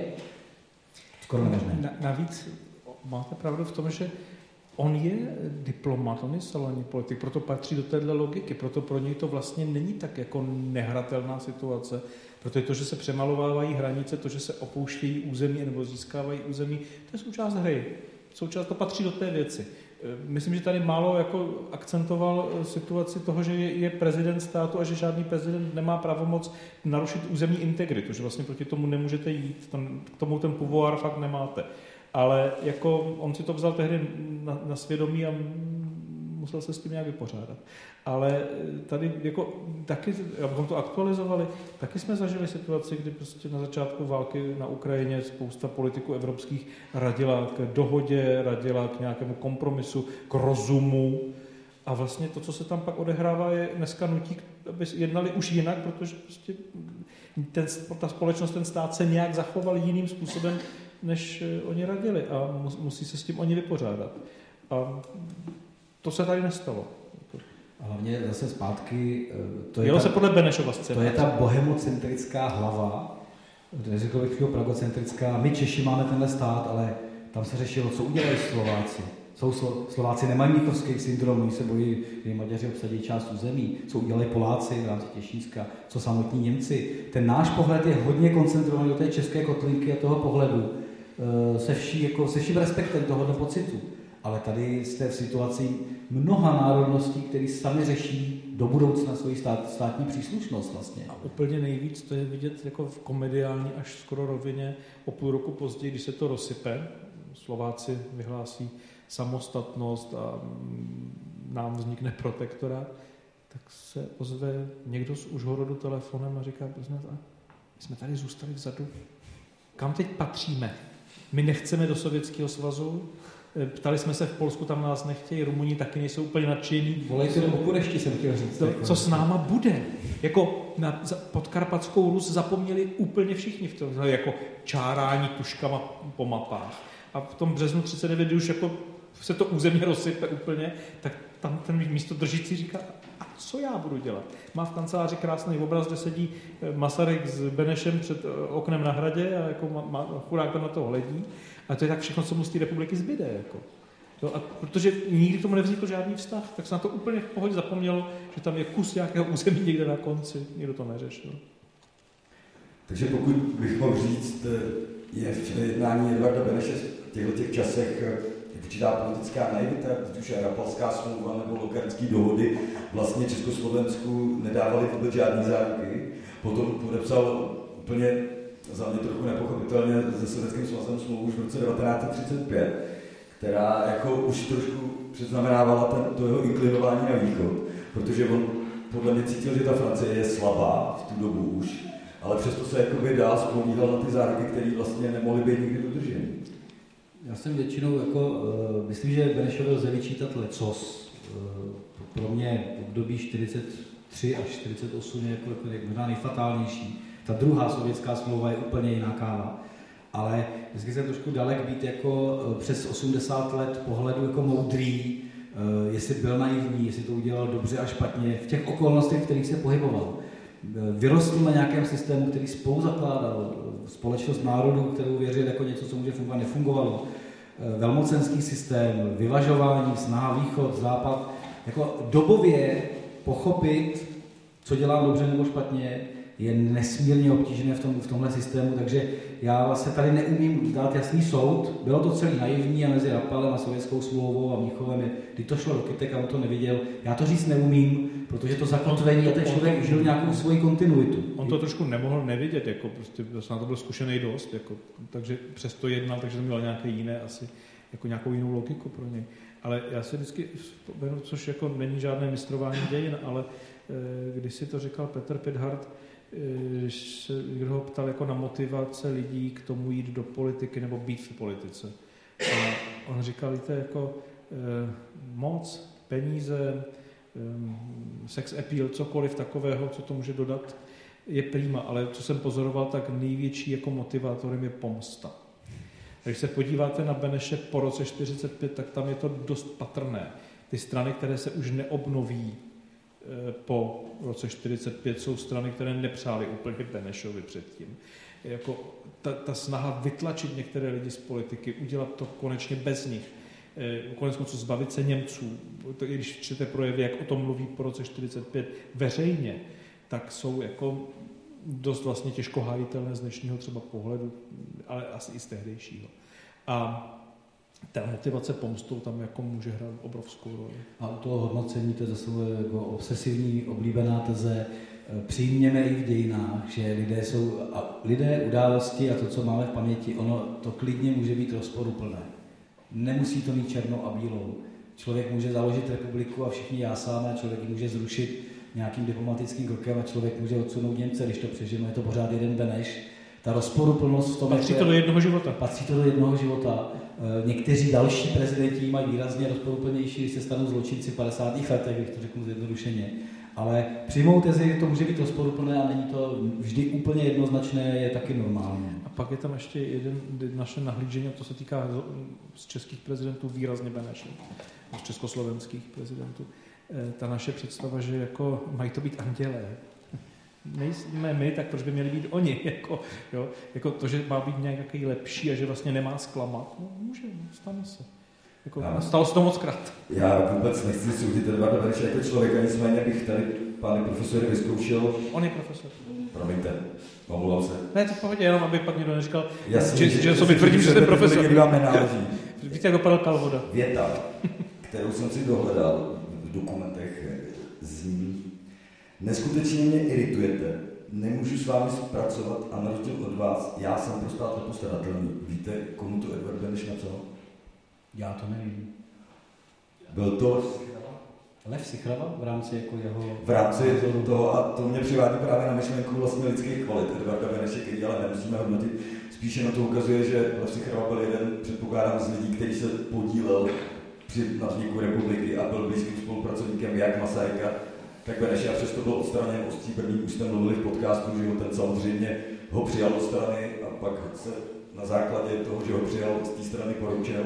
skoro nemožné. Na, navíc máte pravdu v tom, že on je diplomat, on je salonní politik, proto patří do téhle logiky, proto pro něj to vlastně není tak jako nehratelná situace, protože to, že se přemalovávají hranice, to, že se opouštějí území nebo získávají území, to je součást hry. Součást to patří do té věci. Myslím, že tady málo jako akcentoval situaci toho, že je, je prezident státu a že žádný prezident nemá pravomoc narušit územní integritu, že vlastně proti tomu nemůžete jít, tam, k tomu ten pouvoir fakt nemáte. Ale jako on si to vzal tehdy na, na svědomí a musel se s tím nějak vypořádat. Ale tady jako taky, abychom to aktualizovali, taky jsme zažili situaci, kdy prostě na začátku války na Ukrajině spousta politiků evropských radila k dohodě, radila k nějakému kompromisu, k rozumu. A vlastně to, co se tam pak odehrává, je dneska nutí, aby jednali už jinak, protože prostě ten, ta společnost, ten stát se nějak zachoval jiným způsobem, než oni radili a musí se s tím oni vypořádat. A to se tady nestalo. A hlavně zase zpátky, to je, Jelo ta, se podle Benešova scéna. To je ta bohemocentrická hlava, neřekl bych pragocentrická. My Češi máme tenhle stát, ale tam se řešilo, co udělají Slováci. Jsou Slo, Slováci nemají mnichovský syndrom, oni se bojí, že Maďaři obsadí část území. Co udělají Poláci v rámci Těšínska, co samotní Němci. Ten náš pohled je hodně koncentrovaný do té české kotlinky a toho pohledu se, vší, jako, se vším respektem tohoto pocitu. Ale tady jste v situaci mnoha národností, které sami řeší do budoucna svoji stát, státní příslušnost vlastně. A úplně nejvíc to je vidět jako v komediální až skoro rovině o půl roku později, když se to rozsype. Slováci vyhlásí samostatnost a nám vznikne protektorát, tak se ozve někdo z Užhorodu telefonem a říká, my jsme tady zůstali vzadu. Kam teď patříme? My nechceme do Sovětského svazu, ptali jsme se v Polsku, tam nás nechtějí, Rumuni taky nejsou úplně nadšení. Volejte do Bukurešti, jsem chtěl říct. To, co s náma bude? Jako na podkarpatskou Rus zapomněli úplně všichni v tom, jako čárání tuškama po mapách. A v tom březnu třicet devět už jako se to území rozsype úplně, tak tam ten místo držící říká, a co já budu dělat? Má v kanceláři krásný obraz, kde sedí Masaryk s Benešem před oknem na hradě a jako má, má, chudák tam na to hledí. A to je tak všechno, co mu z té republiky zbyde. Jako. Jo, a protože nikdy tomu nevznikl žádný vztah, tak se na to úplně v pohodě zapomnělo, že tam je kus nějakého území někde na konci. Nikdo to neřešil. Takže pokud bych mohl říct, je v jednání Edvarda Beneše v těchto těch časech určitá politická naivita, už je Rapalská smlouva nebo Lokarnské dohody vlastně Československu nedávali vůbec žádný záruky. Potom podepsal úplně za mě trochu nepochopitelně se Sovětským svazem smlouvu už v roce devatenáct třicet pět, která jako už trošku předznamenávala ten, to jeho inklinování na východ, protože on podle mě cítil, že ta Francie je slabá v tu dobu už, ale přesto se jakoby dál spolíhal na ty záruky, které vlastně nemohly být nikdy dodrženy. Já jsem většinou, jako, uh, myslím, že Benešovi lze vyčítat lecos. Uh, pro mě období čtyřicet tři až čtyřicet osm je jako, jako možná nejfatálnější. Ta druhá sovětská smlouva je úplně jiná káva. Ale vždycky jsem trošku dalek být jako uh, přes osmdesát let pohledu jako moudrý, uh, jestli byl naivní, jestli to udělal dobře a špatně, v těch okolnostech, v kterých se pohyboval. Vyrostl na nějakém systému, který spolu zakládal, společnost národů, kterou věřil jako něco, co může fungovat, nefungovalo. Velmocenský systém, vyvažování, snaha východ, západ. Jako dobově pochopit, co dělám dobře nebo špatně, je nesmírně obtížné v, tom, v tomhle systému, takže já vlastně tady neumím dát jasný soud. Bylo to celý naivní a mezi Rapalem a sovětskou smlouvou a Mnichovem, kdy to šlo do kytek a on to neviděl. Já to říct neumím, protože to zakotvení a ten člověk žil nějakou svoji kontinuitu. On to trošku nemohl nevidět, jako prostě na to byl zkušený dost, jako, takže přesto jednal, takže to měl nějaké jiné asi, jako nějakou jinou logiku pro něj. Ale já se vždycky vzpomenu, což jako není žádné mistrování dějin, ale e, když si to říkal Petr Pithart, když se kdo ho ptal jako na motivace lidí k tomu jít do politiky nebo být v politice. A on říkal, víte, jako e, moc, peníze, e, sex appeal, cokoliv takového, co to může dodat, je prima, ale co jsem pozoroval, tak největší jako motivátorem je pomsta. Když se podíváte na Beneše po roce čtyřicet pět, tak tam je to dost patrné. Ty strany, které se už neobnoví po roce čtyřicet pět, jsou strany, které nepřáli úplně Benešovi předtím. Jako ta, ta snaha vytlačit některé lidi z politiky, udělat to konečně bez nich, konec konců zbavit se Němců, to, i když čtete projevy, jak o tom mluví po roce čtyřicet pět veřejně, tak jsou jako dost vlastně těžko hájitelné z dnešního třeba pohledu, ale asi i z tehdejšího. A ta motivace pomstou tam jako může hrát obrovskou roli. A u toho hodnocení to je zase jako obsesivní oblíbená teze. Přijměme i v dějinách, že lidé jsou, a lidé, události a to, co máme v paměti, ono to klidně může být rozporuplné. Nemusí to mít černou a bílou. Člověk může založit republiku a všichni jásáme, a člověk může zrušit nějakým diplomatickým krokem a člověk může odsunout Němce, když to přežijeme, je to pořád jeden Beneš. Ta rozporuplnost v tom... Patří to do jednoho života. Patří to do jednoho života. Někteří další prezidenti mají výrazně rozporuplnější, když se stanou zločinci v padesátých letech, když to řeknu zjednodušeně. Ale přijmou tezi, že to může být rozporuplné a není to vždy úplně jednoznačné, je taky normální. A pak je tam ještě jeden naše nahlížení, to se týká z českých prezidentů výrazně Beneše, z československých prezidentů. Ta naše představa, že jako mají to být andělé. Nejsme my, tak proč by měli být oni? Jako, jo? Jako to, že má být nějaký lepší a že vlastně nemá zklamat, no může, stane se. Jako, já, stalo se to moc krát. Já vůbec nechci soudit Edvarda Beneše jako člověka, nicméně bych tady pány profesory vyzkoušel. On je profesor. Promiňte, omlouvám se. Ne, to v pohodě, jenom aby pak někdo neříkal, Jasně, že, že sobě tvrdím, že jsem profesor. Někdy vám nenáleží. Víte, jak dopadl Kalvoda. Věta, kterou jsem si dohledal v dokumentech, zní: neskutečně mě iritujete, nemůžu s vámi pracovat a na rozdíl od vás, já jsem pro stát nepostradatelný. Víte, komu to Edvard Beneš napsal? Já to nevím. Byl to... Lev Sichrava v rámci jako jeho... V rámci toho, a to mě přivádí právě na myšlenku vlastně lidských kvalit Edvarda Beneše, který ale nemusíme hodnotit. Spíše na to ukazuje, že Lev Sichrava byl jeden, předpokládám, z lidí, který se podílel při vzniku republiky a byl blízkým spolupracovníkem jak Masaryka, tak Beneše, a přesto byl odstraněn ostříbrným, už jste mluvili v podcastu, že ho ten samozřejmě ho přijal do strany a pak se na základě toho, že ho přijal z té strany poroučil.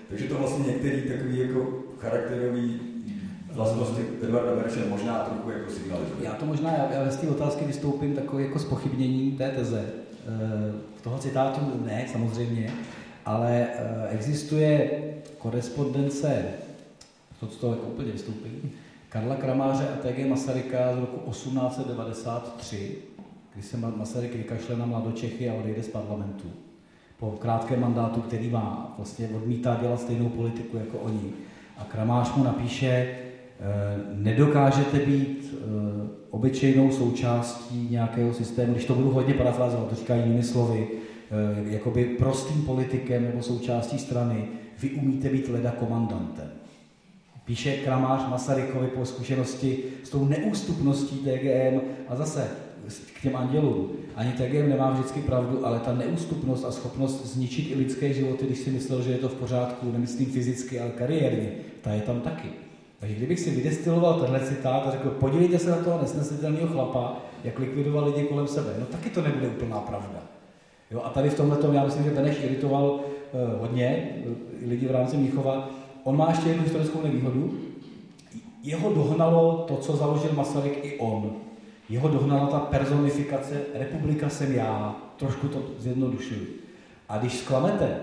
Takže to vlastně některý takový jako charakterový vlastnosti Edvarda Beneše možná trochu jako signalizuje. Já to možná, já, já z té otázky vystoupím takový jako zpochybnění té teze. E, toho citátu ne, samozřejmě, ale e, existuje korespondence, to, co to jako úplně vystoupím, Karla Kramáře a T G Masaryka z roku osmnáct set devadesát tři, kdy se Masaryk vykašle na mladočechy a odejde z parlamentu. Po krátkém mandátu, který má, vlastně odmítá dělat stejnou politiku jako oni. A Kramář mu napíše, nedokážete být obyčejnou součástí nějakého systému, když to budu hodně parafrázovat, to říká jinými slovy, jakoby prostým politikem nebo součástí strany, vy umíte být leda komandantem. Píše Kramář Masarykovi po zkušenosti s tou neústupností T G M a zase k těm andělům. Ani T G M nemá vždycky pravdu, ale ta neústupnost a schopnost zničit i lidské životy, když si myslel, že je to v pořádku, nemyslím fyzicky, ale kariérně, ta je tam taky. Takže kdybych si vydestiloval tenhle citát a řekl, podívejte se na toho nesnesitelného chlapa, jak likvidoval lidi kolem sebe, no taky to nebude úplná pravda. Jo, a tady v tomhletom já myslím, že Beneš iritoval uh, hodně uh, lidi v rámci Mnichova. On má ještě jednu historickou nevýhodu. Jeho dohnalo to, co založil Masaryk i on. Jeho dohnala ta personifikace, republika jsem já, trošku to zjednodušuju. A když zklamete,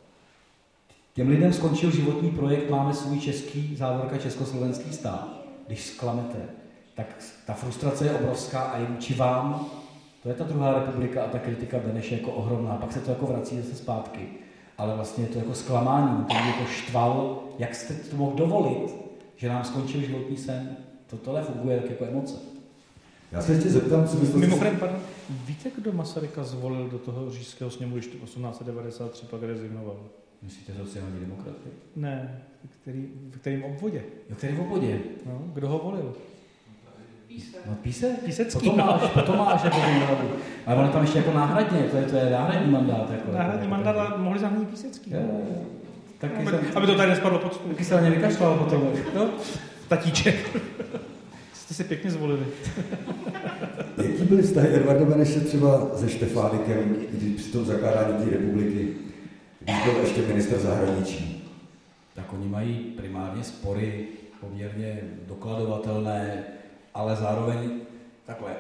těm lidem skončil životní projekt, máme svůj český závorka československý stát. Když zklamete, tak ta frustrace je obrovská a je vůči vám. To je ta druhá republika a ta kritika Beneše jako ohromná. Pak se to jako vrací zase zpátky. Ale vlastně je to jako zklamání, to je jako štval, jak jste to mohl dovolit, že nám skončil životní sen. To tohle funguje tak jako emoce. Já se ještě zeptám, co byste... Mimochodem, pardon, víte, kdo Masaryka zvolil do toho říšského sněmu, když osmnáct set devadesát tři pak rezignoval? Myslíte sociální demokraty? Ne, který, v kterém obvodě? Jo, který v obvodě? No, kdo ho volil? Písek. No, Písek? Písecký. Potom máš, potom máš jako výhradu. Ale on je tam ještě jako náhradně, to je, to je náhradní mandát. Jako, Náhradní jako, mandát jako, a mohli zahrnit Písecký. Jo, jo. Taky aby, jsem, aby to tady nespadlo pod stůl. taky se na ně vykašlal potom. No, tatíček. Jste si pěkně zvolili. Jaký byly vztahy Edvarda Beneše třeba se Štefánikem, když při tom zakládání té republiky, když byl ještě ministr zahraničí? Tak oni mají primárně spory, poměrně dokladovatelné, ale zároveň takhle.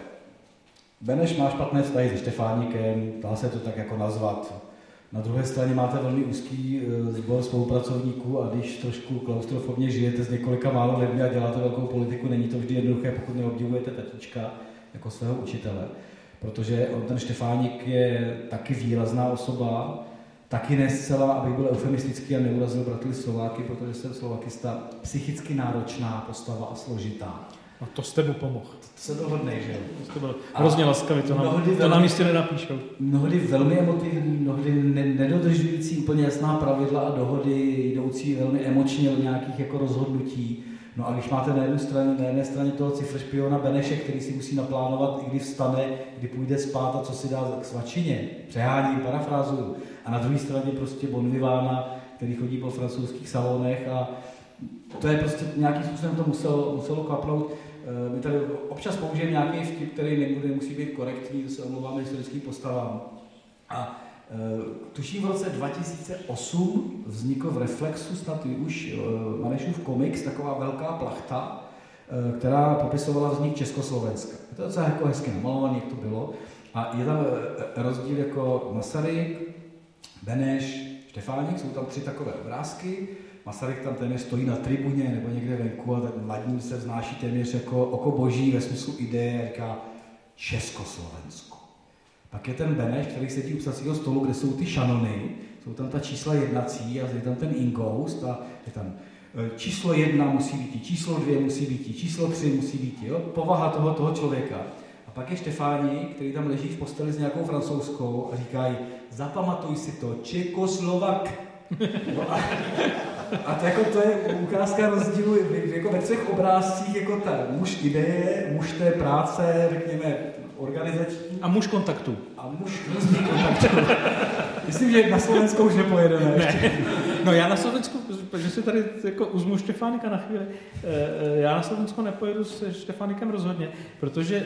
Beneš má špatné vztahy se Štefánikem, dá se to tak jako nazvat. Na druhé straně máte velmi úzký sbor spolupracovníků a když trošku klaustrofobně žijete s několika málo lidmi a děláte velkou politiku, není to vždy jednoduché, pokud neobdivujete tatíčka jako svého učitele. Protože on, ten Štefánik je taky výrazná osoba, taky ne zcela, abych byl eufemistický a neurazil bratry Slováky, protože jsem slovakista, psychicky náročná postava a složitá. No to jste mu pomohl. To se byl hodnej, že jo? To jste byl hrozně laskavý, to nám, to velmi, nám jistě nenapíšou. Mnohdy velmi emotivní, mnohdy ne, nedodržující úplně jasná pravidla a dohody, jdoucí velmi emočně do nějakých jako rozhodnutí. No a když máte na jedné straně, na jedné straně toho cifršpiona Beneše, který si musí naplánovat, i kdy vstane, kdy půjde spát a co si dá k svačině, přehání, parafrázuju. A na druhé straně prostě Bon Vivána, který chodí po francouzských salonech a to je prostě nějakým způsobem to muselo, muselo klapnout. My tady občas použijeme nějaký vtip, který nebude, musí být korektní, to se omlouváme historickým postavám. A e, tuším v roce dva tisíce osm vznikl v Reflexu snad už e, Manešův komiks, taková velká plachta, e, která popisovala vznik Československa. Je to docela jako hezky namalované, jak to bylo. A je tam e, rozdíl jako Masaryk, Beneš, Štefánik, jsou tam tři takové obrázky. Masaryk tam téměř stojí na tribuně nebo někde venku a nad ním se vznáší téměř jako oko boží ve smyslu ideje a říká Československo. Pak je ten Beneš, který sedí u psacího stolu, kde jsou ty šanony, jsou tam ta čísla jednací a je tam ten ingoust a je tam číslo jedna musí být, číslo dvě musí být, číslo tři musí být, jo? Povaha toho, toho člověka. A pak je Štefánik, který tam leží v posteli s nějakou francouzskou a říkají, zapamatuj si to, Čekoslovak. No a, a to, jako, to je ukázka rozdílu jako ve třech obrázcích, jako ta muž ideje, muž té práce, řekněme, organizační. A muž kontaktu. A muž různých kontaktů. Myslím, že na Slovensku už nepojedeme. Ne. No já na Slovensku, protože si tady jako uzmu Štefánika na chvíli, já na Slovensku nepojedu se Štefánikem rozhodně, protože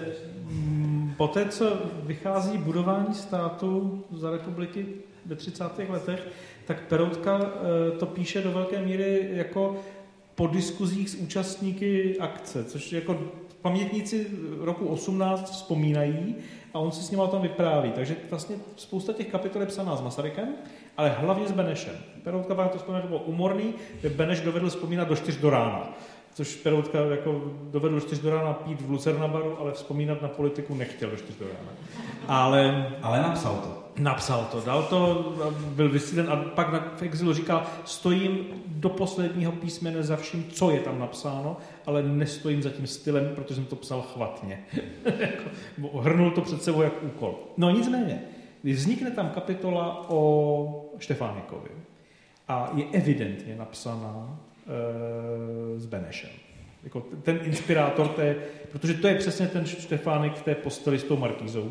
po té, co vychází budování státu za republiky ve třicátých letech, tak Peroutka to píše do velké míry jako po diskuzích s účastníky akce, což jako pamětníci roku osmnáct vzpomínají a on si s nimi o tom vypráví. Takže vlastně spousta těch kapitol je psaná s Masarykem, ale hlavně s Benešem. Peroutka pak to vzpomíná, to bylo umorný, že Beneš dovedl vzpomínat do čtyř do rána. Což Peroutka jako dovedl do čtyř do rána pít v Lucernabaru, ale vzpomínat na politiku nechtěl do čtyř do rána. Ale, ale napsal to. Napsal to, dal to, byl vysílen a pak na, v exilu říkal, stojím do posledního písmene za vším, co je tam napsáno, ale nestojím za tím stylem, protože jsem to psal chvatně. Hrnul to před sebou jak úkol. No nicméně, vznikne tam kapitola o Štefánikovi a je evidentně napsaná e, s Benešem. Jako ten inspirátor té, protože to je přesně ten Štefánik v té posteli s tou markízou.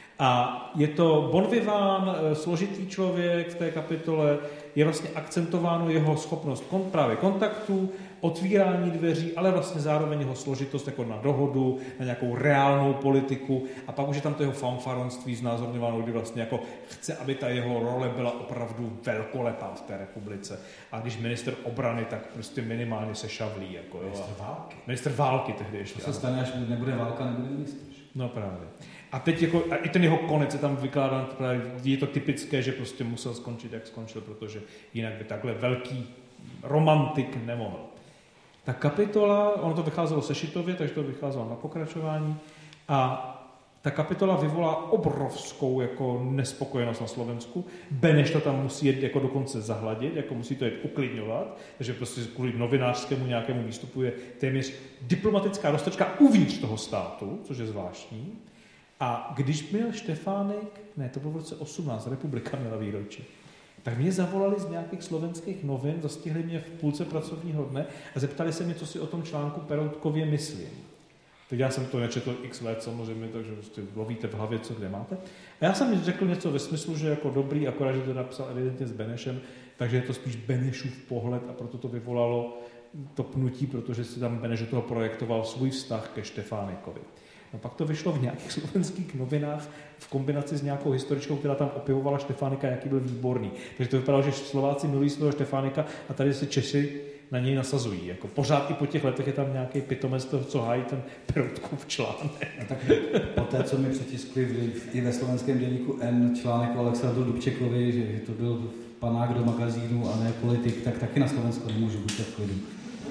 A je to bon vivant, složitý člověk v té kapitole, je vlastně akcentováno jeho schopnost kon, právě kontaktu, otvírání dveří, ale vlastně zároveň jeho složitost jako na dohodu, na nějakou reálnou politiku a pak už je tam to jeho fanfaronství znázorňováno, kdy vlastně jako chce, aby ta jeho role byla opravdu velkolepá v té republice. A když minister obrany, tak prostě minimálně se šavlí. Jako, minister války. Minister války tehdy ještě. To se stane, až nebude válka, nebude ministr. No právě. A teď jako, a i ten jeho konec je tam vykládán, je to typické, že prostě musel skončit, jak skončil, protože jinak by takhle velký romantik nemohl. Ta kapitola, ono to vycházelo sešitově, takže to vycházelo na pokračování a ta kapitola vyvolá obrovskou jako nespokojenost na Slovensku. Beneš to tam musí jet jako dokonce zahladit, jako musí to jet uklidňovat, takže prostě kvůli novinářskému nějakému výstupu je téměř diplomatická roztržka uvnitř toho státu, což je zvláštní. A když měl Štefánek, ne, to bylo v roce osmnáct, republika měla výročí, tak mě zavolali z nějakých slovenských novin, zastihli mě v půlce pracovního dne a zeptali se mě, co si o tom článku Peroutkově myslím. Tak já jsem to nečetl x let samozřejmě, takže prostě lovíte v hlavě, co kde máte. A já jsem řekl něco ve smyslu, že jako dobrý, akorát, že to napsal evidentně s Benešem, takže je to spíš Benešův pohled a proto to vyvolalo to pnutí, protože si tam Beneš do toho projektoval svůj vztah ke Štefánikovi. No pak to vyšlo v nějakých slovenských novinách v kombinaci s nějakou historičkou, která tam opivovala Štefánika, jaký byl výborný. Takže to vypadalo, že Slováci milují svého Štefánika a tady se Češi na něj nasazují. Jako pořád i po těch letech je tam nějaký pitomec toho, co hájí ten Peroutkův článek. A tak po té, co mi přetiskli v, i ve slovenském deníku N článek o Alexandru Dubčekovi, že, že to byl panák do magazínu a ne politik, tak taky na Slovensku nemůžu být v klidu.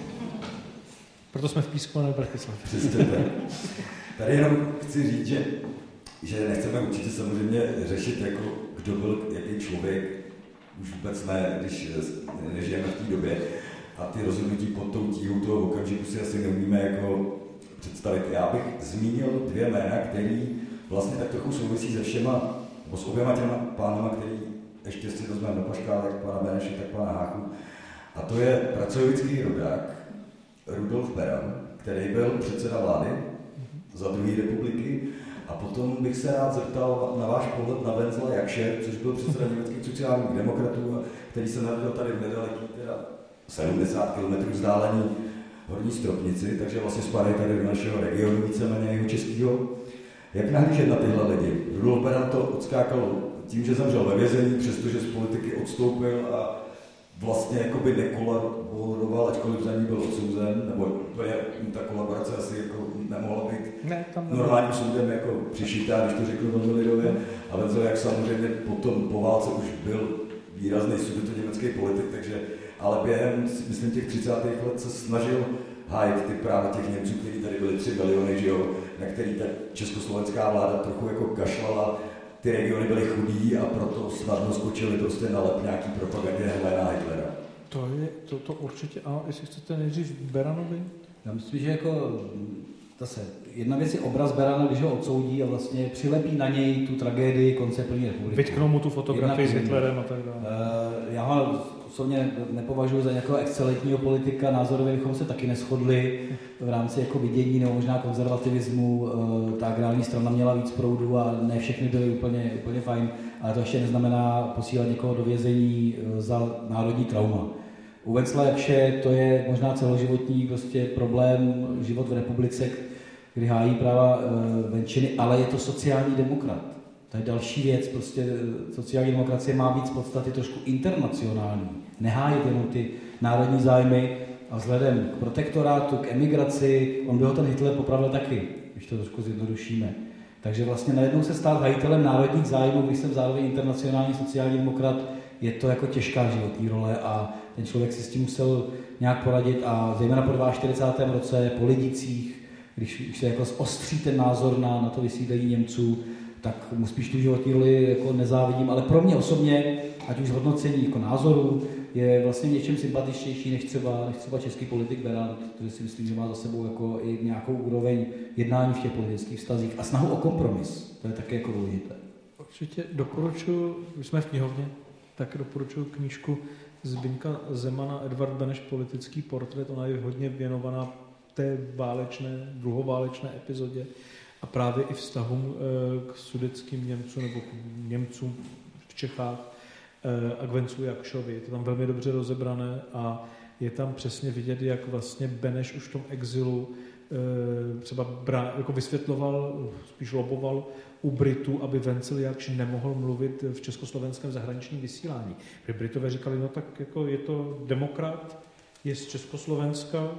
Proto jsme v Písku a ne v Bratislavě. Tady jenom chci říct, že, že nechceme určitě samozřejmě řešit, jako, kdo byl jaký člověk, už vůbec ne, když nežijeme v té době. A ty rozhodnutí pod tou tíhou toho okamžiku si asi neumíme jako představit. Já bych zmínil dvě jména, které vlastně tak trochu souvisí se všema, nebo s oběma těma pánama, který ještě si vezmeme do paškálek, pana Beneše, tak pana Háchu. A to je pracovický rodák Rudolf Beran, který byl předseda vlády za druhé republiky. A potom bych se rád zeptal na váš pohled na Wenzela Jakše, což byl předseda německých sociálních demokratů, který se narodil tady v nedaleký, teda sedmdesát kilometrů vzdálený Horní Stropnici, takže vlastně spadají tady do našeho regionu, víceméně jeho českého. Jak nahlížet na tyhle lidi? Rudolf Beran to odskákal tím, že zemřel ve vězení, přestože z politiky odstoupil a vlastně jakoby nekolaboroval, ačkoliv za ní byl odsouzen, nebo úplně ta kolaborace asi jako nemohla být ne, tam normálním soudem jako přišitá, když to řeknu velmi lidově. A Wenzel jak samozřejmě potom po válce už byl výrazný sudetoněmecký politik, takže ale během, myslím, těch třicátých let se snažil hájit ty práva těch Němců, kteří tady byli tři miliony, že jo, na který ta československá vláda trochu jako kašlala. Ty regiony byly chudí a proto snadno skočili prostě na lep nějaký propagandě Helena Hitlera. To je, to, to určitě, a jestli chcete nejdřív Beranovi? Já myslím, že jako zase jedna věc je obraz Berana, když ho odsoudí a vlastně přilepí na něj tu tragédii konce první republiky. Vytknou mu tu fotografii s Hitlerem a tak dále. Uh, já ho osobně nepovažuji za nějakého excelentního politika, názorově bychom se taky neshodli v rámci jako vidění nebo možná konzervativismu. Uh, ta agrární strana měla víc proudu a ne všechny byly úplně, úplně fajn, ale to ještě neznamená posílat někoho do vězení uh, za národní trauma. U Wencela Jakše to je možná celoživotní prostě problém, život v republice, kdy hájí práva e, menšiny, ale je to sociální demokrat. To je další věc, prostě sociální demokracie má být v podstatě trošku internacionální. Nehájit jenom ty národní zájmy a vzhledem k protektorátu, k emigraci, on by ho ten Hitler popravil taky, když to trošku zjednodušíme. Takže vlastně najednou se stát hajitelem národních zájmů, když jsem zároveň internacionální sociální demokrat, je to jako těžká životní role a ten člověk si s tím musel nějak poradit a zejména po čtyřicátém druhém roce, po Lidicích, když, když se jako zostří ten názor na, na to vysídlení Němců, tak mu spíš tu životní roli jako nezávidím, ale pro mě osobně, ať už hodnocení jako názoru, je vlastně něčem sympatičtější než třeba, než třeba český politik Beran, který si myslím, že má za sebou jako i nějakou úroveň jednání v těch politických vztazích a snahu o kompromis. To je také jako důležité. Určitě doporučuji, už jsme v knihovně, tak doporučuji knížku Zbyňka Zemana Edvard Beneš politický portrét. Ona je hodně věnovaná té válečné, druhoválečné epizodě a právě i vztahům k sudetským Němcům nebo k Němcům v Čechách a k Vencu Jakšovi. Je to tam velmi dobře rozebrané a je tam přesně vidět, jak vlastně Beneš už v tom exilu třeba brá, jako vysvětloval, spíš loboval u Britů, aby Vencel Jakš nemohl mluvit v československém zahraničním vysílání. Protože Britové říkali, no tak jako je to demokrat, je z Československa,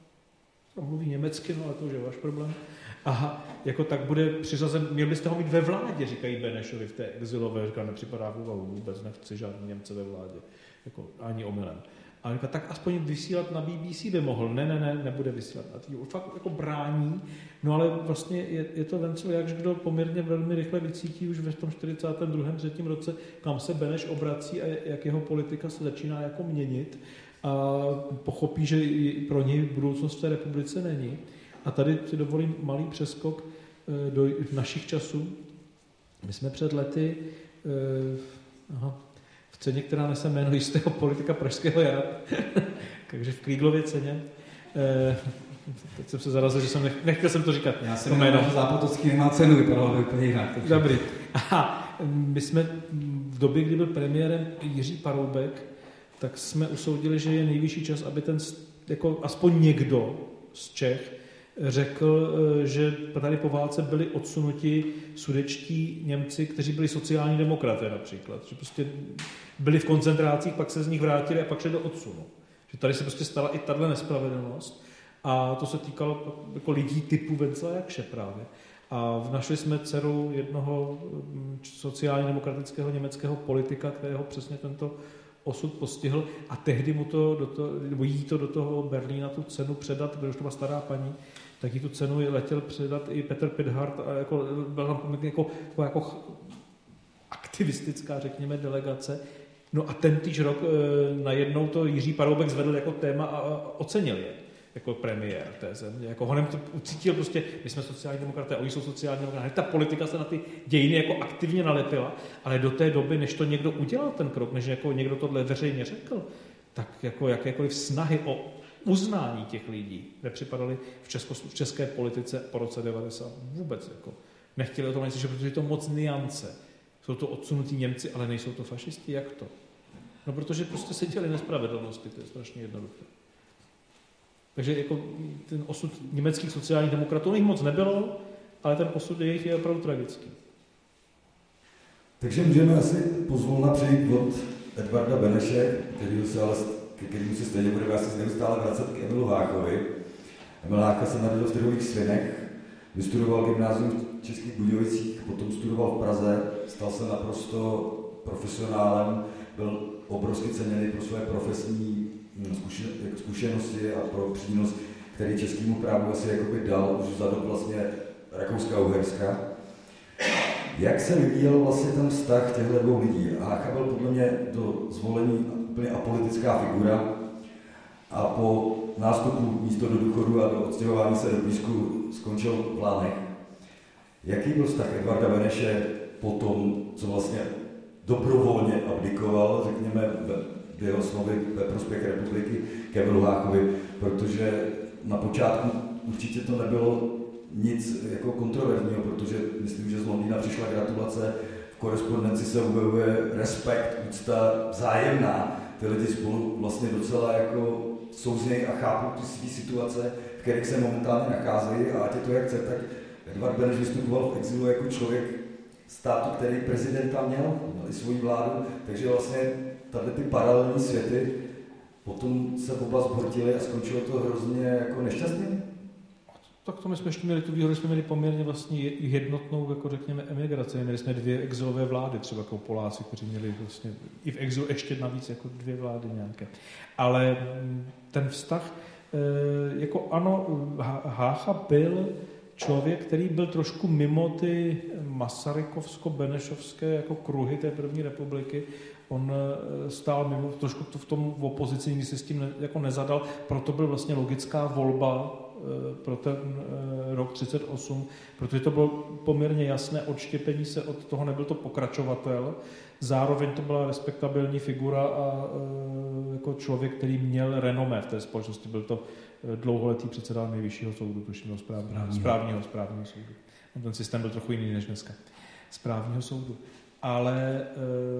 mluví německy, no ale to už je váš problém. A jako tak bude přiřazen, měl byste ho mít ve vládě, říkají Benešovi v té exilové, říká, nepřipadá v úvahu, vůbec nechci žádný Němce ve vládě, jako ani omylem. A říká, tak aspoň vysílat na B B C by mohl. Ne, ne, ne, nebude vysílat na tý. Fakt jako brání, no ale vlastně je, je to Vencel Jakš, kdo poměrně velmi rychle vycítí už ve tom čtyřicátém druhém třetím roce, kam se Beneš obrací a jak jeho politika se začíná jako měnit a pochopí, že pro něj budoucnost v té republice není. A tady si dovolím malý přeskok do našich časů. My jsme před lety aha, v ceně, která nese jméno jistého politika Pražského jara, takže v Kríglově ceně. Teď jsem se zarazil, že jsem nech, nechtěl jsem to říkat. Já jsem jméno, že Zápotocký nemá cenu, vypadalo by úplně jinak. Takže... Dobrý. A my jsme v době, kdy byl premiérem Jiří Paroubek, tak jsme usoudili, že je nejvyšší čas, aby ten jako aspoň někdo z Čech řekl, že tady po válce byli odsunuti sudetští Němci, kteří byli sociální demokraté například. Že prostě byli v koncentrácích, pak se z nich vrátili a pak šli do odsunu. Že tady se prostě stala i tato nespravedlnost a to se týkalo jako lidí typu Vencla Jakše právě. A našli jsme dceru jednoho sociálně demokratického německého politika, kterého přesně tento osud postihl a tehdy mu to, do to, nebo jí to do toho Berlína tu cenu předat, protože to byla stará paní, tak jí tu cenu letěl předat i Petr Pithart a jako, byla tam jako, jako aktivistická, řekněme, delegace. No a tentýž rok e, najednou to Jiří Paroubek zvedl jako téma a, a ocenil je jako premiér té země. Jako honem to ucítil prostě, my jsme sociální demokraté, oni jsou sociální demokraté. Ta politika se na ty dějiny jako aktivně nalepila, ale do té doby, než to někdo udělal ten krok, než jako někdo tohle veřejně řekl, tak jako jakékoliv snahy o uznání těch lidí nepřipadaly v, Česko, v české politice po roce devadesát vůbec. Jako. Nechtěli o tom nic, protože je to moc niance. Jsou to odsunutí Němci, ale nejsou to fašisti. Jak to? No protože prostě se děli nespravedlnosti, to je strašně jednoduché. Takže jako ten osud německých sociálních demokratů jich moc nebylo, ale ten osud jejich je opravdu tragický. Takže můžeme asi pozvolna přejít od Edvarda Beneše, který se ale ke kterému se stejně budeme asi neustále vracet k Emilu Háchovi. Emil Hácha se narodil v Trhových Svinech, vystudoval gymnázium v Českých Budějovicích, potom studoval v Praze, stal se naprosto profesionálem, byl obrovsky ceněný pro své profesní zkušenosti a pro přínos, který českému právu asi jakoby dal už za dob vlastně Rakouska a Uherska. Jak se vyvíjel vlastně ten vztah těchto dvou lidí? Hácha byl podle mě do zvolení úplně apolitická figura a po nástupu místo do důchodu a do odstěhování se do Písku skončil v Lánech. Jaký byl vztah Edvarda Beneše po tom, co vlastně dobrovolně abdikoval, řekněme, v jeho slovy ve prospěch republiky k Emilu Háchovi, protože na počátku určitě to nebylo nic jako kontroverzního, protože myslím, že z Londýna přišla gratulace, v korespondenci se objevuje respekt, úcta vzájemná. Ty lidi spolu vlastně docela jako souznějí a chápou ty svý situace, v kterých se momentálně nacházejí a ať je to jak chce, tak Edvard Beneš vystupoval v exilu jako člověk státu, který prezidenta měl, měl i svou vládu, takže vlastně tady ty paralelní světy potom se oba zbortily a skončilo to hrozně jako nešťastně. Tak to my jsme ještě měli tu výhodu, jsme měli poměrně vlastně jednotnou, jako řekněme, emigraci. Měli jsme dvě exilové vlády, třeba jako Poláci, kteří měli vlastně i v exilu ještě navíc jako dvě vlády nějaké. Ale ten vztah, jako ano, Hácha byl člověk, který byl trošku mimo ty masarykovsko-benešovské jako kruhy té první republiky. On stál mimo, trošku v tom v opozici, nikdy se s tím ne, jako nezadal, proto byl vlastně logická volba pro ten rok třicet osm, protože to bylo poměrně jasné odštěpení se od toho, nebyl to pokračovatel, zároveň to byla respektabilní figura a jako člověk, který měl renomé v té společnosti, byl to dlouholetý předseda nejvyššího soudu, tuším, správního, správního, správního soudu. Ten systém byl trochu jiný než dneska. Správního soudu. Ale e,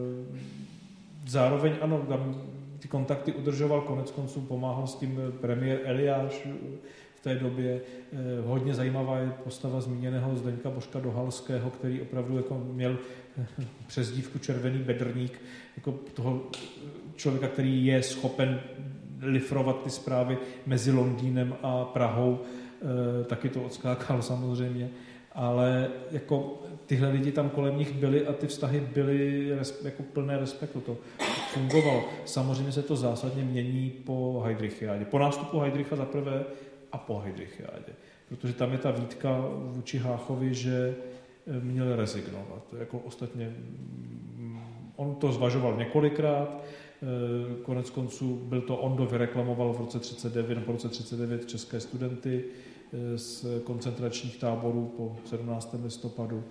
zároveň ano, tam ty kontakty udržoval, konec konců pomáhal s tím premiér Eliáš v té době. E, hodně zajímavá je postava zmíněného Zdeňka Božka Dohalského, který opravdu jako měl přezdívku Červený bedrník, jako toho člověka, který je schopen lifrovat ty zprávy mezi Londýnem a Prahou. E, taky to odskákal samozřejmě. Ale jako tyhle lidi tam kolem nich byli a ty vztahy byly jako plné respektu. To fungovalo. Samozřejmě se to zásadně mění po Heydrichiádě. Po nástupu Heydricha za prvé a po Heydrichiádě. Protože tam je ta výtka vůči Háchovi, že měl rezignovat. Jako ostatně on to zvažoval několikrát. Konec konců byl to on, kdo vyreklamoval v roce třicet devět, nebo v roce třicet devět české studenty z koncentračních táborů po sedmnáctého listopadu.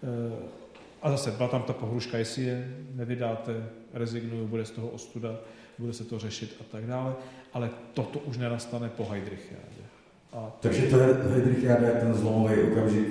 A zase byla tam ta pohruška, jestli je nevydáte, rezignuju, bude z toho ostuda, bude se to řešit a tak dále. Ale toto už nenastane po Heydrichiádě. A Takže to je Heydrichiáda je ten zlomový okamžik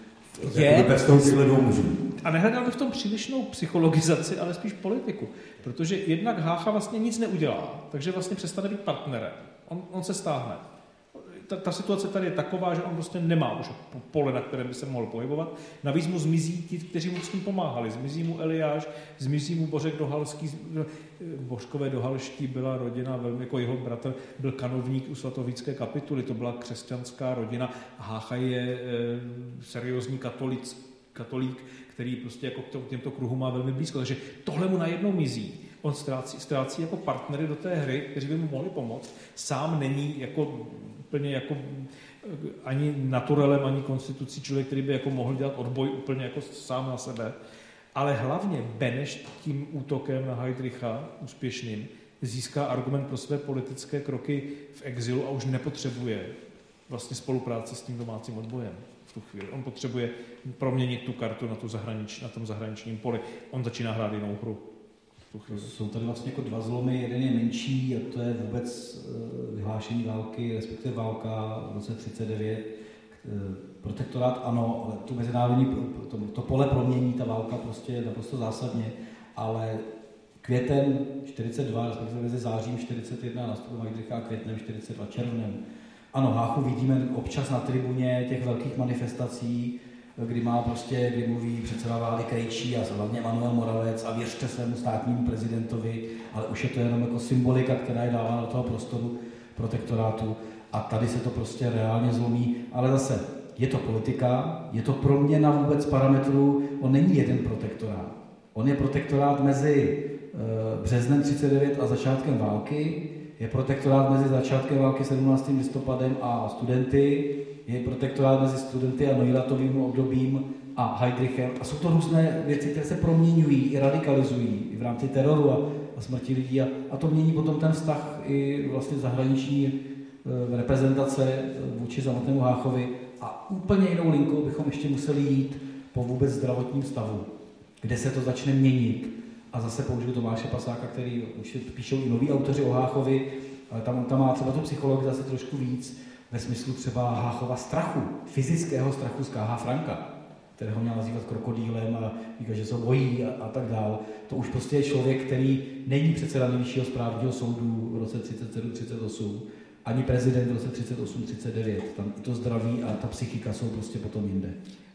je, ve vztahu těchto dvou mužů. A nehledal bych v tom přílišnou psychologizaci, ale spíš politiku. Protože jednak Hácha vlastně nic neudělá, takže vlastně přestane být partnerem. On, on se stáhne. Ta, ta situace tady je taková, že on prostě nemá už pole, na kterém by se mohl pohybovat. Navíc mu zmizí ti, kteří mu s tím pomáhali. Zmizí mu Eliáš, zmizí mu Bořek Dohalský. Božkové Dohalští byla rodina, velmi jako jeho bratr byl kanovník u svatovícké kapituly, to byla křesťanská rodina. Hácha je e, seriózní katolic, katolík, který prostě jako k těmto kruhům má velmi blízko. Takže tohle mu najednou mizí. On ztrácí, ztrácí jako partnery do té hry, kteří by mu mohli pomoct. Sám není jako úplně jako ani naturelem, ani konstitucí člověk, který by jako mohl dělat odboj úplně jako sám na sebe. Ale hlavně Beneš tím útokem na Heydricha úspěšným získá argument pro své politické kroky v exilu a už nepotřebuje vlastně spolupráci s tím domácím odbojem v tu chvíli. On potřebuje proměnit tu kartu na, tu zahranič, na tom zahraničním poli. On začíná hrát jinou hru. Jsou tady vlastně jako dva zlomy, jeden je menší a to je vůbec vyhlášení války, respektive válka v roce třicet devět. Protektorát ano, ale tu mezinárodní, to, to pole promění, ta válka prostě je naprosto zásadně, ale květem čtyřicet dva, respektive mezi zářím čtyřicet jedna nástupem Heydricha a květnem čtyřicet dva červnem. Ano, Háchu vidíme občas na tribuně těch velkých manifestací, kdy má prostě, kdy mluví předseda vlády Krejčí a hlavně Manuel Moravec a věřte svému státnímu prezidentovi, ale už je to jenom jako symbolika, která je dávána do toho prostoru protektorátu a tady se to prostě reálně zlomí, ale zase je to politika, je to proměna vůbec parametrů, on není jeden protektorát. On je protektorát mezi e, březnem třicet devět a začátkem války, je protektorát mezi začátkem války sedmnáctým listopadem a studenty, je protektorát mezi studenty a Neuratovým obdobím a Heydrichem. A jsou to různé věci, které se proměňují i radikalizují i v rámci teroru a, a smrti lidí. A, a to mění potom ten vztah i vlastně zahraniční e, reprezentace vůči samotnému Háchovi. A úplně jinou linkou bychom ještě museli jít po vůbec zdravotním stavu, kde se to začne měnit. A zase použiju Tomáše Pasáka, který už píšou i noví autoři o Háchovi, ale tam, tam má třeba tu psychologii zase trošku víc, ve smyslu třeba Háchova strachu, fyzického strachu z K H Franka, kterého měl nazývat krokodýlem a říká, že se bojí a, a tak dál. To už prostě je člověk, který není předseda nejvyššího správního soudu v roce třicet sedm třicet osm, ani prezident v roce třicet osm třicet devět. Tam i to zdraví a ta psychika jsou prostě potom jinde.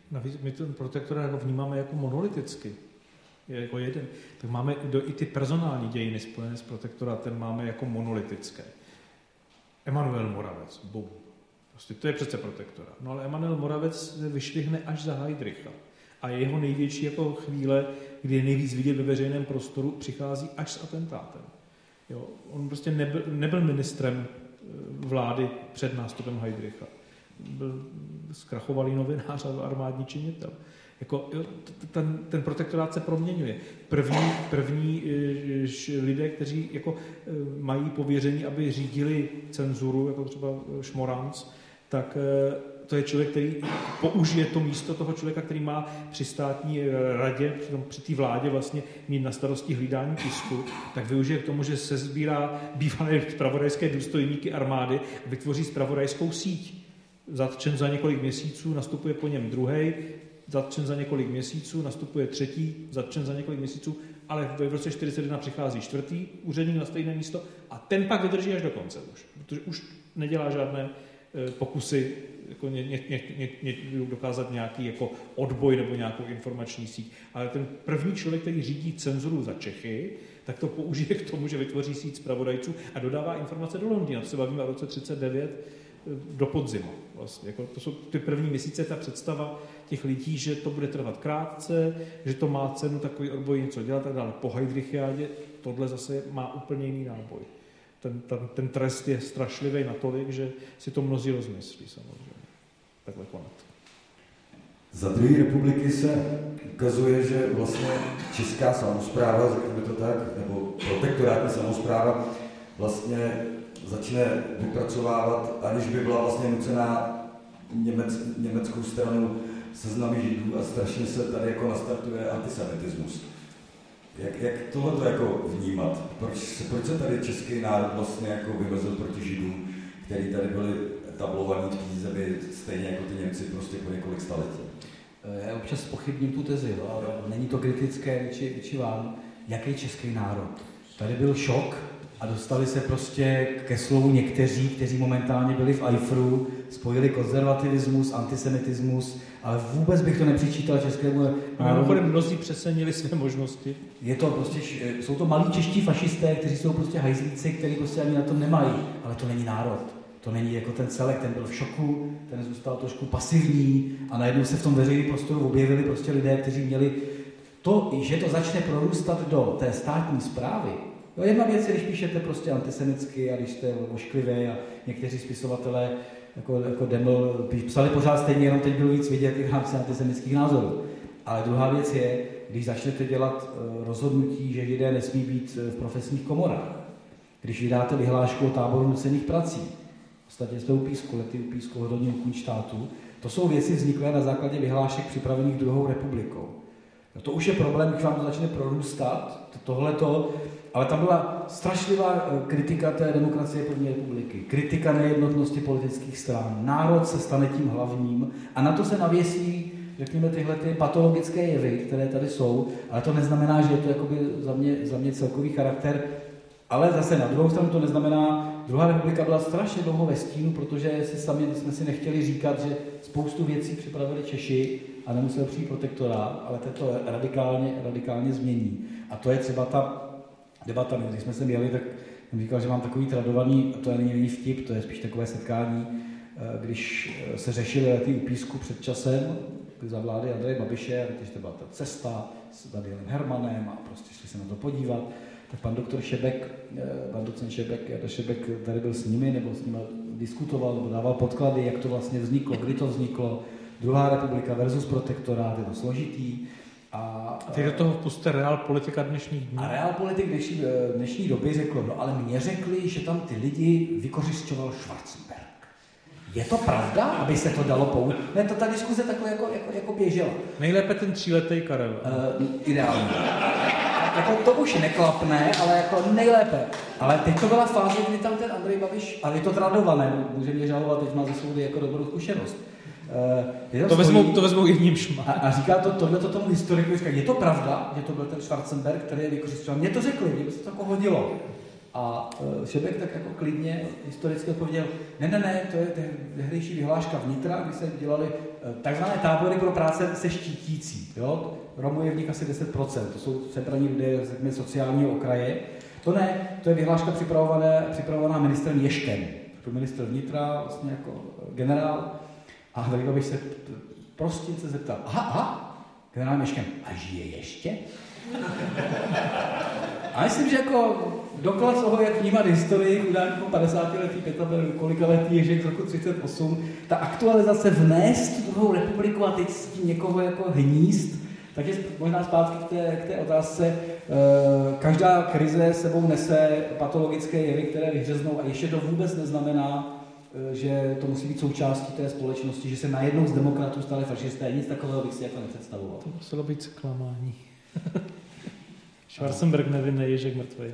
Navíc my ten protektorát jako vnímáme jako monoliticky, jako jeden. Tak máme do, i ty personální dějiny spojené s protektorátem máme jako monolitické. Emanuel Moravec, bum. Prostě to je přece protektorát. No ale Emanuel Moravec vyšvihne až za Heydricha. A jeho největší jako chvíle, kdy je nejvíc vidět ve veřejném prostoru, přichází až s atentátem. Jo, on prostě nebyl, nebyl ministrem vlády před nástupem Heydricha. Byl zkrachovalý novinář a armádní činitel. Jako, jo, ten, ten protektorát se proměňuje. První, první ž, lidé, kteří jako, mají pověření, aby řídili cenzuru, jako třeba Šmoranc, tak to je člověk, který použije to místo toho člověka, který má při státní radě, při, tom, při té vládě vlastně mít na starosti hlídání tisku, tak využije k tomu, že se sbírá bývalé zpravodajské důstojníky armády a vytvoří zpravodajskou síť. Zatčen za několik měsíců, nastupuje po něm druhej, zatčen za několik měsíců, nastupuje třetí, zatčen za několik měsíců, ale v roce čtyřicet jedna přichází čtvrtý úředník na stejné místo a ten pak vydrží až do konce už, protože už nedělá žádné pokusy jako ně, ně, ně, ně, ně, dokázat nějaký jako odboj nebo nějakou informační síť. Ale ten první člověk, který řídí cenzuru za Čechy, tak to použije k tomu, že vytvoří síť zpravodajců a dodává informace do Londýna. To se bavíme o roce třicet devět do podzimu. Vlastně. Jako to jsou ty první měsíce, ta představa těch lidí, že to bude trvat krátce, že to má cenu takový odboj něco dělat tak dále. Po Heydrichiádě tohle zase má úplně jiný náboj. Ten, ten, ten trest je strašlivý natolik, že si to mnozí rozmyslí samozřejmě. Takhle konat. Za druhé republiky se ukazuje, že vlastně česká samospráva, řekněme to tak, nebo protektorátní samospráva vlastně začne vypracovávat, aniž by byla vlastně nucená němec, německou stranou seznamy židů a strašně se tady jako nastartuje antisemitismus. Jak, jak tohle jako vnímat? Proč, proč se tady český národ vlastně jako vymezil proti židům, který tady byli tablovaní v té zemi stejně jako ty Němci prostě po několik staletí? Já občas pochybním tu tezi, ale není to kritické vůči, vůči vám. Jaký český národ? Tady byl šok a dostali se prostě ke slovu někteří, kteří momentálně byli v Eifru, spojili konzervativismus, antisemitismus, ale vůbec bych to nepřičítal českému národu. Mnozí přecenili své možnosti. Je to prostě, jsou to malí čeští fašisté, kteří jsou prostě hajzlíci, kteří prostě ani na tom nemají, ale to není národ. To není jako ten celek, ten byl v šoku, ten zůstal trošku pasivní a najednou se v tom veřejném prostoru objevili prostě lidé, kteří měli to, že to začne prorůstat do té státní správy. Jo, jedna věc je, když píšete prostě antisemicky a když jste ošklivé a někteří spisovatelé jako, jako Deml psali pořád stejně, jenom teď bylo víc vidět i v rámci antisemických názorů. Ale druhá věc je, když začnete dělat rozhodnutí, že lidé nesmí být v profesních komorách. Když vydáte vyhlášku o táboru nucených prací, ostatně jsme u písku, lety u písku hodně kunštátu, to jsou věci vzniklé na základě vyhlášek připravených druhou republikou. No to už je problém, když vám to začne prorůstat, to, tohleto, ale tam byla strašlivá kritika té demokracie první republiky, kritika nejednotnosti politických stran, národ se stane tím hlavním a na to se navěsí, řekněme, tyhle ty patologické jevy, které tady jsou, ale to neznamená, že je to jakoby za mě, za mě celkový charakter, ale zase na druhou stranu to neznamená, druhá republika byla strašně dlouho ve stínu, protože si sami jsme si nechtěli říkat, že spoustu věcí připravili Češi a nemusel přijít protektorát, ale to radikálně, radikálně změní. A to je třeba ta debata, když jsme sem jeli, tak jsem říkal, že mám takový tradovaný, a to není, není vtip, to je spíš takové setkání, když se řešili lety u písku před časem za vlády Andreje Babiše, když to byla ta cesta s Danielem Hermanem a prostě šli se na to podívat, tak pan doktor Šebek, pan docent Šebek, Jarda Šebek tady byl s nimi, nebo s nimi diskutoval, nebo dával podklady, jak to vlastně vzniklo, kdy to vzniklo, druhá republika versus protektorát, je to složitý. A, a teď do toho puste realpolitika dnešních dní. A realpolitik dnešní, dnešní doby řekl, no ale mě řekli, že tam ty lidi vykořisťoval Schwarzenberg. Je to pravda, aby se to dalo použít? Ne, to ta diskuze takhle jako, jako, jako běžela. Nejlépe ten tříletý Karel. Uh, ideálně. Jako to už neklapne, ale jako nejlépe. Ale teď to byla fáze, kdy tam ten Andrej Babiš, ale je to tradované, může mě žalovat, teď má ze soudy jako dobrou zkušenost. Uh, to, vezmou, to vezmou jedním šma. A, a říká to tohle to tomu historiku, říká, je to pravda, že to byl ten Schwarzenberg, který je vykořišťoval. Mně to řekli, mě by se to jako hodilo. A uh, Šebek tak jako klidně historicky odpověděl, ne, ne, ne, to je tehdejší vyhláška vnitra, kdy se dělali takzvané tábory pro práce se štítící. Jo? Romů je v nich asi deset procent, to jsou sebraní lidé z sociálního okraje. To ne, to je vyhláška připravovaná ministrem Ješkem. To ministr vnitra, vlastně jako generál. A tady bych se prostince zeptal, aha, aha, generál Ješkem, a žije ještě? A myslím, že jako doklad toho, jak vnímat historii, udání padesátiletý, kolikaletý Ježek z roku třicet osm, ta aktualizace vnést tu druhou republiku a teď s tím někoho jako hnízd, takže možná zpátky k té, k té otázce. Každá krize sebou nese patologické jevy, které vyhřeznou a ještě to vůbec neznamená, že to musí být součástí té společnosti, že se najednou z demokratů stali fašisté. Nic takového bych si jako nepředstavoval. To muselo být zklamání. Schwarzenberg nevinný, Ježek mrtvej.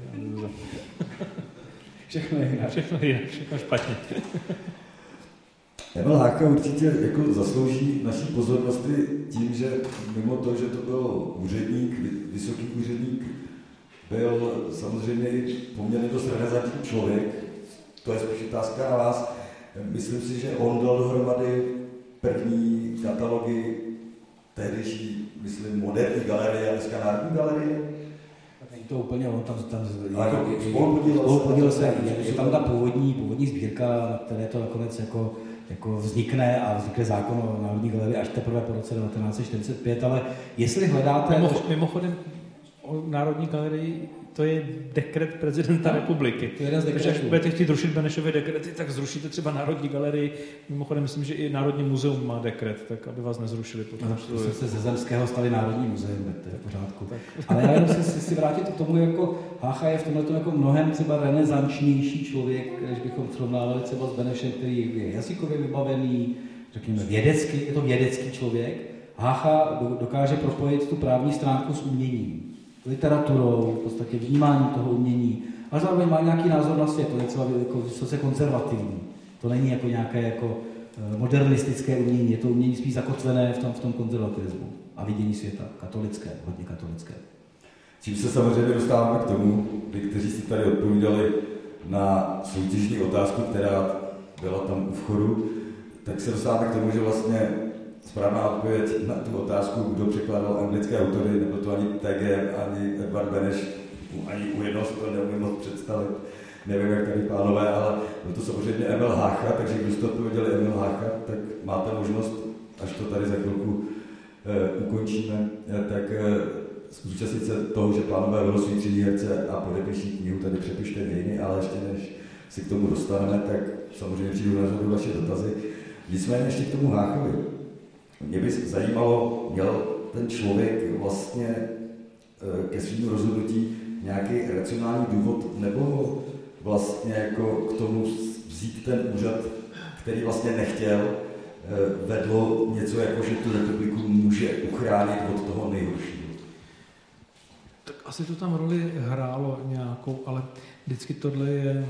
Všechno je jinak. Všechno je jinak, všechno špatně. Emil Hácha určitě jako zaslouží naší pozornosti tím, že mimo to, že to byl úředník, vysoký úředník, byl samozřejmě poměrně dost relevantní člověk. To je spíš otázka na vás. Myslím si, že on dal dohromady první katalogy tehdejší, myslím, moderní galerie a dneska Národní galerie. Není to úplně, on tam, tam spolupodílel se, je, je tam ta původní, původní sbírka, na které to nakonec jako, jako vznikne a vznikne zákon o Národní galerii až teprve po roce devatenáct set čtyřicet pět, ale jestli hledáte... Mimo, mimochodem, o Národní galerii to je dekret prezidenta no, republiky. Takže až budete chtít rušit Benešovy dekrety, tak zrušíte třeba Národní galerii. Mimochodem, myslím, že i Národní muzeum má dekret, tak aby vás nezrušili. Potom, no, to se ze Zemského stali Národní muzeum, to je v pořádku. Tak. Ale já jenom si, si vrátit k tomu, jako Hácha je v tomhle jako mnohem třeba renesančnější člověk, než bychom srovnávali třeba s Benešem, který je jazykově vybavený, řekněme vědecký, je to vědecký člověk. Hácha dokáže propojit tu právní stránku s uměním, literaturou, v podstatě vnímáním toho umění, ale zároveň má nějaký názor na svět, to je třeba jako vysoce konzervativní. To není jako nějaké jako modernistické umění, je to umění spíš zakotvené v tom, v tom konzervativismu a vidění světa, katolické, hodně katolické. Čím se samozřejmě dostáváme k tomu, vy, kteří si tady odpovídali na soutěžní otázku, která byla tam u vchodu, tak se dostáváme k tomu, že vlastně správná odpověď na tu otázku, kdo překládal anglické autory, nebyl to ani T G, ani Edvard Beneš, ani u jednoho si to neumím moc představit, nevím jak tady pánové, ale byl to samozřejmě Emil Hácha, takže když jste odpověděli Emil Hácha, tak máte možnost, až to tady za chvilku eh, ukončíme, eh, tak eh, zúčastnit se toho, že pánové vylosují třídní herce a podepíší knihu, tady přepište dějiny, ale ještě než si k tomu dostaneme, tak samozřejmě přijdu na řadu vaše dotazy. Nicméně ještě k tomu Háchovi. Mě by zajímalo, měl ten člověk vlastně ke svým rozhodnutí nějaký racionální důvod, nebo vlastně jako k tomu vzít ten úřad, který vlastně nechtěl, vedlo něco jako, že tu republiku může uchránit od toho nejhoršího? Tak asi to tam roli hrálo nějakou, ale vždycky tohle je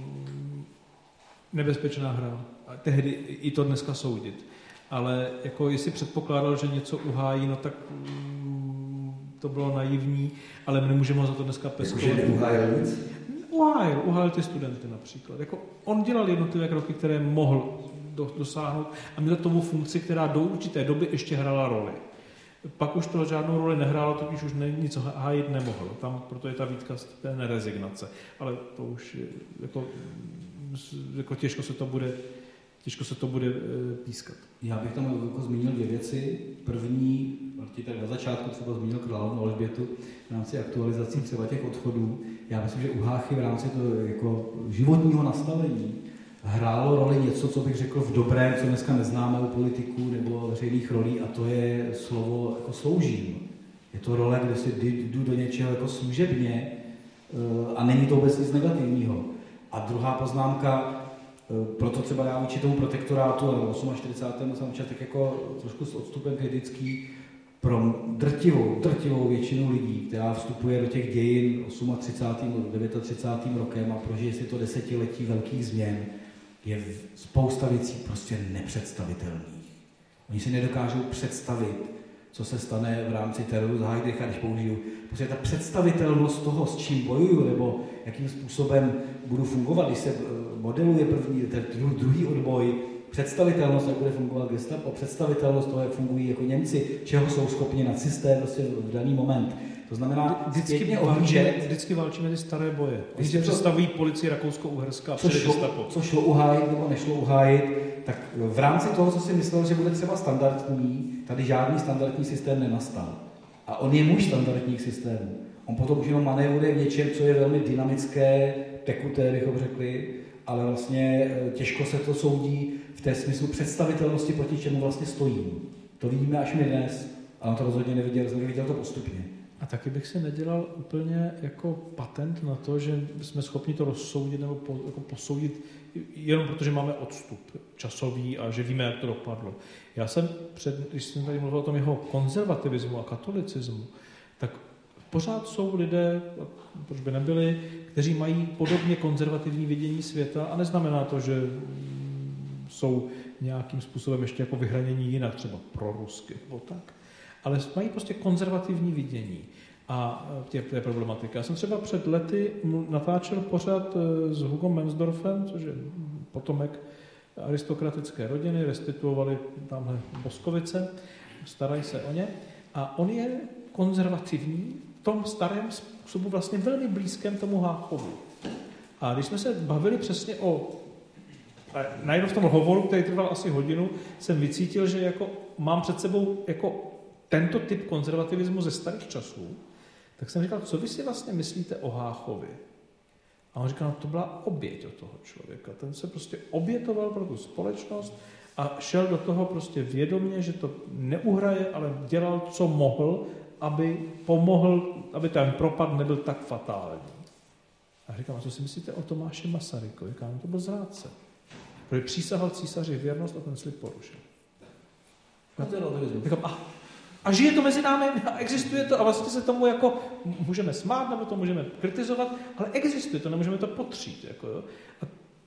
nebezpečná hra. A tehdy i to dneska soudit. Ale jako jestli předpokládal, že něco uhájí, no tak mm, to bylo naivní, ale my nemůžeme ho za to dneska peskovat. Jakože neuhájil nic? Uhájil, uhájil ty studenty například. Jako on dělal jednotlivé kroky, které mohl do, dosáhnout a měl tomu funkci, která do určité doby ještě hrála roli. Pak už to žádnou roli nehrálo, totiž už ne, nic hájit nemohl. Tam proto je ta výtka z té nerezignace. Ale to už jako, jako těžko se to bude Těžko se to bude e, pískat. Já bych tam jako zmínil dvě věci. První, Martin tady na začátku třeba zmínil královnu Alžbětu v rámci aktualizací třeba těch odchodů. Já myslím, že u Háchy v rámci toho jako životního nastavení hrálo roli něco, co bych řekl v dobrém, co dneska neznáme u politiků nebo veřejných rolí, a to je slovo jako sloužím. Je to role, kde si jdu do něčeho jako služebně a není to vůbec nic negativního. A druhá poznámka, proto třeba já vůči tomu protektorátu čtyřicátém osmém jsem tak jako trošku s odstupem kritický pro drtivou, drtivou většinu lidí, která vstupuje do těch dějin třicátým osmým, třicátým devátým rokem a prožije si to desetiletí velkých změn, je spousta věcí prostě nepředstavitelných. Oni si nedokážou představit, co se stane v rámci teroru z Heidricha, když použiju. Protože ta představitelnost toho, s čím bojuju, nebo jakým způsobem budu fungovat, když se modeluje první, ten druhý odboj, představitelnost, jak bude fungovat gestapo, představitelnost toho, jak fungují jako Němci, čeho jsou schopni nacisté prostě v daný moment. To znamená, vždycky válčíme, vždycky válčíme ty staré boje. Oni si představují policii Rakousko-Uherská co šlo, co šlo uhájit nebo nešlo uhájit, tak v rámci toho, co si myslel, že bude třeba standardní, tady žádný standardní systém nenastal. A on je muž standardních systémů. On potom už jenom manévruje v něčem, co je velmi dynamické, tekuté, bychom řekli, ale vlastně těžko se to soudí v té smyslu představitelnosti, proti čemu vlastně stojí. To vidíme až my dnes, ale on to rozhodně neviděl, neviděl to postupně. A taky bych si nedělal úplně jako patent na to, že jsme schopni to rozsoudit nebo po, jako posoudit jenom protože máme odstup časový a že víme, jak to dopadlo. Já jsem, před, když jsem tady mluvil o tom jeho konzervativismu a katolicismu, tak pořád jsou lidé, proč by nebyli, kteří mají podobně konzervativní vidění světa a neznamená to, že jsou nějakým způsobem ještě jako vyhranění jinak, třeba prorusky nebo tak. Ale mají prostě konzervativní vidění a tě, té problematiky. Já jsem třeba před lety natáčel pořad s Hugom Mensdorfem, což je potomek aristokratické rodiny, restituovali tamhle Boskovice, starají se o ně a on je konzervativní v tom starém způsobu vlastně velmi blízkém tomu Háchovu. A když jsme se bavili přesně o najednou v tom hovoru, který trval asi hodinu, jsem vycítil, že jako mám před sebou jako tento typ konzervativismu ze starých časů, tak jsem říkal, co vy si vlastně myslíte o Háchovi? A on říkal, no to byla oběť od toho člověka. Ten se prostě obětoval pro tu společnost a šel do toho prostě vědomě, že to neuhraje, ale dělal, co mohl, aby pomohl, aby ten propad nebyl tak fatální. A říkám, a co si myslíte o Tomáši Masarykovi? Říkám, no to byl zrádce. Protože přísahal císaři věrnost a ten slib porušil. Říkám, a A žije to mezi námi, existuje to a vlastně se tomu jako můžeme smát, nebo to můžeme kritizovat, ale existuje to, nemůžeme to potřít. Jako, jo. A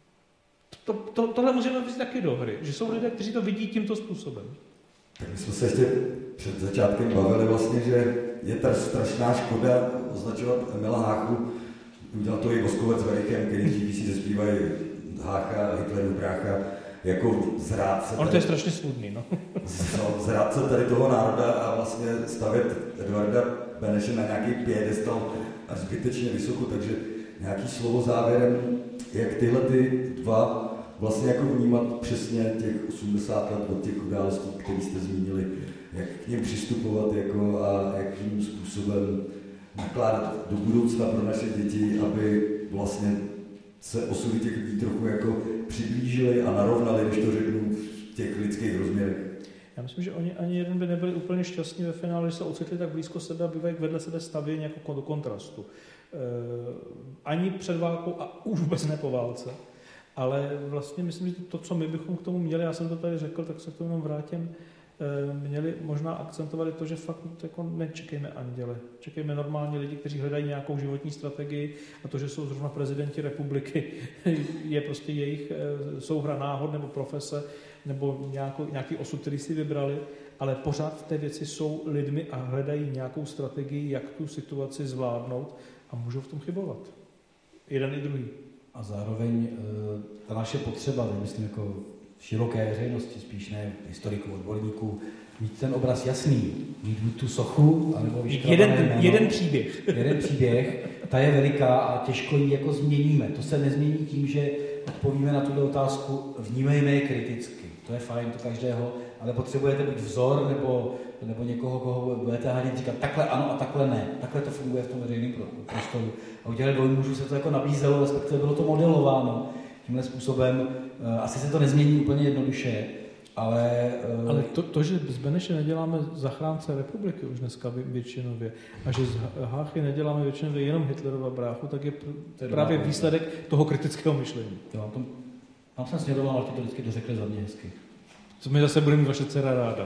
to, to, tohle můžeme vzít taky do hry, že jsou lidé, kteří to vidí tímto způsobem. Tak my jsme se ještě před začátkem bavili vlastně, že je ta strašná škoda označovat Emila Háchu, udělal to i Voskovec s Verichem, který G B C zespívají Hácha, Hitlerův brácha, jako zrádce. On to je strašně svůdný, no. Zrádce tady toho národa a vlastně stavět Eduarda Beneše na nějaký piedestal a zbytečně vysoko, takže nějaký slovo závěrem, jak tyhle ty dva vlastně jako vnímat přesně těch osmdesát let od těch událostí, které jste zmínili, jak k nim přistupovat jako a jakým způsobem nakládat do budoucna pro naše děti, aby vlastně se osudy těch lidí trochu jako přiblížili a narovnali, když to řeknu, v těch lidských rozměrech. Já myslím, že oni ani jeden by nebyli úplně šťastní ve finále, že se ocitli tak blízko sebe a bývají vedle sebe stavěni jako do kontrastu. E, ani před válkou a už vůbec ne po válce. Ale vlastně myslím, že to, co my bychom k tomu měli, já jsem to tady řekl, tak se k tomu jenom vrátím, e, měli možná akcentovali to, že fakt jako nečekejme anděle. Čekejme normálně lidi, kteří hledají nějakou životní strategii a to, že jsou zrovna prezidenti republiky, je prostě jejich souhra náhod nebo profese nebo nějakou, nějaký osud, který si vybrali, ale pořád v té věci jsou lidmi a hledají nějakou strategii, jak tu situaci zvládnout a můžou v tom chybovat. Jeden i druhý. A zároveň ta naše potřeba, myslím jako široké veřejnosti, spíš ne historiků, odborníků, mít ten obraz jasný, mít, mít tu sochu, anebo jeden, jméno, jeden příběh. Jeden příběh, ta je veliká a těžko ji jako změníme. To se nezmění tím, že odpovíme na tuto otázku, vnímejme je kriticky. To je fajn, to každého, ale potřebujete být vzor nebo, nebo někoho, koho budete hánět, říkat takhle ano a takhle ne. Takhle to funguje v tom veřejném prostoru. A u těchto dvou mužů se to jako nabízelo, respektive bylo to modelováno tímhle způsobem. Asi se to nezmění úplně jednoduše, ale... Ale to, to že z Beneše neděláme zachránce republiky už dneska většinově a že z Háchy neděláme většinově jenom Hitlerova bráchu, tak je pr- právě výsledek toho kritického myšlení. Jo, tom, tam jsem směroval, ale ti to vždycky dořekli za mě hezky. Co my zase budeme mít vaše dcera ráda.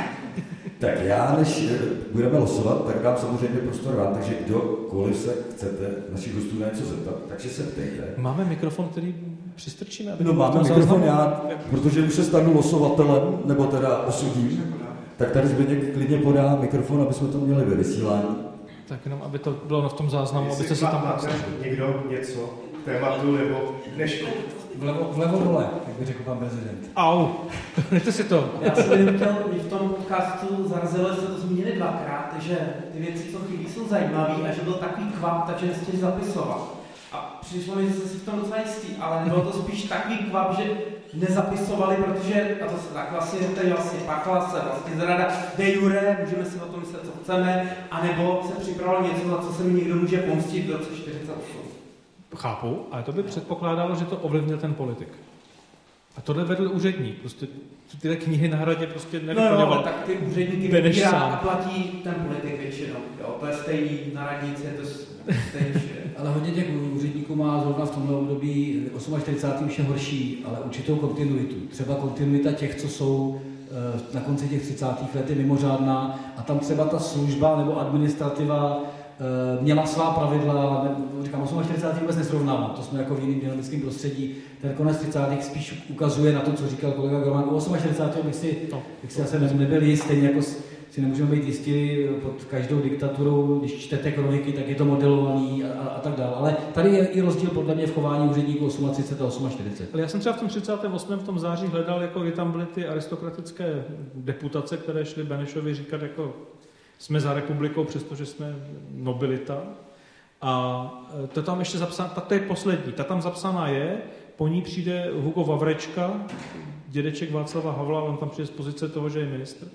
Tak já, než budeme losovat, tak dám samozřejmě prostor vám, takže kdokoliv se chcete našich hostů na něco zeptat, takže se ptejte. Máme mikrofon, který přistrčíme? Aby no máme mikrofon já, protože už se stanu losovatelem, nebo teda osudím, tak tady Zbyněk klidně podá mikrofon, aby jsme to měli ve vysílání. Tak jenom, aby to bylo v tom záznamu, abyste se tam... Máte někdo něco k tématu, nebo než... Vlevo, vlevo dole, jak by řekl pan prezident. Au, nechte si to. Já jsem jenom chtěl, mě v tom podcastu zarazilo, že se to zmínili dvakrát, že ty věci, co chybí, jsou zajímavé a že byl takový kvap, takže nechtěli zapisovat. A přišlo mi, že jsem si v tom docela jistý, ale nebylo to spíš takový kvap, že nezapisovali, protože, a to se tak vlastně, to je vlastně pakla se vlastně zrada de jure, můžeme si o tom myslet, co chceme, anebo se připravilo něco, za co se mi někdo může pomstit v roce čtyřicet osm. Chápu, ale to by předpokládalo, že to ovlivnil ten politik. A tohle vedl úředník, prostě tyhle knihy na hradě prostě nevyplňoval. No jo, tak ty úředníky vybírá a platí ten politik většinou, jo, to je stejný na radnici, je to stejný. Ale hodně těch úředníků má zrovna v tomhle období čtyřicátém osmém už je horší, ale určitou kontinuitu. Třeba kontinuita těch, co jsou na konci těch třicátých let je mimořádná a tam třeba ta služba nebo administrativa měla svá pravidla, ne, říkám, čtyřicátém osmém vůbec nesrovnávám, to jsme jako v jiném dynamickém prostředí, ten konec třicátých spíš ukazuje na to, co říkal kolega Groman. U čtyřicátého osmého bych si, bych si asi nebyl jist, stejně jako si nemůžeme být jistí pod každou diktaturou, když čtete kroniky, tak je to modelovaný a, a, a tak dále. Ale tady je i rozdíl podle mě v chování úředníků třicet osm a čtyřicet osm. Ale já jsem třeba v tom třicátém osmém v tom září hledal, jako kdy tam byly ty aristokratické deputace, které šly Benešovi říkat, jako jsme za republikou, přestože jsme nobilita. A to tam ještě zapsaná, ta to je poslední, ta tam zapsaná je, po ní přijde Hugo Vavrečka, dědeček Václava Havla, on tam přijde z pozice toho, že je ministr.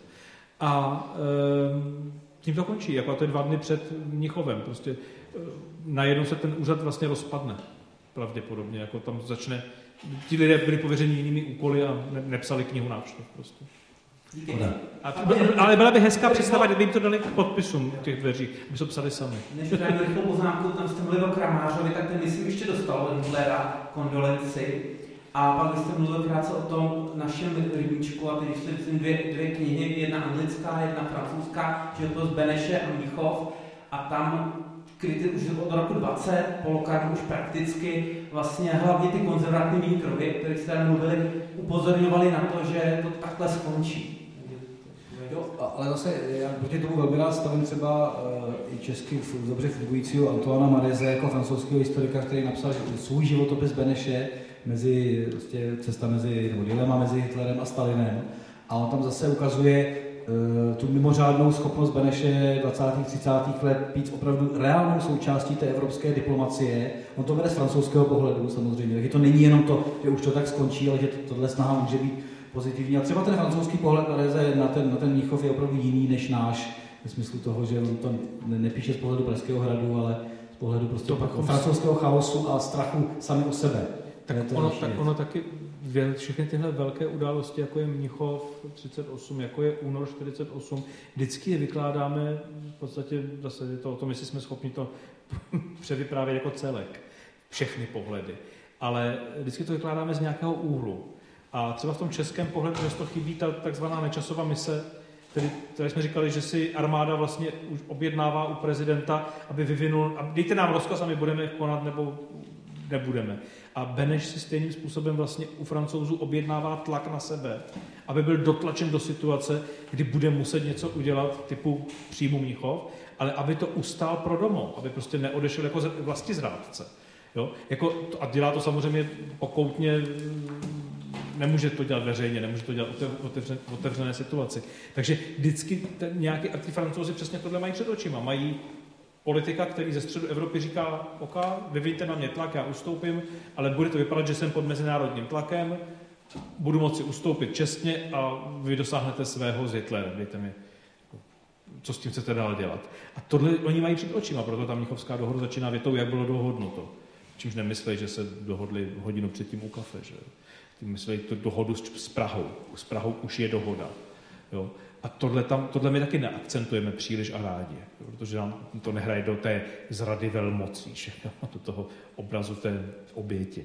A e, tím to končí, jako to je dva dny před Mnichovem. Prostě e, najednou se ten úřad vlastně rozpadne, pravděpodobně, jako tam začne, ti lidé byli pověřeni jinými úkoly a ne, nepsali knihu návštěv prostě. A, ale byla by hezká představa, kdyby jim to dali k podpisům těch dveří, aby to psali sami. Než dám rychlou poznámku, tam jste mluvil o Kramářovi, tak ten myslím ještě dostal od Hitlera kondolenci. A pak jste mluvil krátce o tom našem rybníčku a teď jste myslím dvě, dvě knihy, jedna anglická, jedna francouzská, že to z Beneše a Mnichov. A tam kryty už od roku dvacet, Polokarm už prakticky, vlastně hlavně ty konzervativní kruhy, o kterých jste mluvili, upozorňovali na to, že to takhle skončí. Jo, ale zase já proti tomu velmi rád stavím třeba uh, i česky dobře fungujícího Antoana Mareze jako francouzského historika, který napsal svůj životopis Beneše, mezi, vlastně cesta mezi, nebo dilema mezi Hitlerem a Stalinem. A on tam zase ukazuje uh, tu mimořádnou schopnost Beneše dvacátých třicátých let být opravdu reálnou součástí té evropské diplomacie. On to vede z francouzského pohledu samozřejmě, takže to není jenom to, že už to tak skončí, ale že to, tohle snaha může být pozitivní. A třeba ten francouzský pohled na ten, na ten Mnichov je opravdu jiný než náš, ve smyslu toho, že on to nepíše z pohledu Pražského hradu, ale z pohledu prostě francouzského chaosu a strachu sami o sebe. Tak ono, tak ono taky, všechny tyhle velké události, jako je Mnichov třicet osm, jako je únor čtyřicet osm, vždycky je vykládáme, v podstatě zase je to o tom, jestli jsme schopni to převyprávět jako celek, všechny pohledy. Ale vždycky to vykládáme z nějakého úhlu. A třeba v tom českém pohledu často chybí ta takzvaná Nečasova mise, který, který jsme říkali, že si armáda vlastně už objednává u prezidenta, aby vyvinul, a dejte nám rozkaz a my budeme konat nebo nebudeme. A Beneš si stejným způsobem vlastně u Francouzů objednává tlak na sebe, aby byl dotlačen do situace, kdy bude muset něco udělat typu příjmu Mnichov, ale aby to ustál pro domov, aby prostě neodešel jako vlastizrádce. Jo? Jako, a dělá to samozřejmě pokoutně, nemůže to dělat veřejně, nemůže to dělat v otevřené, otevřené situaci. Takže vždycky ten, nějaký, a ty Francouzi přesně tohle mají před očima. Mají politika, který ze středu Evropy říká, OK, vyvíjte na mě tlak, já ustoupím, ale bude to vypadat, že jsem pod mezinárodním tlakem, budu moci ustoupit čestně a vy dosáhnete svého s Hitlerem, dejte mi, co s tím chcete dál dělat. A tohle oni mají před očima, proto ta Mnichovská dohoda začíná větou, jak bylo dohodnuto. Čímž nemyslí, že se dohodli hodinu předtím u kafe, že tím myslí tu dohodu s Prahou. S Prahou už je dohoda. Jo? A tohle, tam, tohle my taky neakcentujeme příliš a rádi, protože nám to nehraje do té zrady velmocí, že? Do toho obrazu té oběti.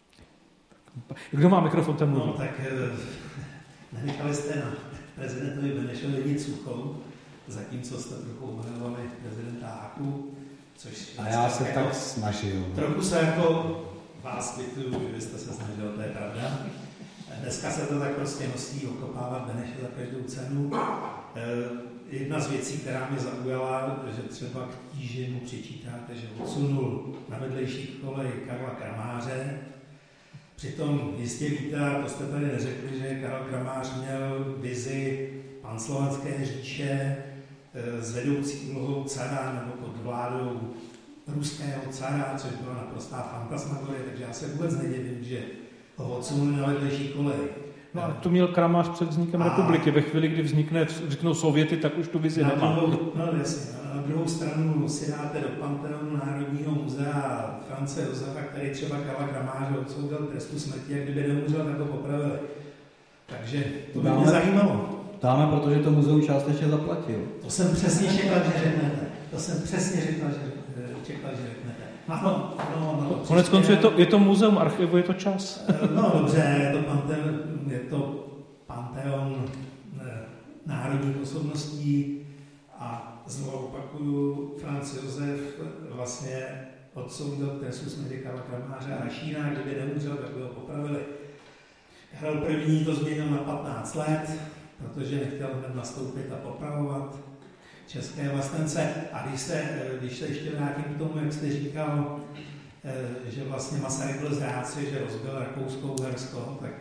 Kdo má mikrofon, ten mluví? No, tak nenechali jste na prezidentovi Benešovi nic suchou, zatímco jste trochu obhajovali prezidenta Háku, což... A já se jako, tak snažil. Trochu se jako vás kvituju, že vy jste se snažil, to je pravda. Dneska se to tak prostě nosí, okopávat Beneše za každou cenu. jedna z věcí, která mě zaujala, že třeba k tíži mu přičítáte, že odsunul na vedlejší kolej Karla Kramáře. Přitom jistě víte, to jste tady neřekli, že Karel Kramář měl vizi panslovanské říše s vedoucí úlohou cara nebo pod vládou ruského cara, což byla naprostá fantasmagorie, takže já se vůbec nedivím, že ho odsunuli na vedlejší kolej. No a to měl Kramář před vznikem a... republiky. Ve chvíli, kdy vznikne, vzniknou Sověty, tak už tu vizi na nemá. Druhou, no jasně, na druhou stranu si dáte do Panteonu Národního muzea France Josefa, který třeba Karla Kramáře odsoudil trestu smrti, a kdyby neumřel, tak ho popravili. Takže to by mě zajímalo. Dáme, protože to muzeum částečně zaplatil. To jsem přesně čekal, že řeknete. To jsem přesně řekl, že, čekal, že řeknete. No, no, no, no, konec konců je to, je to muzeum archivu, je to čas. No dobře, je to Panteon, je to Panteon národních osobností a znovu opakuju, Franz Josef vlastně odsoudil trestu smrti Karla Kramáře a Rašína, kdyby neumřel, tak by ho popravili. Karel první to změnil na patnáct let, protože nechtěl hned nastoupit a popravovat české vlastence. A když se, když se ještě vrátím k tomu, jak jste říkal, že vlastně Masaryk byl zrádce, že rozbil Rakousko-Uhersko, tak...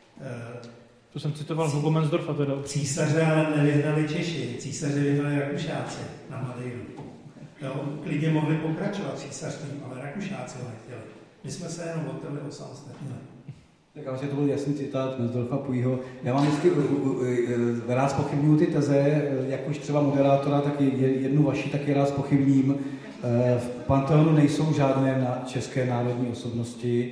To jsem citoval Hugo Mensdorfa teda. Císaře ale nevyhnali Češi, císaře vyhnali Rakušáci na Madeiru. Jo, klidně mohli pokračovat císařstvím, ale Rakušáci ho nechtěli. My jsme se jenom odtrhli osamostatnili. Tak vlastně to byl jasný citát Mensdorfa Pujího. Já mám vždycky rád zpochybnuju ty teze, jak už třeba moderátora, tak jednu vaši taky rád zpochybním. V Panteonu nejsou žádné české národní osobnosti.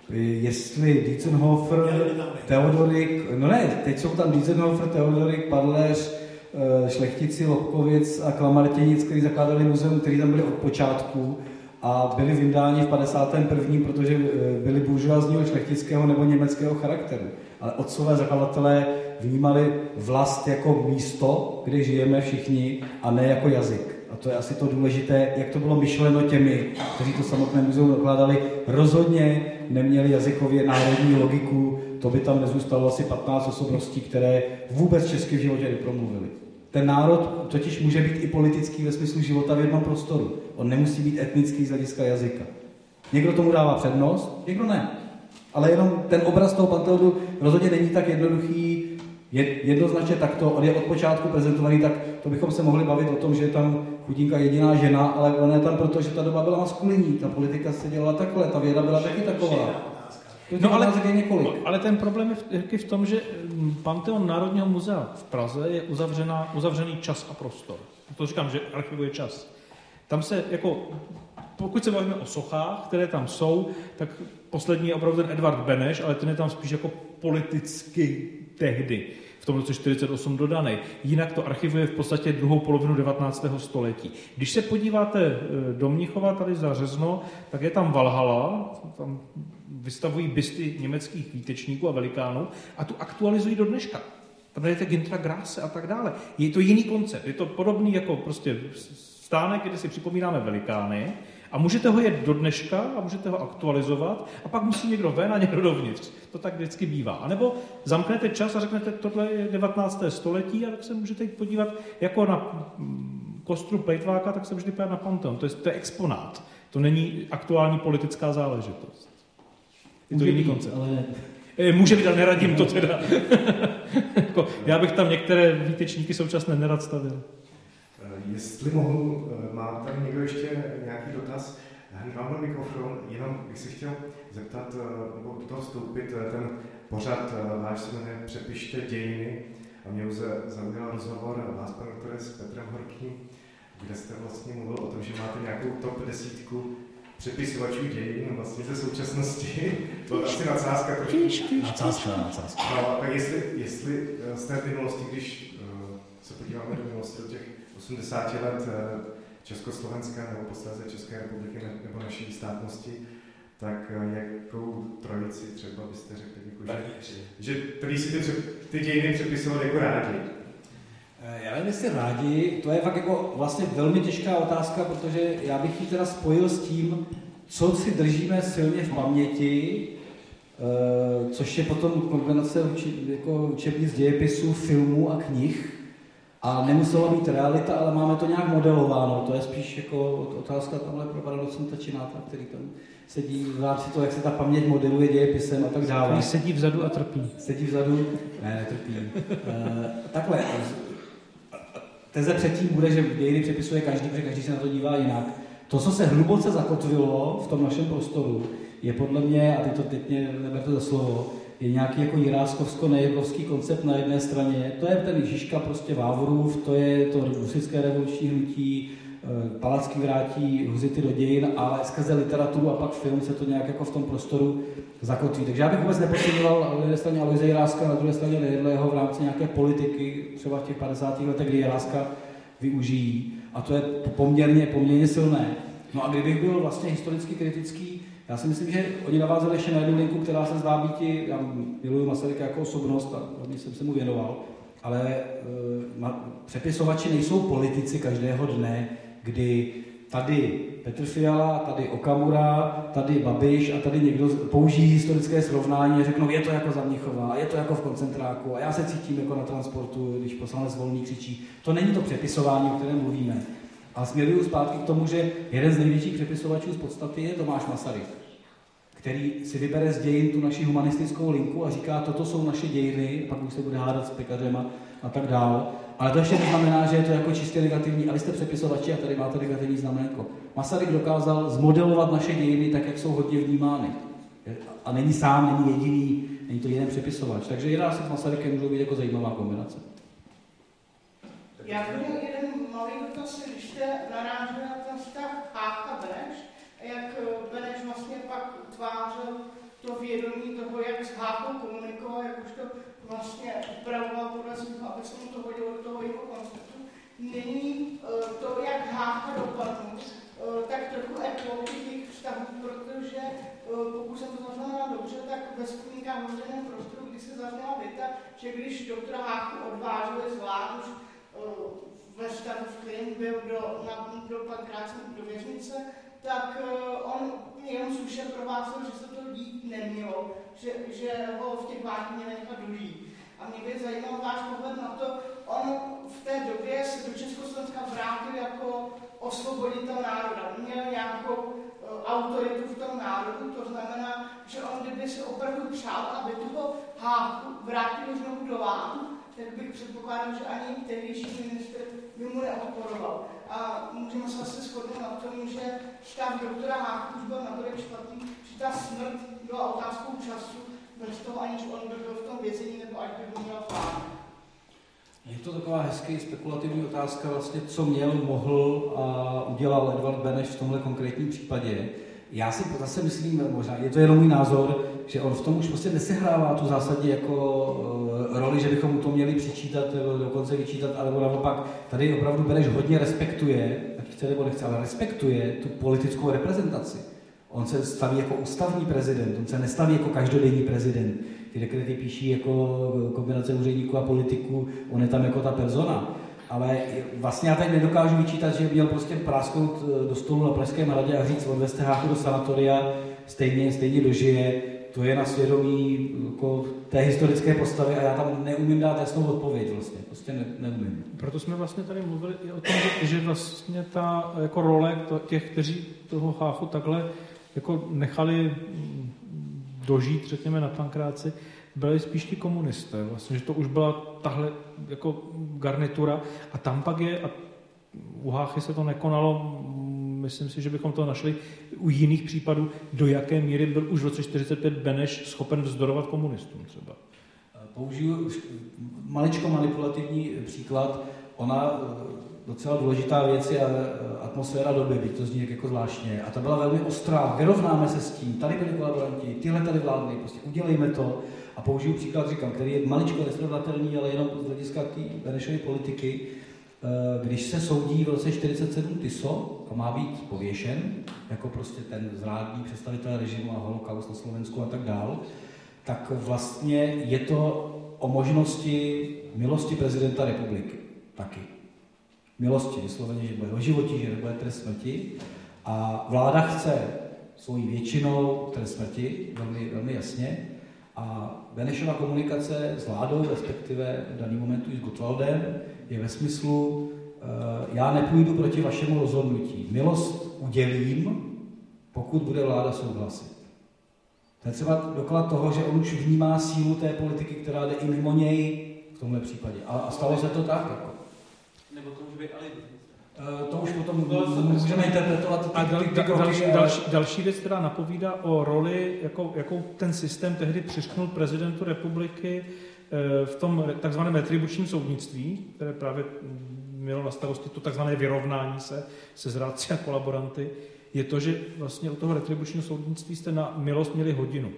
Jestli Dietzenhofer, Teodorik, no ne, teď jsou tam Dietzenhofer, Teodorik, Padleř, Šlechtici, Lobkovic a Klamartěnic, kteří zakládali muzeum, kteří tam byli od počátku a byli vyndáni v padesátém prvním, protože byli buržoazního, šlechtického nebo německého charakteru. Ale otcové zakladatelé vnímali vlast jako místo, kde žijeme všichni, a ne jako jazyk. A to je asi to důležité, jak to bylo myšleno těmi, kteří to samotné muzeum dokládali. Rozhodně neměli jazykově národní logiku, to by tam nezůstalo asi patnáct osobností, které vůbec česky v životě nepromluvili. Ten národ totiž může být i politický ve smyslu života v jednom prostoru. On nemusí být etnický z hlediska jazyka. Někdo tomu dává přednost, někdo ne. Ale jenom ten obraz toho Panteonu rozhodně není tak jednoduchý, jednoznačně takto, on je od počátku prezentovaný, tak to bychom se mohli bavit o tom, že je tam chudinka jediná žena, ale ona je tam proto, že ta doba byla maskulinní, ta politika se dělala takhle, ta věda byla taky taková. No ale, ale ten problém je v tom, že Panteon Národního muzea v Praze je uzavřená, uzavřený čas a prostor. To říkám, že archivuje čas. Tam se jako, pokud se bavíme o sochách, které tam jsou, tak poslední je opravdu ten Edvard Beneš, ale ten je tam spíš jako politicky tehdy, v tom roce čtyřicet osm dodaný. Jinak to archivuje v podstatě druhou polovinu devatenáctého století. Když se podíváte do Mnichova tady za Řezno, tak je tam Valhalla, tam vystavují bysty německých výtečníků a velikánů a tu aktualizují do dneška. Tam najdete Gintra Grasse a tak dále. Je to jiný koncept, je to podobný jako prostě stánek, kde si připomínáme velikány a můžete ho jet do dneška a můžete ho aktualizovat a pak musí někdo ven a někdo dovnitř. To tak vždycky bývá. A nebo zamknete čas a řeknete, tohle je devatenácté století a tak se můžete jít podívat jako na kostru plejtváka, tak se můžete podívat na Panteon. To je, to je exponát. To není aktuální politická záležitost. Je to jiný koncept. Ale... Může být, ale neradím to teda. Jako, já bych tam některé výtečníky současné nerad stavil. Jestli mohu, má tady někdo ještě nějaký dotaz? Já mám mikrofon, jenom bych se chtěl zeptat, nebo do toho vstoupit, ten pořad váš se jmenuje Přepište dějiny a mě už zaujal rozhovor vás, pane doktore, s Petrem Horkým, kde jste vlastně mluvil o tom, že máte nějakou top desítku přepisovačů dějin vlastně ze současnosti. To je asi nadsázka trošku. Nadsázka, nadsázka. No, tak jestli, jestli z té minulosti, když uh, se podíváme do minulosti, do těch osmdesáti let uh, Československa nebo posléze České republiky nebo naší státnosti, tak uh, jakou trojici třeba byste řekli, jako, že, že tady si ty, ty dějiny přepisovali jako rádi? Já nevím, jestli rádi, to je fakt jako vlastně velmi těžká otázka, protože já bych ji teda spojil s tím, co si držíme silně v paměti, což je potom kombinace uči, jako učebnic dějepisů, filmů a knih. A nemusela být realita, ale máme to nějak modelováno. To je spíš jako otázka tamhle pro pana docenta Čináta, který tam sedí v rámci toho, jak se ta paměť modeluje dějepisem a tak dále. Sedí vzadu a trpí. Sedí vzadu, ne, netrpí. E, takhle, teze předtím bude, že dějiny přepisuje každý, protože každý se na to dívá jinak. To, co se hluboce zakotvilo v tom našem prostoru, je podle mě, a ty to teď mě neberte za slovo, je nějaký jako jiráskovsko-nejevlovský koncept na jedné straně. To je ten Žižka prostě Vávorův, to je to rusické revoluční hnutí, Palacký vrátí huzity do dějin, ale skrze literaturu a pak film se to nějak jako v tom prostoru zakotví. Takže já bych vůbec nepodceňoval na jedné straně Aloise Jiráska, na druhé straně Nejedlého v rámci nějaké politiky, třeba v těch padesátých letech, kdy Jiráska využijí. A to je poměrně, poměrně silné. No a kdybych byl vlastně historicky kritický, já si myslím, že oni navázali ještě na jednu linku, která se zdá být, já miluju Masaryka jako osobnost a hodně jsem se mu věnoval, ale e, ma, přepisovači nejsou politici každého dne, kdy tady Petr Fiala, tady Okamura, tady Babiš a tady někdo použijí historické srovnání a řeknou, je to jako za Mnichova, je to jako v koncentráku a já se cítím jako na transportu, když poslanec Volný křičí. To není to přepisování, o kterém mluvíme. A směruju zpátky k tomu, že jeden z největších přepisovačů z podstaty je Tomáš Masaryk, který si vybere z dějin tu naši humanistickou linku a říká, toto jsou naše dějiny, pak už se bude hádat s pekařem a, a tak dál. Ale to ještě neznamená, že je to jako čistě negativní, ale jste přepisovači a tady máte negativní znamenko. Masaryk dokázal zmodelovat naše dějiny tak, jak jsou hodně vnímány. A není sám, není jediný, není to jeden přepisovač. Takže jedná se s Masarykem může být jako zajímavá kombinace. Já bych měl jeden malý dotaz, když jste naráželi na ten vztah Hácha Beneš, jak Beneš vlastně pak utvářel to vědomí toho, jak s Háchou komunikoval, jak už to vlastně upravoval podle svých, aby se mu to hodilo do toho jeho konceptu. Není to, jak Hácha dopadnul, tak trochu epoky těch vztahů, protože pokud jsem to zaznamenala dobře, tak ve vzpomínkách v veřejném prostoru, kdy se zazněla věta, že když doktora Háchu odvážili zvlášť ve stavu, v kterém byl do, na, do Pankráce, do věznice, tak uh, on jenom slušně prohlásil, že se to dít nemělo, že, že ho v těch vážných měl nechat dožít. A mě by zajímal váš pohled na to, on v té době se do Československa vrátil jako osvoboditel národa. Měl nějakou uh, autoritu v tom národu, to znamená, že on kdyby si opravdu přál, aby toho Háchu vrátil znovu do ládu, tak bych předpokládal, že ani tehdejší ministr by mu neodporoval. A můžeme se asi shodnout na tom, že štáb doktora Hácha už byl natolik špatný, že ta smrt byla otázkou času, bez toho aniž on by byl v tom vězení, nebo ať by byl měl plán. Je to taková hezký spekulativní otázka, vlastně, co měl, mohl a udělal Edvard Beneš v tomhle konkrétním případě. Já si zase myslím, možná je to jenom můj názor, že on v tom už prostě nesehrává tu zásadě jako uh, roli, že bychom mu to měli přičítat, nebo dokonce vyčítat, alebo naopak tady opravdu Beneš hodně respektuje, ať chce nebo nechce, ale respektuje tu politickou reprezentaci. On se staví jako ústavní prezident, on se nestaví jako každodenní prezident. Ty dekrety píší jako kombinace úředníků a politiků, on je tam jako ta persona. Ale vlastně já tady nedokážu vyčítat, že měl prostě prásknout do stolu na Pražském hradě a říct, odvezte Háchu do sanatoria, stejně, stejně dožije. To je na svědomí jako té historické postavy a já tam neumím dát jasnou odpověď vlastně, prostě ne, neumím. Proto jsme vlastně tady mluvili i o tom, že, že vlastně ta jako role těch, kteří toho Háchu takhle jako nechali dožít, řekněme, na Pankráci, byli spíš ti komunisté, vlastně, že to už byla tahle jako garnitura a tam pak je, a u Háchy se to nekonalo, myslím si, že bychom to našli u jiných případů, do jaké míry byl už v roce čtyřicet pět Beneš schopen vzdorovat komunistům třeba. Použiju maličko manipulativní příklad, ona docela důležitá věc je atmosféra doby, byť to zní jako zvláštně. A ta byla velmi ostrá, vyrovnáme se s tím, tady byli kolaboranti, tyhle tady vládli, prostě udělejme to. A použiju příklad, říkám, který je maličko nesrovnatelný, ale jenom z hlediska té Benešovy politiky. Když se soudí v roce čtyřicet sedm Tiso a má být pověšen, jako prostě ten zrádný představitel režimu a holokaust na Slovensku a tak dál, tak vlastně je to o možnosti milosti prezidenta republiky. Taky. Milosti, vysloveně, že bude o životí, že nebude trest smrti. A vláda chce svojí většinou trest smrti, velmi, velmi jasně. A Benešova komunikace s vládou, respektive v daný momentu i s Gottwaldem, je ve smyslu, já nepůjdu proti vašemu rozhodnutí. Milost udělím, pokud bude vláda souhlasit. To je třeba doklad toho, že on už vnímá sílu té politiky, která jde i mimo něj v tomhle případě. A stalo se to tak. Jako. Nebo to může být alibi. To už potom můžeme interpretovat. A dal, da, další, další, další věc, která napovídá o roli, jako, jakou ten systém tehdy přišknul prezidentu republiky v tom takzvaném retribučním soudnictví, které právě mělo na starosti to takzvané vyrovnání se se zrádci a kolaboranty, je to, že vlastně u toho retribučního soudnictví jste na milost měli hodinu.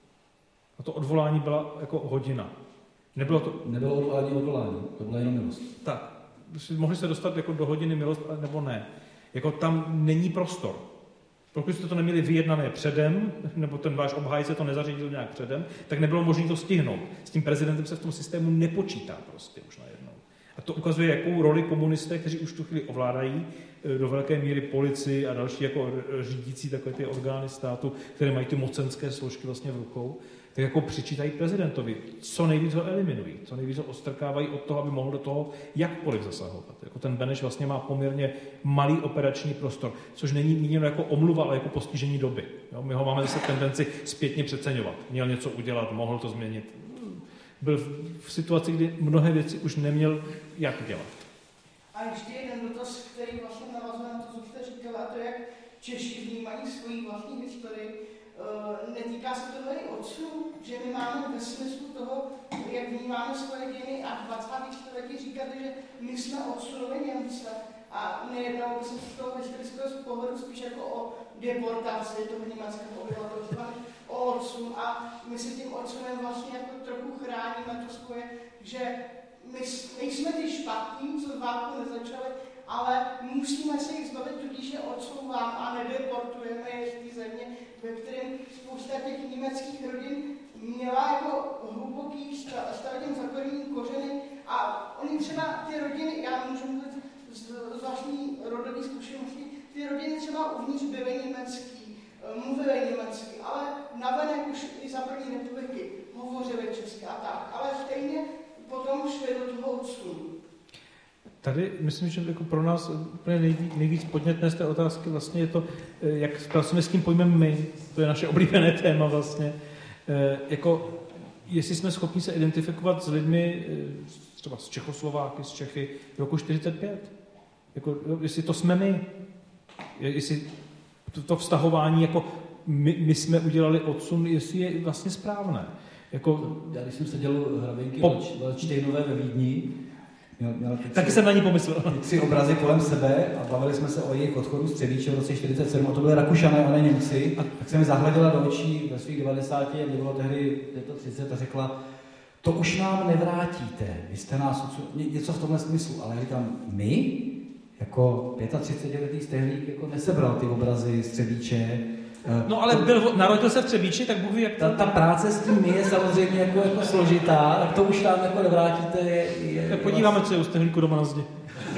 A to odvolání byla jako hodina. Nebylo to... Nebylo odvolání odvolání, to byla jenom milost. Tak. Mohli se dostat jako do hodiny milost, nebo ne. Jako tam není prostor. Pokud jste to neměli vyjednané předem, nebo ten váš obhájce to nezařídil nějak předem, tak nebylo možné to stihnout. S tím prezidentem se v tom systému nepočítá prostě už najednou. A to ukazuje, jakou roli komunisté, kteří už tu chvíli ovládají, do velké míry policii a další jako řídící takové ty orgány státu, které mají ty mocenské složky vlastně v rukou, tak jako přičítají prezidentovi, co nejvíc ho eliminují, co nejvíc ho ostrkávají od toho, aby mohl do toho jakkoliv zasahovat. Jako ten Beneš vlastně má poměrně malý operační prostor, což není míněno jako omluva, ale jako postižení doby. Jo? My ho máme zase tendenci zpětně přeceňovat. Měl něco udělat, mohl to změnit. Byl v situaci, kdy mnohé věci už neměl jak dělat. A ještě jeden dotaz, který vlastně navazuje na to, co jste říkala, a to jak Češi vnímají svoji vlastní historii. Uh, netýká se to tady otců, že my máme ve smyslu toho, jak vnímáme svoje dějiny a v dvacátém století říkali, že my jsme odsunuli Němce a nejednalo by se z toho historického pohledu spíš jako o deportaci toho německého obyvatelstva, o odsun a my se tím odsunem vlastně jako trochu chráníme to svoje, že my nejsme ty špatní, co válku nezačali, ale musíme se jich zbavit, tudíž je odsouvám a nedeportujeme je z té země, ve kterém spousta těch německých rodin měla jako hluboký starodím zakořeněný kořeny a oni třeba ty rodiny, já můžu mluvit z, z vlastní rodové zkušenosti, ty rodiny třeba uvnitř byly německý, mluvili německy, ale navenek už i za první republiky hovořili česky a tak, ale stejně potom šli do toho odsunu. Tady myslím, že jako pro nás úplně nejvíc, nejvíc podnětné z té otázky vlastně je to, jak pracujeme s tím pojmem my, to je naše oblíbené téma vlastně, e, jako jestli jsme schopni se identifikovat s lidmi, třeba z Čechoslováky, z Čechy, roku čtyřicet pět. Jako, jestli to jsme my, jestli to, to vztahování, jako my, my jsme udělali odsun, jestli je vlastně správné. Jako, já když jsem seděl Hrabenky po... Čtejnové ve Vídni, Měl, měl taky jsem na ní pomyslel. Tři obrazy kolem sebe a bavili jsme se o jejich odchodu z Třebíče v roce čtyřicet sedm a to byly Rakušané a ne Němci. A tak se mi zahleděla do očí ve svých devadesáti a mě bylo tehdy třicet a řekla, to už nám nevrátíte, vy jste nás něco v tomhle smyslu, ale já říkám, my? Jako třicetiletý stehlík jako nesebral ty obrazy z Třebíče. No ale byl, narodil se v Třebíči, tak Bůh ví, jak ta, ta práce s tím my je samozřejmě jako, jako složitá, tak to už nám jako nevrátíte. Je, je podíváme, co je u stehlíku doma na zdi.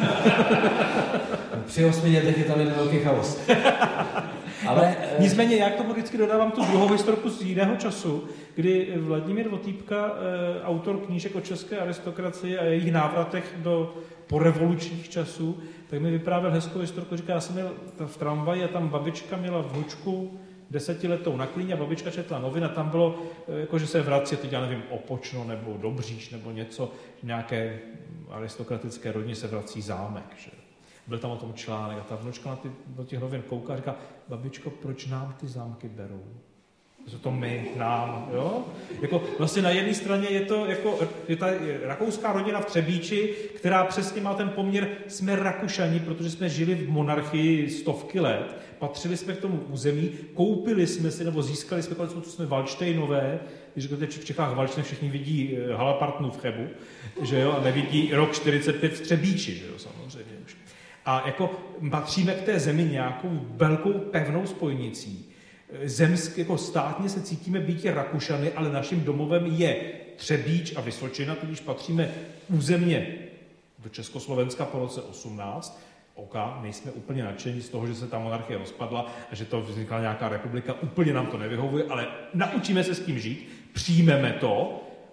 Při osmi dětech je tady velký chaos. Ale, nicméně, já k tomu vždycky dodávám tu druhou historku z jiného času, kdy Vladimír Votýpka, autor knížek o české aristokracii a jejich návratech do porevolučních časů, tak mi vyprávěl hezkou historku, říká, já jsem měl v tramvaji a tam babička měla vnučku desetiletou na klíně a babička četla novin a tam bylo, jako, že se vrací, teď já nevím, Opočno nebo Dobříš nebo něco, nějaké aristokratické rodině se vrací zámek, že? Byl tam o tom článek a ta vnučka na ty, do těch novin kouká a říká, babičko, proč nám ty zámky berou? To to my, nám, jo? Jako vlastně na jedné straně je to jako, je ta rakouská rodina v Třebíči, která přesně má ten poměr, jsme Rakušani, protože jsme žili v monarchii stovky let, patřili jsme k tomu území, koupili jsme si, nebo získali jsme, konec konců jsme Valštejnové, když řeknete v Čechách Valštejn, všichni vidí Halapartnu v Chebu, že jo, a nevidí rok čtyřicet pět v Třebíči, že jo, samozřejmě už. A jako patříme k té zemi nějakou velkou pevnou spojnicí. Zemsk, jako státně se cítíme být Rakušany, ale naším domovem je Třebíč a Vysočina, tudíž patříme územně do Československa po roce osmnáct. Oka, nejsme úplně nadšení z toho, že se ta monarchie rozpadla a že to vznikla nějaká republika, úplně nám to nevyhovuje, ale naučíme se s tím žít, přijmeme to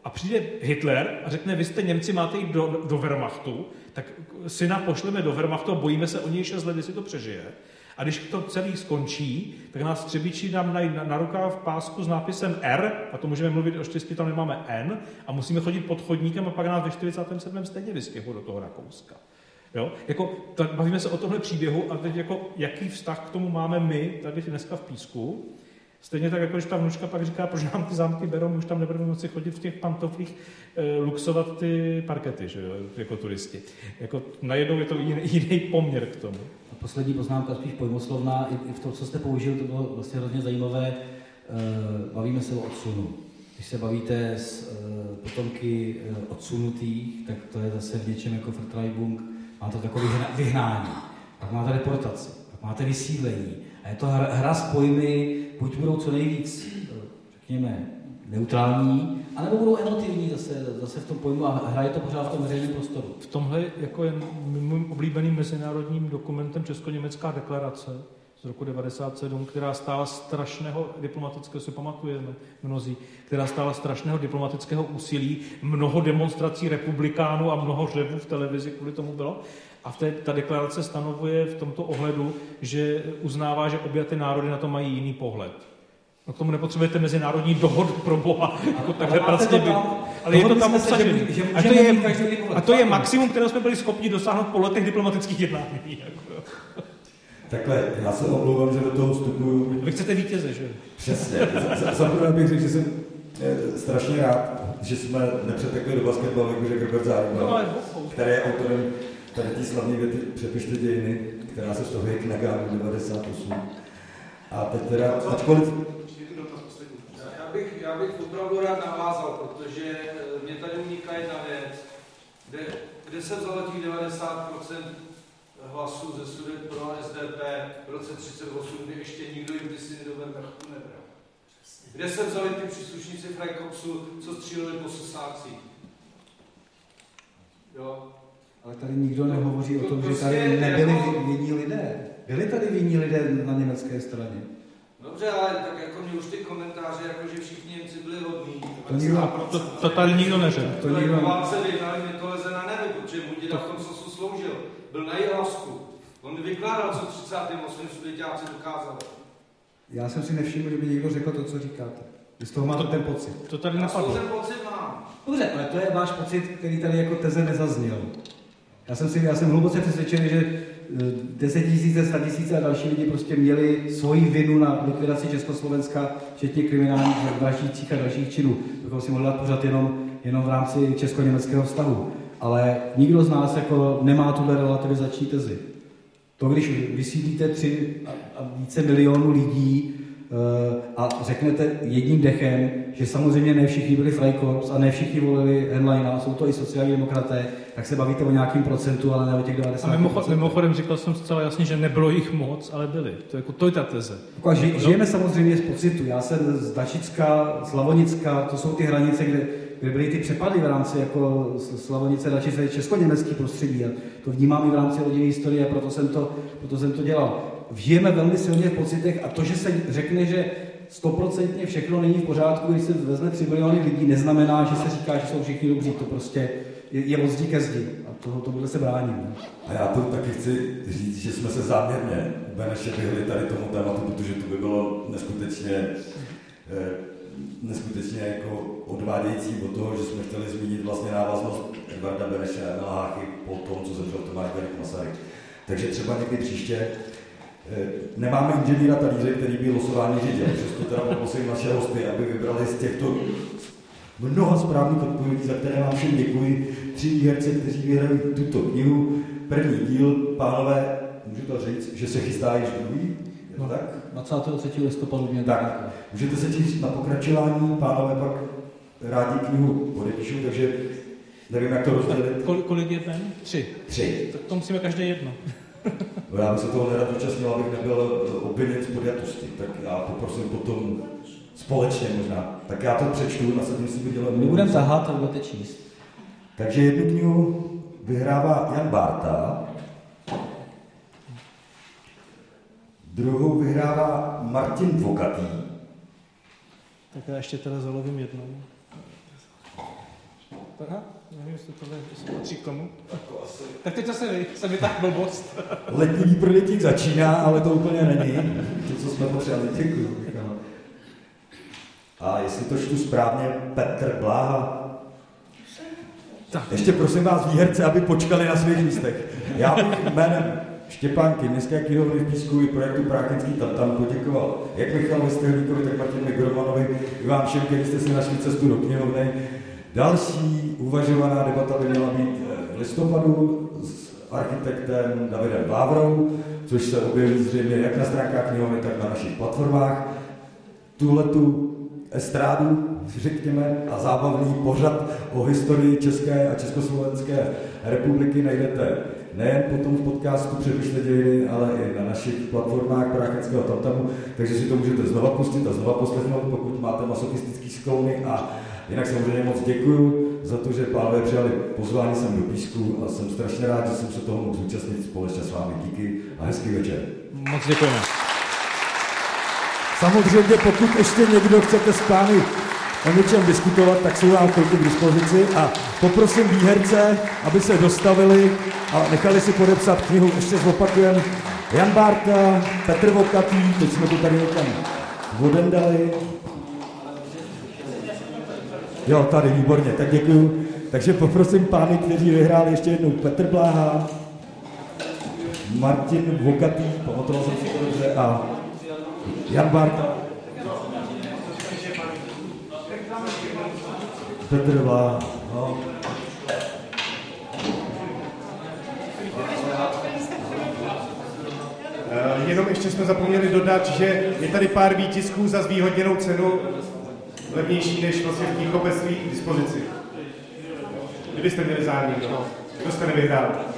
a přijde Hitler a řekne, vy jste Němci, máte jít do, do Wehrmachtu, tak syna pošleme do Wehrmachtu a bojíme se o něj šest let, jestli to přežije. A když to celý skončí, tak nás střebiči nám dají na, na rukáv pásku s nápisem R, a to můžeme mluvit o štěstí, tam nemáme N, a musíme chodit pod chodníkem a pak nás ve čtyřicátém sedmém stejně vystěhují do toho Rakouska. Jo? Jako, tak bavíme se o tomhle příběhu a teď jako, jaký vztah k tomu máme my tady dneska v Písku. Stejně tak, jako když ta vnučka pak říká, proč nám ty zámky berou, my už tam nebudeme moci chodit v těch pantoflích, e, luxovat ty parkety, že jo, jako turisti. Jako, najednou je to jiný, jiný poměr k tomu. A poslední poznámka, spíš pojmoslovná, i, i v tom, co jste použil, to bylo vlastně hrozně zajímavé. E, bavíme se o odsunu. Když se bavíte s e, potomky e, odsunutých, tak to je zase v něčem jako Vertreibung, máte takové vyhnání, pak máte deportaci, pak máte vysídlení. A je to hra, hra s pojmy, buď budou co nejvíc, řekněme, neutrální, anebo budou emotivní zase, zase v tom pojmu a hraje to pořád v tom veřejném prostoru. V tomhle jako je mým oblíbeným mezinárodním dokumentem Česko-německá deklarace z roku devadesát sedm, která stála strašného diplomatického, si pamatujeme mnozí, která stála strašného diplomatického úsilí, mnoho demonstrací republikánů a mnoho řevů v televizi kvůli tomu bylo. A v té, ta deklarace stanovuje v tomto ohledu, že uznává, že obě ty národy na to mají jiný pohled. No k tomu nepotřebujete mezinárodní dohodu pro Boha, jako takhle pracně by. Ale je to tam obsažené. A to je, a to je maximum, které jsme byli schopni dosáhnout po letech diplomatických jednání. Jako. Takhle, já se omlouvám, že do toho vstupuju. Vy chcete vítěze, že? Přesně. Za prvé bych řekl, že jsem strašně rád, že jsme nepřetekli do basketbalu, jako řekl Robert Záruba, který je autorem tady ty slavné věty Přepište dějiny, která se vztahuje k Nagánu devadesát osm. A teď teda, ačkoliv... Já bych, já bych opravdu rád navázal, protože mě tady uniká jedna věc, kde, kde se vzalo těch devadesát procent hlasů ze Sudet pro S D P v roce třicet osm, kdy ještě nikdo jim ty syny do Wehrmachtu nebral. Kde se vzali ty příslušníci Freikorpsu, co stříleli po sosácích? Jo? Ale tady nikdo nehovoří o tom, že tady nebyli vinní lidé. Byli tady vinní lidé na německé straně. Dobře, ale tak jako mě už ty komentáře, jako že všichni Němci byli hodní. To, nikdo, to, to tady nikdo neřekl. To nikdo neřekl. Válce vyhnali, mě to leze na nebe, protože můj děda v tom sosu sloužil. Byl na Jihlavsku. On mi vykládal, co třicátém osmém sudeťáci dokázali. Já jsem si nevšiml, že by někdo řekl to, co říkáte. Vy z toho máte ten pocit. To tady napadlo. ten pocit mám. Dobře, ale to je váš pocit, který tady jako teze nezazněl. Já jsem, si, já jsem hluboce přesvědčený, že desetitisíce, statisíce a další lidi prostě měli svoji vinu na likvidaci Československa, včetně kriminálních vraždících a dalších činů. Bychom si mohli dát pořád jenom, jenom v rámci česko-německého vztahu. Ale nikdo z nás jako nemá tuhle relativizační tezi. To, když vysídlíte tři a více milionů lidí a řeknete jedním dechem, že samozřejmě ne všichni byli Freikorps a ne všichni volili Henleina, jsou to i sociální demokraté, tak se bavíte o nějakým procentu, ale ne o těch devadesát procent. A mimochodem, mimochodem říkal jsem zcela jasně, že nebylo jich moc, ale byli. To je, jako, to je ta teze. Jako, ži, žijeme samozřejmě z pocitu. Já jsem z Dačicka, Slavonicka, to jsou ty hranice, kde, kde byly ty přepady v rámci jako Slavonice, Dačice, česko-německý prostředí. A to vnímám i v rámci rodinné historie, a proto jsem to, proto jsem to dělal. Žijeme velmi silně v pocitech a to, že se řekne, že stoprocentně všechno není v pořádku, když se vezme tři miliony lidí, neznamená, že se říká, že jsou všichni dobří. To prostě je, je od zdi ke zdi. A toho, tohle se brání. Ne? A já to taky chci říct, že jsme se záměrně Beneše vyhli tady tomu tématu, protože to by bylo neskutečně, eh, neskutečně jako odvádějící od toho, že jsme chtěli zmínit vlastně návaznost Edvarda Beneše a Emila Háchy po tom, co zemřel Tomáš Garrigue Masaryk. Takže třeba někdy příště nemáme inženýra talíře, který by losování řídil, přesto teda poprosím naše hosty, aby vybrali z těchto mnoha správných odpovědí, za které vám všem děkuji, tři výherce, kteří vyhrají tuto knihu. První díl, pánové, můžu to říct, že se chystá již druhý? No, tak? dvacátého třetího listopadu mě tak. Můžete se těšit na pokračování, pánové pak rádi knihu podepíšou, takže nevím, jak to rozdělit. Kol, kolik je ten? Tři. Tři. Tak to musíme každé jedno. Já bych se toho nerad účastnil, abych nebyl obviněn z podjatosti, tak já poprosím potom společně možná. Tak já to přečtu, nasadím si vydělat. My budeme tahat a budete číst. Takže jednu knihu vyhrává Jan Bárta, druhou vyhrává Martin Dvokatý. Tak já ještě teda zalovím jednou. Aha, nevím, jestli tohle jestli patří k tomu. Tak teď zase vy, se mi tak blbost. Letní výprodejtík začíná, ale to úplně není. To, co jsme potřebovali, děkuji. A jestli to čtu správně, Petr Bláha. Tak. Ještě prosím vás výherce, aby počkali na svých místech. Já bych jménem Štěpánky, Městské knihovny v Písku i projektu Práchenský Tantan poděkoval jak Michalu Stehlíkovi, tak Martinu Gromanovi, i vám všem, kteří jste si našli cestu do knihovny. Další uvažovaná debata by měla být v listopadu s architektem Davidem Vávrou, což se objeví zřejmě jak na stránkách knihovny, tak na našich platformách. Tuhletu estrádu, řekněme, a zábavný pořad o historii České a Československé republiky najdete nejen potom v podcastu Přepište dějiny, ale i na našich platformách Práchenského Tantamu, takže si to můžete znova pustit a znova poslechnout, pokud máte masochistický sklony. A jinak samozřejmě moc děkuju za to, že pánové přijali pozvání sem do Písku a jsem strašně rád, že jsem se toho mohl zúčastnit společně s vámi. Díky a hezký večer. Moc děkujeme. Samozřejmě, pokud ještě někdo chcete s pány o něčem diskutovat, tak jsou vám chvilku k dispozici a poprosím výherce, aby se dostavili a nechali si podepsat knihu. Ještě zopakujeme Jan Bárta, Petr Vokatý, teď jsme to tady někam odendali. Jo, tady, výborně, tak děkuju. Takže poprosím pány, kteří vyhráli ještě jednou Petr Bláha, Martin Vokatý, pamatoval jsem si to dobře, a Jan Bárta. Petr Bláha. No. Uh, jenom ještě jsme zapomněli dodat, že je tady pár výtisků za zvýhodněnou cenu, levnější než vlastně v knihkupectví k dispozici. Kdybyste měli zájem, kdo jste nevyhrál.